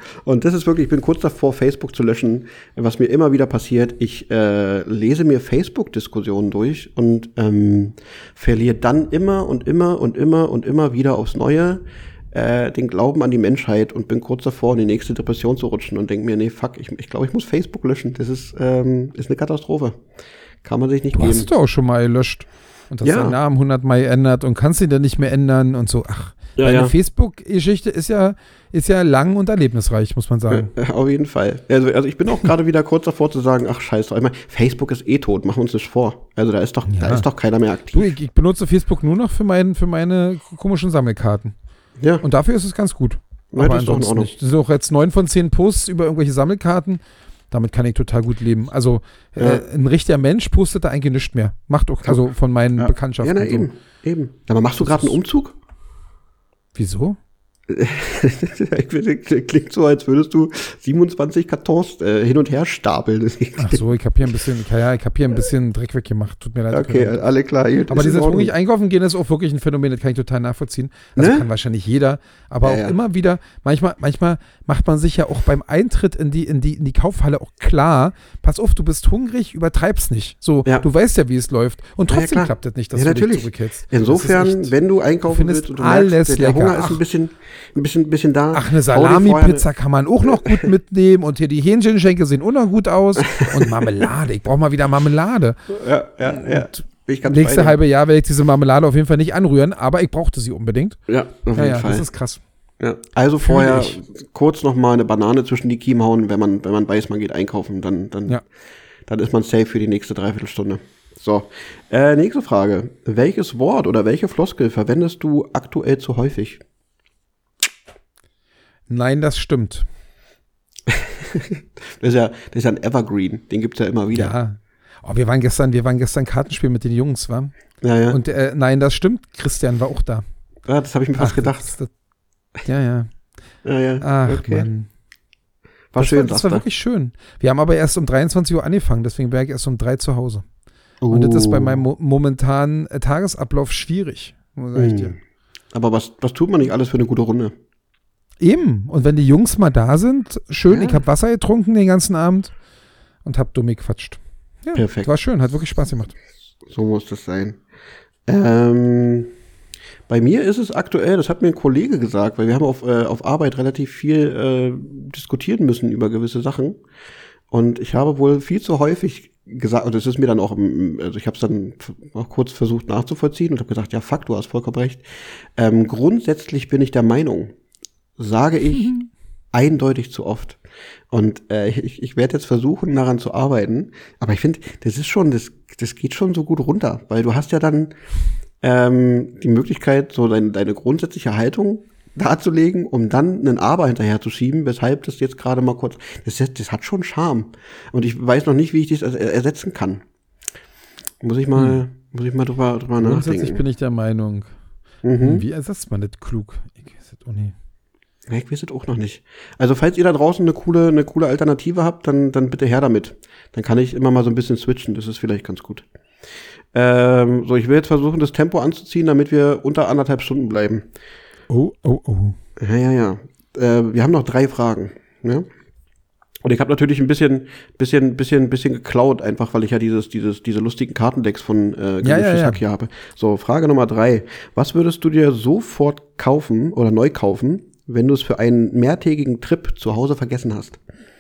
Und das ist wirklich, ich bin kurz davor, Facebook zu löschen, was mir immer wieder passiert. Ich äh, lese mir Facebook-Diskussionen durch und ähm, verliere dann immer und immer und immer und immer wieder aufs Neue äh, den Glauben an die Menschheit und bin kurz davor, in die nächste Depression zu rutschen und denke mir, nee, fuck, ich, ich glaube, ich muss Facebook löschen. Das ist, ähm, ist eine Katastrophe. Kann man sich nicht du geben. Du hast du auch schon mal gelöscht und hast ja. deinen Namen hundert Mal geändert und kannst ihn dann nicht mehr ändern und so. Ach, ja, deine ja. Facebook-Geschichte ist ja, ist ja lang und erlebnisreich, muss man sagen. Ja, auf jeden Fall. Also, also ich bin auch gerade wieder kurz davor zu sagen, ach scheiße, ich meine, Facebook ist eh tot, machen wir uns nicht vor. Also da ist doch, ja. da ist doch keiner mehr aktiv. Du, ich, ich benutze Facebook nur noch für, mein, für meine komischen Sammelkarten. Ja. Und dafür ist es ganz gut. Ja, aber das ist doch in ansonsten Ordnung. nicht. Das sind auch jetzt neun von zehn Posts über irgendwelche Sammelkarten. Damit kann ich total gut leben. Also Ja. äh, ein richtiger Mensch postet da eigentlich nichts mehr. Macht auch, also von meinen Ja. Bekanntschaften. Ja, na, und so. eben, eben. Aber machst du gerade einen Umzug? Wieso? Klingt so, als würdest du siebenundzwanzig Kartons äh, hin und her stapeln. Ach so, ich habe hier ein bisschen, ja, ich habe hier ein bisschen Dreck weggemacht. Tut mir leid. Okay, alle klar. Gut, aber ist dieses in Ordnung. wirklich einkaufen gehen ist auch wirklich ein Phänomen, das kann ich total nachvollziehen. Also Ne? kann wahrscheinlich jeder, aber Ja, auch ja. immer wieder, manchmal, manchmal macht man sich ja auch beim Eintritt in die, in die, in die Kaufhalle auch klar, pass auf, du bist hungrig, übertreib's nicht. So, Ja. du weißt ja, wie es läuft. Und Ja, ja, trotzdem klar. klappt das nicht, dass Ja, du natürlich. dich zurückhältst. Insofern, Das ist echt- wenn du du einkaufen findest willst und du merkst, alles der, der lecker. Hunger ist Ach. ein bisschen, ein bisschen, ein bisschen da. Ach, eine hau dir Salami-Pizza kann man auch noch gut mitnehmen und hier die Hähnchenschenkel sehen auch noch gut aus und Marmelade, ich brauche mal wieder Marmelade. vorher eine- Ja, ja, ja. Bin ich ganz Nächste bei dir. halbe Jahr werde ich diese Marmelade auf jeden Fall nicht anrühren, aber ich brauchte sie unbedingt. Ja, auf Ja, jeden ja, Fall. das ist krass. Ja. Also Fühl vorher ich. kurz noch mal eine Banane zwischen die Kiemen hauen, wenn man, wenn man weiß, man geht einkaufen, dann, dann, Ja. dann ist man safe für die nächste Dreiviertelstunde. So, äh, nächste Frage. Welches Wort oder welche Floskel verwendest du aktuell zu häufig? Nein, das stimmt. Das ist ja, das ist ja ein Evergreen, den gibt's ja immer wieder. Ja. Oh, wir waren gestern, wir waren gestern Kartenspiel mit den Jungs, wa? Ja, ja. Und äh, nein, das stimmt. Christian war auch da. ja das habe ich mir fast Ach, gedacht. Das, das, ja, ja. Ja, ja. Ach, okay. Mann. War das schön, war, das war sagt er. wirklich schön. Wir haben aber erst um dreiundzwanzig Uhr angefangen, deswegen wäre ich erst um drei zu Hause. Uh. Und das ist bei meinem mo momentanen äh, Tagesablauf schwierig, sag ich dir. Hm. Aber was, was tut man nicht alles für eine gute Runde? Eben. Und wenn die Jungs mal da sind, schön. Ja. Ich habe Wasser getrunken den ganzen Abend und habe dumm gequatscht. Ja, Perfekt. war schön, hat wirklich Spaß gemacht. So muss das sein. Ähm, bei mir ist es aktuell, das hat mir ein Kollege gesagt, weil wir haben auf, äh, auf Arbeit relativ viel äh, diskutieren müssen über gewisse Sachen. Und ich habe wohl viel zu häufig gesagt, und das ist mir dann auch, im- also ich habe es dann f- auch kurz versucht nachzuvollziehen und habe gesagt, ja fuck, du hast vollkommen recht. Ähm, grundsätzlich bin ich der Meinung, sage ich eindeutig zu oft. Und äh, ich, ich werde jetzt versuchen, daran zu arbeiten. Aber ich finde, das ist schon, das, das geht schon so gut runter, weil du hast ja dann ähm, die Möglichkeit, so dein, deine grundsätzliche Haltung darzulegen, um dann einen Aber hinterher zu schieben, weshalb das jetzt gerade mal kurz, das, das hat schon Charme. Und ich weiß noch nicht, wie ich das er- ersetzen kann. Muss ich mal, hm. muss ich mal drüber, drüber Grundsätzlich nachdenken. bin ich der Meinung, Mhm. wie ersetzt man das klug? Ich weiß das auch nicht. Ja, ich weiß es auch noch nicht. Also falls ihr da draußen eine coole, eine coole Alternative habt, dann, dann bitte her damit. Dann kann ich immer mal so ein bisschen switchen. Das ist vielleicht ganz gut. Ähm, so, ich will jetzt versuchen, das Tempo anzuziehen, damit wir unter anderthalb Stunden bleiben. Oh, oh, oh. Ja, ja, ja. Äh, wir haben noch drei Fragen. Ne? Und ich habe natürlich ein bisschen, bisschen, bisschen, bisschen geklaut, einfach weil ich ja dieses, dieses, diese lustigen Kartendecks von äh, Ja, ja, ja. Hack hier habe. So, Frage Nummer drei. Was würdest du dir sofort kaufen oder neu kaufen, wenn du es für einen mehrtägigen Trip zu Hause vergessen hast?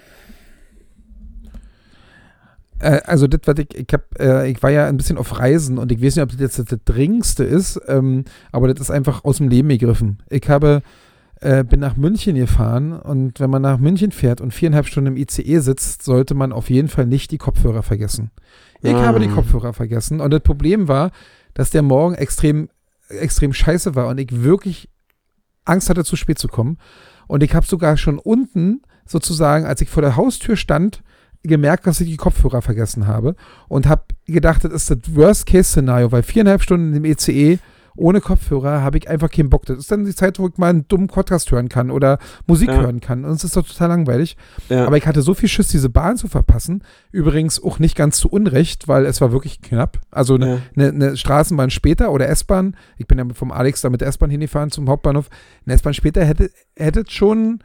Äh, also das, was ich, ich hab, äh, ich war ja ein bisschen auf Reisen und ich weiß nicht, ob das jetzt das, das Dringendste ist, ähm, aber das ist einfach aus dem Leben gegriffen. Ich habe, äh, bin nach München gefahren und wenn man nach München fährt und viereinhalb Stunden im I C E sitzt, sollte man auf jeden Fall nicht die Kopfhörer vergessen. Ich Ah. habe die Kopfhörer vergessen und das Problem war, dass der Morgen extrem, extrem scheiße war und ich wirklich Angst hatte, zu spät zu kommen. Und ich habe sogar schon unten sozusagen, als ich vor der Haustür stand, gemerkt, dass ich die Kopfhörer vergessen habe und habe gedacht, das ist das Worst-Case-Szenario, weil viereinhalb Stunden im E C E ohne Kopfhörer habe ich einfach keinen Bock. Das ist dann die Zeit, wo ich mal einen dummen Podcast hören kann oder Musik Ja. hören kann. Und es ist doch total langweilig. Ja. Aber ich hatte so viel Schiss, diese Bahn zu verpassen. Übrigens auch nicht ganz zu Unrecht, weil es war wirklich knapp. Also eine Ja. ne, ne Straßenbahn später oder S-Bahn, ich bin ja vom Alex da mit der S-Bahn hingefahren zum Hauptbahnhof, eine S-Bahn später hätte, hätte schon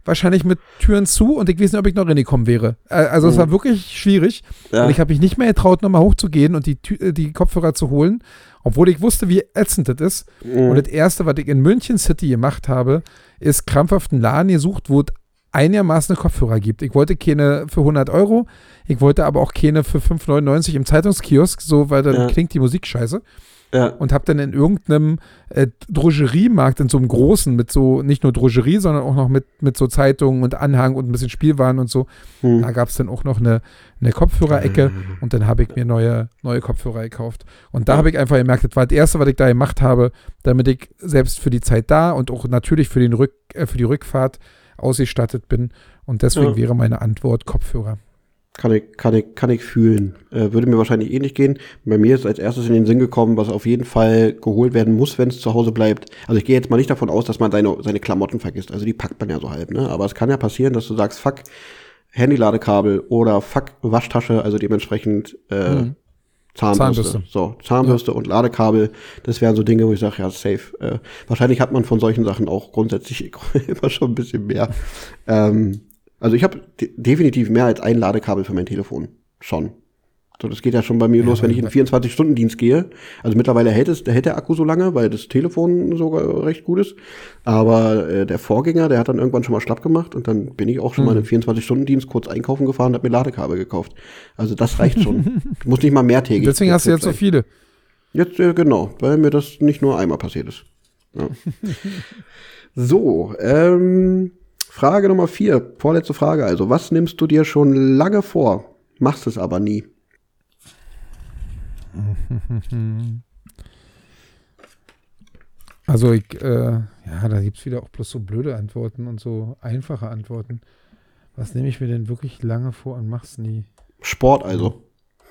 wahrscheinlich mit Türen zu und ich weiß nicht, ob ich noch reingekommen wäre. Also es Mhm. war wirklich schwierig Ja. und ich habe mich nicht mehr getraut, nochmal hochzugehen und die, Tü- die Kopfhörer zu holen, obwohl ich wusste, wie ätzend das ist. Mhm. Und das Erste, was ich in München City gemacht habe, ist krampfhaft einen Laden gesucht, wo es einigermaßen Kopfhörer gibt. Ich wollte keine für hundert Euro, ich wollte aber auch keine für fünf neunundneunzig im Zeitungskiosk, so, weil dann Ja. klingt die Musik scheiße. Ja. Und habe dann in irgendeinem äh, Drogeriemarkt, in so einem großen, mit so, nicht nur Drogerie, sondern auch noch mit, mit so Zeitungen und Anhang und ein bisschen Spielwaren und so. Hm. Da gab es dann auch noch eine, eine Kopfhörerecke und dann habe ich mir neue, neue Kopfhörer gekauft. Und da habe ich einfach gemerkt, das war das Erste, was ich da gemacht habe, damit ich selbst für die Zeit da und auch natürlich für, den Rück, äh, für die Rückfahrt ausgestattet bin. Und deswegen Ja. wäre meine Antwort Kopfhörer. Kann ich, kann ich, kann ich fühlen. Äh, würde mir wahrscheinlich ähnlich gehen. Bei mir ist als erstes in den Sinn gekommen, was auf jeden Fall geholt werden muss, wenn es zu Hause bleibt. Also ich gehe jetzt mal nicht davon aus, dass man seine, seine Klamotten vergisst. Also die packt man ja so halb, ne? Aber es kann ja passieren, dass du sagst, fuck, Handyladekabel oder fuck, Waschtasche, also dementsprechend äh, Mhm. Zahnbürste. Zahnbürste. So, Zahnbürste und Ladekabel, das wären so Dinge, wo ich sage, ja, safe. Äh, wahrscheinlich hat man von solchen Sachen auch grundsätzlich immer schon ein bisschen mehr. Ähm, Also ich habe de- definitiv mehr als ein Ladekabel für mein Telefon. Schon. So, das geht ja schon bei mir Ja, los, wenn weil- ich in den vierundzwanzig-Stunden-Dienst gehe. Also mittlerweile hält es, der hält der Akku so lange, weil das Telefon sogar recht gut ist. Aber äh, der Vorgänger, der hat dann irgendwann schon mal schlapp gemacht und dann bin ich auch schon Mhm. mal in den vierundzwanzig-Stunden-Dienst kurz einkaufen gefahren und hab mir Ladekabel gekauft. Also das reicht schon. Du musst nicht mal mehrtägig. Deswegen hast du jetzt so viele. Jetzt, äh, genau, weil mir das nicht nur einmal passiert ist. Ja. So, ähm, Frage Nummer vier, vorletzte Frage also. Was nimmst du dir schon lange vor, machst es aber nie? Also ich, äh, ja, da gibt es wieder auch bloß so blöde Antworten und so einfache Antworten. Was nehme ich mir denn wirklich lange vor und mach's nie? Sport also.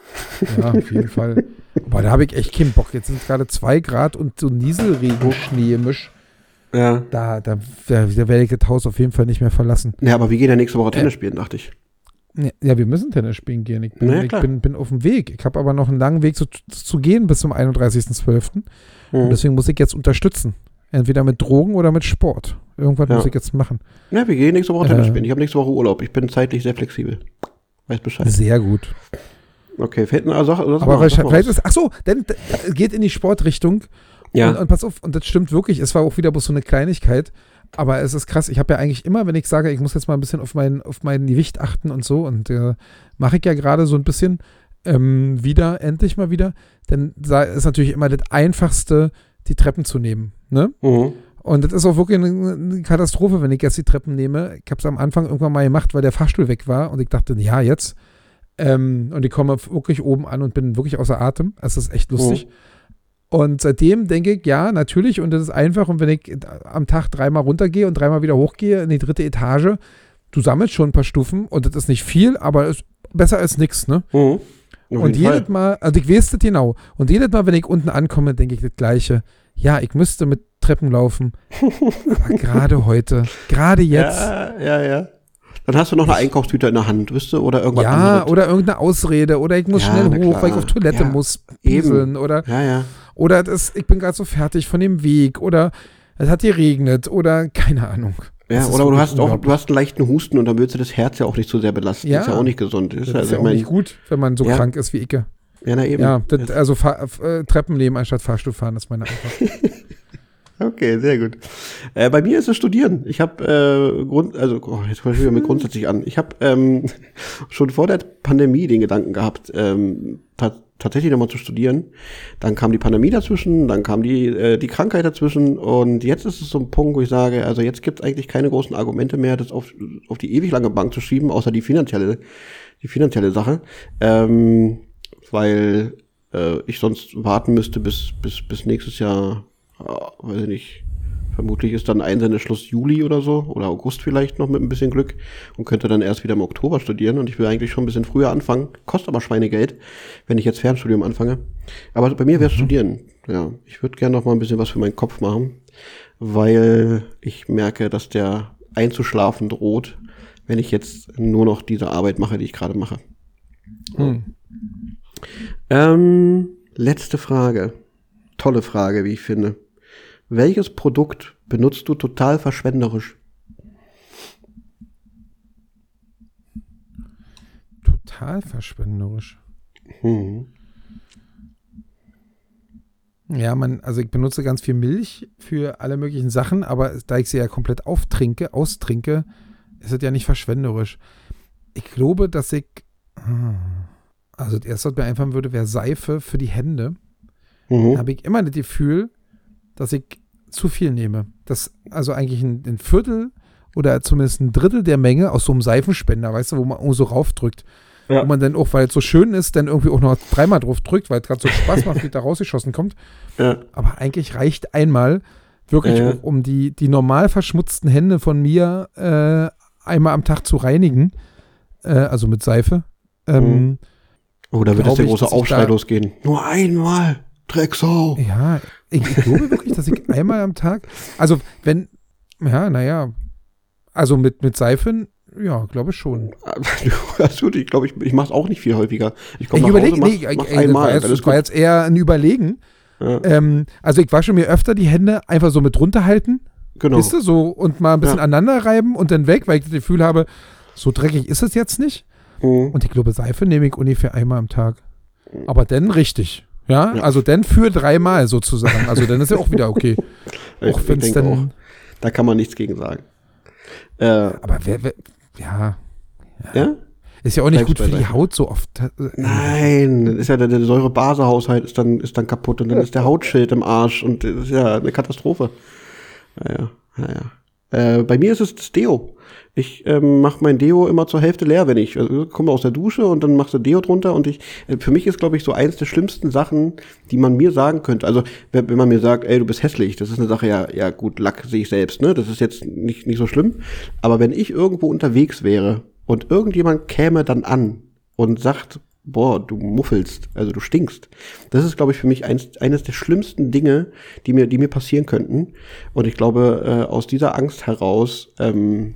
Ja, auf jeden Fall. Aber da habe ich echt keinen Bock. Jetzt sind es gerade zwei Grad und so Nieselregen, Schneemisch. Ja. Da, da, da, da werde ich das Haus auf jeden Fall nicht mehr verlassen. Ja, aber wir gehen ja nächste Woche Tennis spielen, dachte ich. Ja, wir müssen Tennis spielen gehen. Ich bin, Na ja, ich klar. bin, bin auf dem Weg. Ich habe aber noch einen langen Weg zu, zu gehen bis zum einunddreißigsten zwölften Und Mhm. deswegen muss ich jetzt unterstützen. Entweder mit Drogen oder mit Sport. Irgendwas Ja. muss ich jetzt machen. Ja, wir gehen nächste Woche Tennis Äh. spielen. Ich habe nächste Woche Urlaub. Ich bin zeitlich sehr flexibel. Weiß Bescheid. Sehr gut. Okay, fällt eine Sache. Aber sag mal, vielleicht, sag mal vielleicht was. ist, ach so, denn d- geht in die Sportrichtung. Ja. Und, und pass auf, und das stimmt wirklich, es war auch wieder bloß so eine Kleinigkeit, aber es ist krass, ich habe ja eigentlich immer, wenn ich sage, ich muss jetzt mal ein bisschen auf mein, auf mein Gewicht achten und so, und äh, mache ich ja gerade so ein bisschen ähm, wieder, endlich mal wieder, dann sa- ist natürlich immer das Einfachste, die Treppen zu nehmen, ne? Mhm. Und das ist auch wirklich eine, eine Katastrophe, wenn ich jetzt die Treppen nehme. Ich habe es am Anfang irgendwann mal gemacht, weil der Fahrstuhl weg war und ich dachte, ja, jetzt. Ähm, und ich komme wirklich oben an und bin wirklich außer Atem. Es ist echt lustig. Und seitdem denke ich, ja, natürlich, und das ist einfach. Und wenn ich am Tag dreimal runtergehe und dreimal wieder hochgehe in die dritte Etage, du sammelst schon ein paar Stufen und das ist nicht viel, aber ist besser als nichts, ne? Mhm. Auf Und jeden Fall. jedes Mal, also ich weiß das genau, und jedes Mal, wenn ich unten ankomme, denke ich das Gleiche. Ja, ich müsste mit Treppen laufen, aber gerade heute, gerade jetzt, Ja, ja, ja. Dann hast du noch eine Einkaufstüte in der Hand, wisst du? Oder irgendwas ja, anderes. oder irgendeine Ausrede, oder ich muss Ja, schnell na hoch, klar. weil ich auf Toilette Ja, muss, eben. pieseln, oder, Ja, ja. oder das, ich bin gerade so fertig von dem Weg, oder es hat geregnet, oder keine Ahnung. Ja, Das ist oder du wirklich hast auch, du unglaublich. hast einen leichten Husten und dann willst du das Herz ja auch nicht so sehr belasten. Ja. Das ist ja auch nicht gesund. Das Das ist ist also, ja ich auch mein, nicht gut, wenn man so Ja. krank ist wie ich. Ja, na eben. Ja, das, also Fahr, äh, Treppen nehmen anstatt Fahrstuhl fahren, ist meine Antwort. Okay, sehr gut. Äh, bei mir ist es Studieren. Ich habe äh, Grund, also oh, jetzt fange ich wieder mit grundsätzlich an. Ich habe ähm, schon vor der Pandemie den Gedanken gehabt, ähm, ta tatsächlich nochmal zu studieren. Dann kam die Pandemie dazwischen, dann kam die äh, die Krankheit dazwischen und jetzt ist es so ein Punkt, wo ich sage, also jetzt gibt es eigentlich keine großen Argumente mehr, das auf auf die ewig lange Bank zu schieben, außer die finanzielle die finanzielle Sache, ähm, weil äh, ich sonst warten müsste bis bis bis nächstes Jahr. Ja, weiß ich nicht. Vermutlich ist dann Einsendeschluss Juli oder so oder August vielleicht noch mit ein bisschen Glück und könnte dann erst wieder im Oktober studieren und ich will eigentlich schon ein bisschen früher anfangen. Kostet aber Schweinegeld, wenn ich jetzt Fernstudium anfange. Aber bei mir wäre es Studieren. Ja, ich würde gerne noch mal ein bisschen was für meinen Kopf machen, weil ich merke, dass der einzuschlafen droht, wenn ich jetzt nur noch diese Arbeit mache, die ich gerade mache. Hm. Ähm, letzte Frage. Tolle Frage, wie ich finde. Welches Produkt benutzt du total verschwenderisch? total verschwenderisch. Hm. Ja, man, also ich benutze ganz viel Milch für alle möglichen Sachen, aber da ich sie ja komplett auftrinke, austrinke, ist es ja nicht verschwenderisch. Ich glaube, dass ich, also das erste, was mir einfallen würde, wäre Seife für die Hände. Mhm. Da habe ich immer das Gefühl, dass ich zu viel nehme. Dass also eigentlich ein, ein Viertel oder zumindest ein Drittel der Menge aus so einem Seifenspender, weißt du, wo man so raufdrückt. Ja. Wo man dann auch, weil es so schön ist, dann irgendwie auch noch dreimal drauf drückt, weil es gerade so Spaß macht, wie da rausgeschossen kommt. Ja. Aber eigentlich reicht einmal wirklich, Ja. auch, um die, die normal verschmutzten Hände von mir äh, einmal am Tag zu reinigen. Äh, also mit Seife. Ähm, Mhm. Oh, da wird jetzt der glaub ich, große dass ich Aufschrei da- losgehen. Nur einmal, Drecksau. Ja, ich, ich glaube wirklich, dass ich einmal am Tag, also wenn, ja, naja, also mit, mit Seifen, ja, glaube ich schon. Also, ich glaube, ich, ich mache es auch nicht viel häufiger. Ich Ich komme nach überlege, Hause, nee, mach, ich- mach ey, das einmal. war, dann jetzt, ist das war gut. jetzt eher ein Überlegen. Ja. Ähm, also ich wasche mir öfter die Hände einfach so mit runterhalten, Genau. wisst ihr, so und mal ein bisschen Ja. aneinander reiben und dann weg, weil ich das Gefühl habe, so dreckig ist es jetzt nicht. Mhm. Und ich glaube, Seife nehme ich ungefähr einmal am Tag. Aber dann richtig. Ja, Ja. also dann für dreimal sozusagen. Also dann ist ja auch wieder okay. Ich- Auch ich wenn es denke dann. auch, da kann man nichts gegen sagen. Äh, Aber wer, wer, ja, ja? ist ja auch nicht Bleibst gut für bei die Seife. Haut so oft. äh, Nein, dann ist ja der, der Säure-Base-Haushalt ist dann, ist dann kaputt und dann ist der Hautschild im Arsch und das ist ja eine Katastrophe. Naja, naja. Äh, bei mir ist es das Deo. Ich ähm, mache mein Deo immer zur Hälfte leer, wenn ich also, komme aus der Dusche und dann machst du Deo drunter und ich, äh, für mich ist, glaube ich, so eins der schlimmsten Sachen, die man mir sagen könnte. Also, wenn, wenn man mir sagt, ey, du bist hässlich, das ist eine Sache, ja, ja gut, Lack sehe ich selbst, ne, das ist jetzt nicht, nicht so schlimm. Aber wenn ich irgendwo unterwegs wäre und irgendjemand käme dann an und sagt, boah, du muffelst, also du stinkst. Das ist, glaube ich, für mich eins, eines der schlimmsten Dinge, die mir, die mir passieren könnten. Und ich glaube, äh, aus dieser Angst heraus, ähm,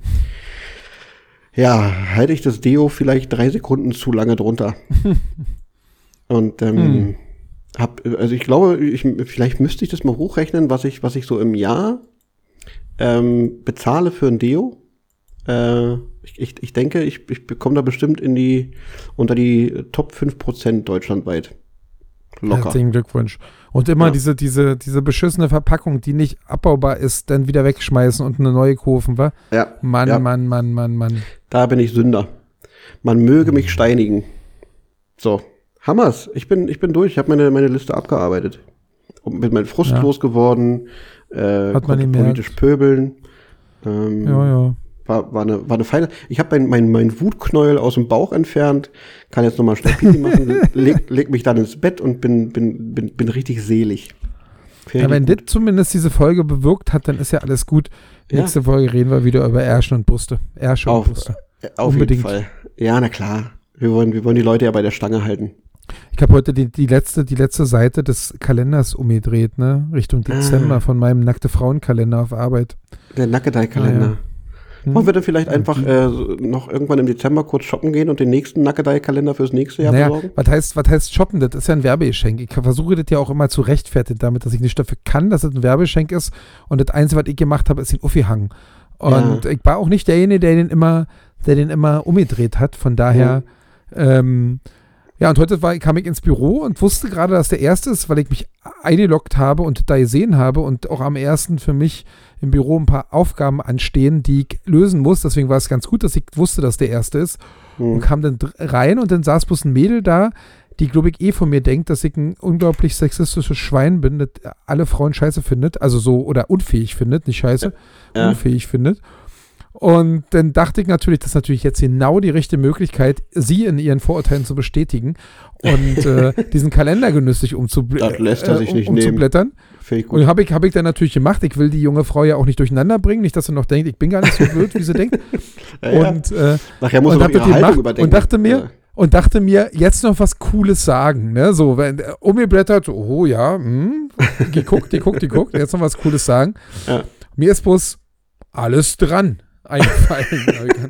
ja, halte ich das Deo vielleicht drei Sekunden zu lange drunter. Und ähm, Hm. hab, also ich glaube, ich, vielleicht müsste ich das mal hochrechnen, was ich, was ich so im Jahr ähm, bezahle für ein Deo. Äh, ich, ich, ich denke, ich, ich bekomme da bestimmt in die, unter die Top fünf Prozent deutschlandweit. Locker. Herzlichen Glückwunsch. Und immer Ja. diese, diese, diese beschissene Verpackung, die nicht abbaubar ist, dann wieder wegschmeißen und eine neue kaufen, wa? Ja, Mann, ja. Mann, Mann, Mann, Mann. Da bin ich Sünder. Man möge mich steinigen. So, Hammers. Ich bin, ich bin durch. Ich habe meine, meine Liste abgearbeitet. Und bin mein Frust Ja. losgeworden. Äh, Hat man konnte gemerkt. politisch pöbeln. Ähm, Ja, ja. War, war, eine, war eine feine. Ich habe mein, mein, mein Wutknäuel aus dem Bauch entfernt, kann jetzt nochmal schnell Pipi machen, leg, leg mich dann ins Bett und bin, bin, bin, bin richtig selig. Ja, wenn das zumindest diese Folge bewirkt hat, dann ist ja alles gut. Ja. Nächste Folge reden wir wieder über Ärschen und Brüste. Ärsche und auf, Brüste. äh, auf Unbedingt. jeden Fall. Ja, na klar. Wir wollen, wir wollen die Leute ja bei der Stange halten. Ich habe heute die, die, letzte, die letzte Seite des Kalenders umgedreht, ne? Richtung Dezember Ah. von meinem nackte Frauenkalender auf Arbeit. Der Nackedei-Kalender. Ah, ja. Hm? Wollen wir dann vielleicht einfach äh, so noch irgendwann im Dezember kurz shoppen gehen und den nächsten Nackedei-Kalender fürs nächste Jahr Naja, besorgen? was heißt, was heißt shoppen? Das ist ja ein Werbegeschenk. Ich versuche das ja auch immer zu rechtfertigen damit, dass ich nicht dafür kann, dass es ein Werbegeschenk ist. Und das Einzige, was ich gemacht habe, ist den Uffi-Hang. Und Ja. ich war auch nicht derjenige, der den immer, der den immer umgedreht hat. Von daher, ähm, ja, und heute war, kam ich ins Büro und wusste gerade, dass der erste ist, weil ich mich eingeloggt habe und da gesehen habe und auch am ersten für mich im Büro ein paar Aufgaben anstehen, die ich lösen muss. Deswegen war es ganz gut, dass ich wusste, dass der erste ist. Hm. Und kam dann dr- rein und dann saß bloß ein Mädel da, die, glaube ich, eh von mir denkt, dass ich ein unglaublich sexistisches Schwein bin, das alle Frauen scheiße findet, also so, oder unfähig findet, nicht scheiße, Ja. unfähig findet. Und dann dachte ich natürlich, das ist natürlich jetzt genau die richtige Möglichkeit, sie in ihren Vorurteilen zu bestätigen und äh, diesen Kalender genüsslich umzubl- Das lässt er sich um, nicht umzublättern. Finde ich gut. Und habe ich, hab ich dann natürlich gemacht. Ich will die junge Frau ja auch nicht durcheinander bringen, nicht, dass sie noch denkt, ich bin gar nicht so blöd, wie sie denkt. Ja, ja. Und äh, Nachher muss und er hab doch das ihre Haltung gemacht überdenken. und dachte mir, Ja. und dachte mir, jetzt noch was Cooles sagen, ne, so, wenn, äh, umgeblättert, oh ja, hm, geguckt, geguckt, geguckt, jetzt noch was Cooles sagen. Ja. Mir ist bloß alles dran eingefallen. Hab ich dann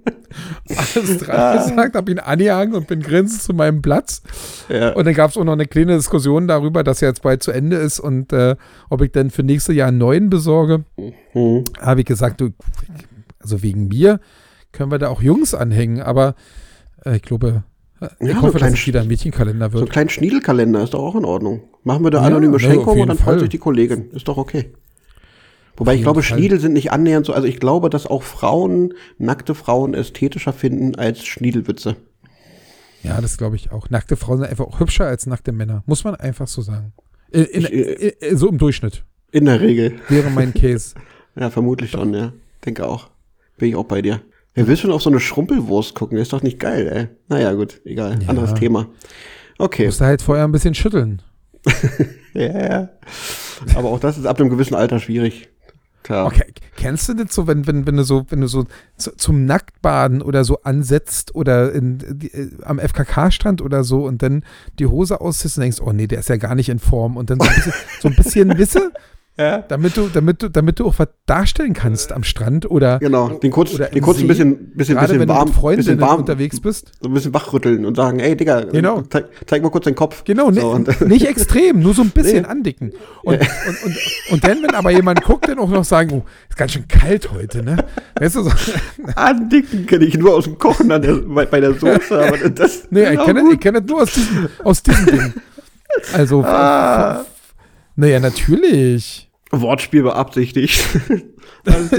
alles dran Ah. gesagt, hab ihn angehangen und bin grinsend zu meinem Platz. Ja. Und dann gab es auch noch eine kleine Diskussion darüber, dass er jetzt bald zu Ende ist und äh, ob ich dann für nächstes Jahr einen neuen besorge. Hm. Habe ich gesagt, du, also wegen mir können wir da auch Jungs anhängen, aber äh, ich glaube, Ich Ja, so hoffe, dass kleinen es wieder ein Mädchenkalender So wird. einen kleinen Schniedelkalender ist doch auch in Ordnung. Machen wir da Ja, anonyme ne, Schenkung auf jeden und dann freut Fall. sich die Kollegin. Ist doch okay. Wobei Auf ich glaube, jeden Fall. Schniedel sind nicht annähernd so, also ich glaube, dass auch Frauen, nackte Frauen ästhetischer finden als Schniedelwitze. Ja, das glaube ich auch. Nackte Frauen sind einfach auch hübscher als nackte Männer. Muss man einfach so sagen. In, in, Ich, äh, in, so im Durchschnitt In der Regel. wäre mein Case. Ja, vermutlich schon, ja. Denke auch. Bin ich auch bei dir. Wer will schon auf so eine Schrumpelwurst gucken? Ist doch nicht geil, ey. Naja, gut, egal. Ja. Anderes Thema. Okay. Musst du halt vorher ein bisschen schütteln. Ja, ja. Aber auch das ist ab einem gewissen Alter schwierig. Klar. Okay, kennst du das so, wenn, wenn, wenn du so, wenn du so zu, zum Nacktbaden oder so ansetzt oder in, die, äh, am F K K-Strand oder so und dann die Hose ausziehst und denkst, oh nee, der ist ja gar nicht in Form und dann so ein bisschen, so ein bisschen Wisse, Ja. damit du, damit du, damit du auch was darstellen kannst am Strand oder Genau, den kurz, oder den im kurz ein See. bisschen, bisschen, gerade bisschen wenn warm, du mit Freundinnen bisschen warm, unterwegs bist. so ein bisschen wachrütteln und sagen, ey Digga, Genau. zeig, zeig mal kurz den Kopf. Genau, so, ni- und, nicht extrem, nur so ein bisschen Nee. andicken. Und, und, und, und dann, wenn aber jemand guckt, dann auch noch sagen, oh, ist ganz schön kalt heute, ne? Weißt du so? Andicken kenne ich nur aus dem Kochen an der, bei, bei der Soße, aber das Nee, ist ich auch kenne, gut. ich kenne das nur aus diesem, aus diesem Ding. Also, Ah. f- f- naja, natürlich. Wortspiel beabsichtigt. Also,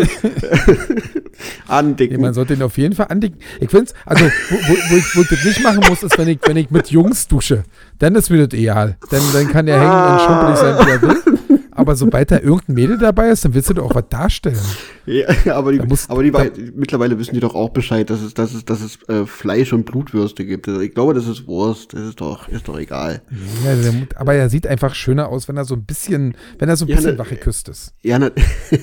Andicken. Man sollte ihn auf jeden Fall andicken. Ich finde es, also, wo, wo, wo, ich, wo ich das nicht machen muss, ist, wenn ich, wenn ich mit Jungs dusche. Dann ist mir das egal. Dann, dann kann der hängen und schumpelig sein, wie er will. Aber sobald da irgendein Mädel dabei ist, dann willst du doch auch was darstellen. Ja, aber die, Da muss- aber die da- wei- mittlerweile wissen die doch auch Bescheid, dass es, dass es, dass es äh, Fleisch und Blutwürste gibt. Also ich glaube, das ist Wurst. Das ist doch, ist doch egal. Ja, der, mu- aber er sieht einfach schöner aus, wenn er so ein bisschen, wenn er so ein Ja, bisschen ne- wachgeküsst ist. Ja, ne,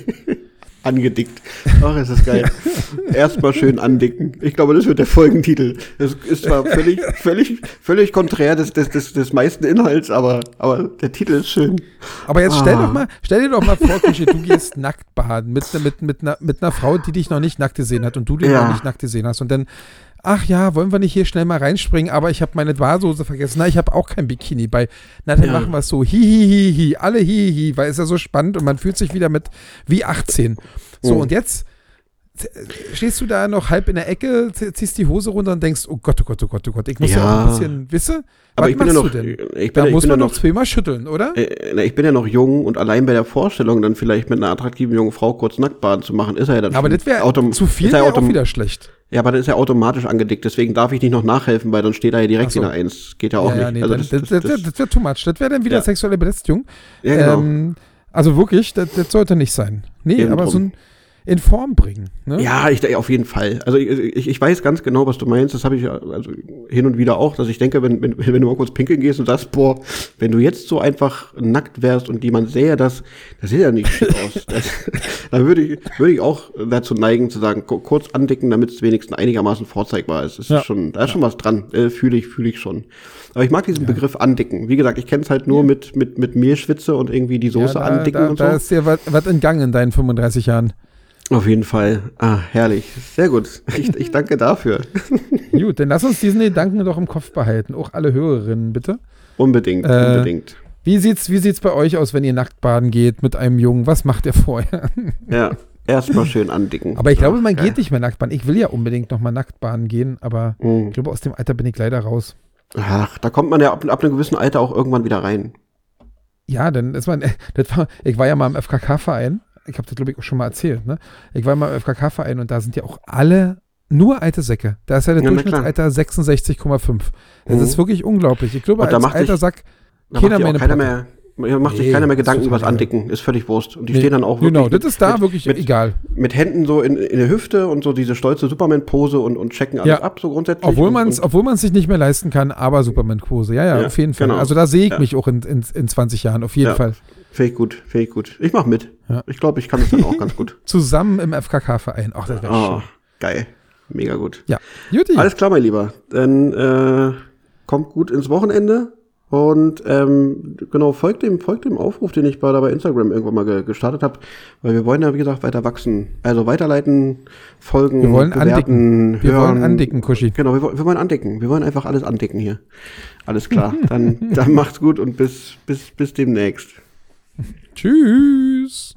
angedickt. Ach, ist das geil. Erstmal schön andicken. Ich glaube, das wird der Folgentitel. Das ist zwar völlig, völlig, völlig konträr des, des, des, des meisten Inhalts, aber, aber der Titel ist schön. Aber jetzt stell Ah. doch mal, stell dir doch mal vor, Kuschi, du gehst nackt baden mit, mit, mit, einer, mit einer Frau, die dich noch nicht nackt gesehen hat und du dich Ja. noch nicht nackt gesehen hast. Und dann, ach ja, wollen wir nicht hier schnell mal reinspringen, aber ich habe meine Badehose vergessen. Na, ich habe auch kein Bikini bei. Na, dann Ja. machen wir es so. Hi, hi, hi, hi. Alle hi, hi, hi, weil es ja so spannend und man fühlt sich wieder mit wie achtzehn. So, Mhm. und jetzt z- stehst du da noch halb in der Ecke, z- ziehst die Hose runter und denkst, oh Gott, oh Gott, oh Gott, oh Gott, ich muss ja, Ja. auch ein bisschen, wisse, Aber was ich bin ja machst noch, du denn? ich bin, Da ja- ich muss bin ja man noch noch, zweimal schütteln, oder? äh, na, ich bin ja noch jung und allein bei der Vorstellung, dann vielleicht mit einer attraktiven jungen Frau kurz nackt baden zu machen, ist er ja dann Aber schon das wäre autom- zu viel, ist ja wäre auch autom- wieder schlecht. Ja, aber das ist ja automatisch angedickt, deswegen darf ich nicht noch nachhelfen, weil dann steht da ja direkt Ach so. wieder eins. Geht ja auch ja, ja, nicht. nee, also dann, das, das, das, das, das, das, das wäre too much. Das wäre dann wieder Ja. sexuelle Belästigung. ja, genau. Ähm, also wirklich, das, das sollte nicht sein. Nee, Eben aber drum. so ein in Form bringen. Ne? Ja, ich denke auf jeden Fall. Also ich, ich, ich weiß ganz genau, was du meinst. Das habe ich ja also hin und wieder auch, dass ich denke, wenn, wenn, wenn du mal kurz pinkeln gehst und sagst, boah, wenn du jetzt so einfach nackt wärst und jemand sähe das, das sieht ja nicht schick aus. Das, dann würde ich, würde ich auch dazu neigen zu sagen, ku- kurz andicken, damit es wenigstens einigermaßen vorzeigbar ist. Das Ja. ist schon, da ist schon was dran. Äh, fühle ich, fühle ich schon. Aber ich mag diesen Begriff andicken. Wie gesagt, ich kenne es halt nur mit, mit, mit Mehlschwitze und irgendwie die Soße ja, da, andicken da, und so. da ist dir was was entgangen in deinen fünfunddreißig Jahren. Auf jeden Fall. Ah, herrlich. Sehr gut. Ich, ich danke dafür. Gut, dann lass uns diesen Gedanken doch im Kopf behalten. Auch alle Hörerinnen, bitte. Unbedingt, Äh, unbedingt. Wie sieht's, wie sieht's bei euch aus, wenn ihr nackt baden geht mit einem Jungen? Was macht ihr vorher? Ja, erstmal schön andicken. Aber ich glaube, man geil. geht nicht mehr nackt baden. Ich will ja unbedingt noch mal nackt baden gehen, aber Mhm. ich glaube, aus dem Alter bin ich leider raus. Ach, da kommt man ja ab, ab einem gewissen Alter auch irgendwann wieder rein. Ja, dann ist man, das war, ich war ja mal im F K K-Verein. Ich habe das, glaube ich, auch schon mal erzählt. Ne? Ich war mal im F K K-Verein und da sind ja auch alle nur alte Säcke. Da ist ja der Ja, na Durchschnittsalter sechsundsechzig Komma fünf. Das Mhm. ist wirklich unglaublich. Ich glaube, Und da als macht alter sich- Sack Da keiner macht sich mehr auch eine keiner Platte. mehr, ja, macht sich Nee, keiner mehr das ist Gedanken über das total Andicken. Ist völlig Wurst. Und die Nee, stehen dann auch wirklich genau, das ist da mit, wirklich mit, egal. mit Händen so in, in der Hüfte und so diese stolze Superman-Pose und, und checken alles Ja. ab, so grundsätzlich. Obwohl und, man es und, obwohl man's sich nicht mehr leisten kann, aber Superman-Kurse. Ja, ja, Ja, auf jeden Fall. genau. Also da sehe ich Ja. mich auch in, in, in zwanzig Jahren, auf jeden Ja. Fall. Finde ich gut, finde ich gut. Ich mach mit. Ja. Ich glaube, ich kann das dann auch ganz gut. Zusammen im F K K-Verein. Ach, das wäre Oh, schön. geil. Mega gut. Ja, Juti. Alles klar, mein Lieber. Dann äh, kommt gut ins Wochenende und ähm, genau, folgt dem, folgt dem Aufruf, den ich bei, da bei Instagram irgendwann mal ge gestartet habe, weil wir wollen ja, wie gesagt, weiter wachsen. Also weiterleiten, folgen, Wir wollen bewerten, andicken. Wir hören. wollen andicken, Kuschi. Genau, wir, wollen- wir wollen andicken. Wir wollen einfach alles andicken hier. Alles klar. Dann, dann macht's gut und bis, bis, bis demnächst. Tschüss.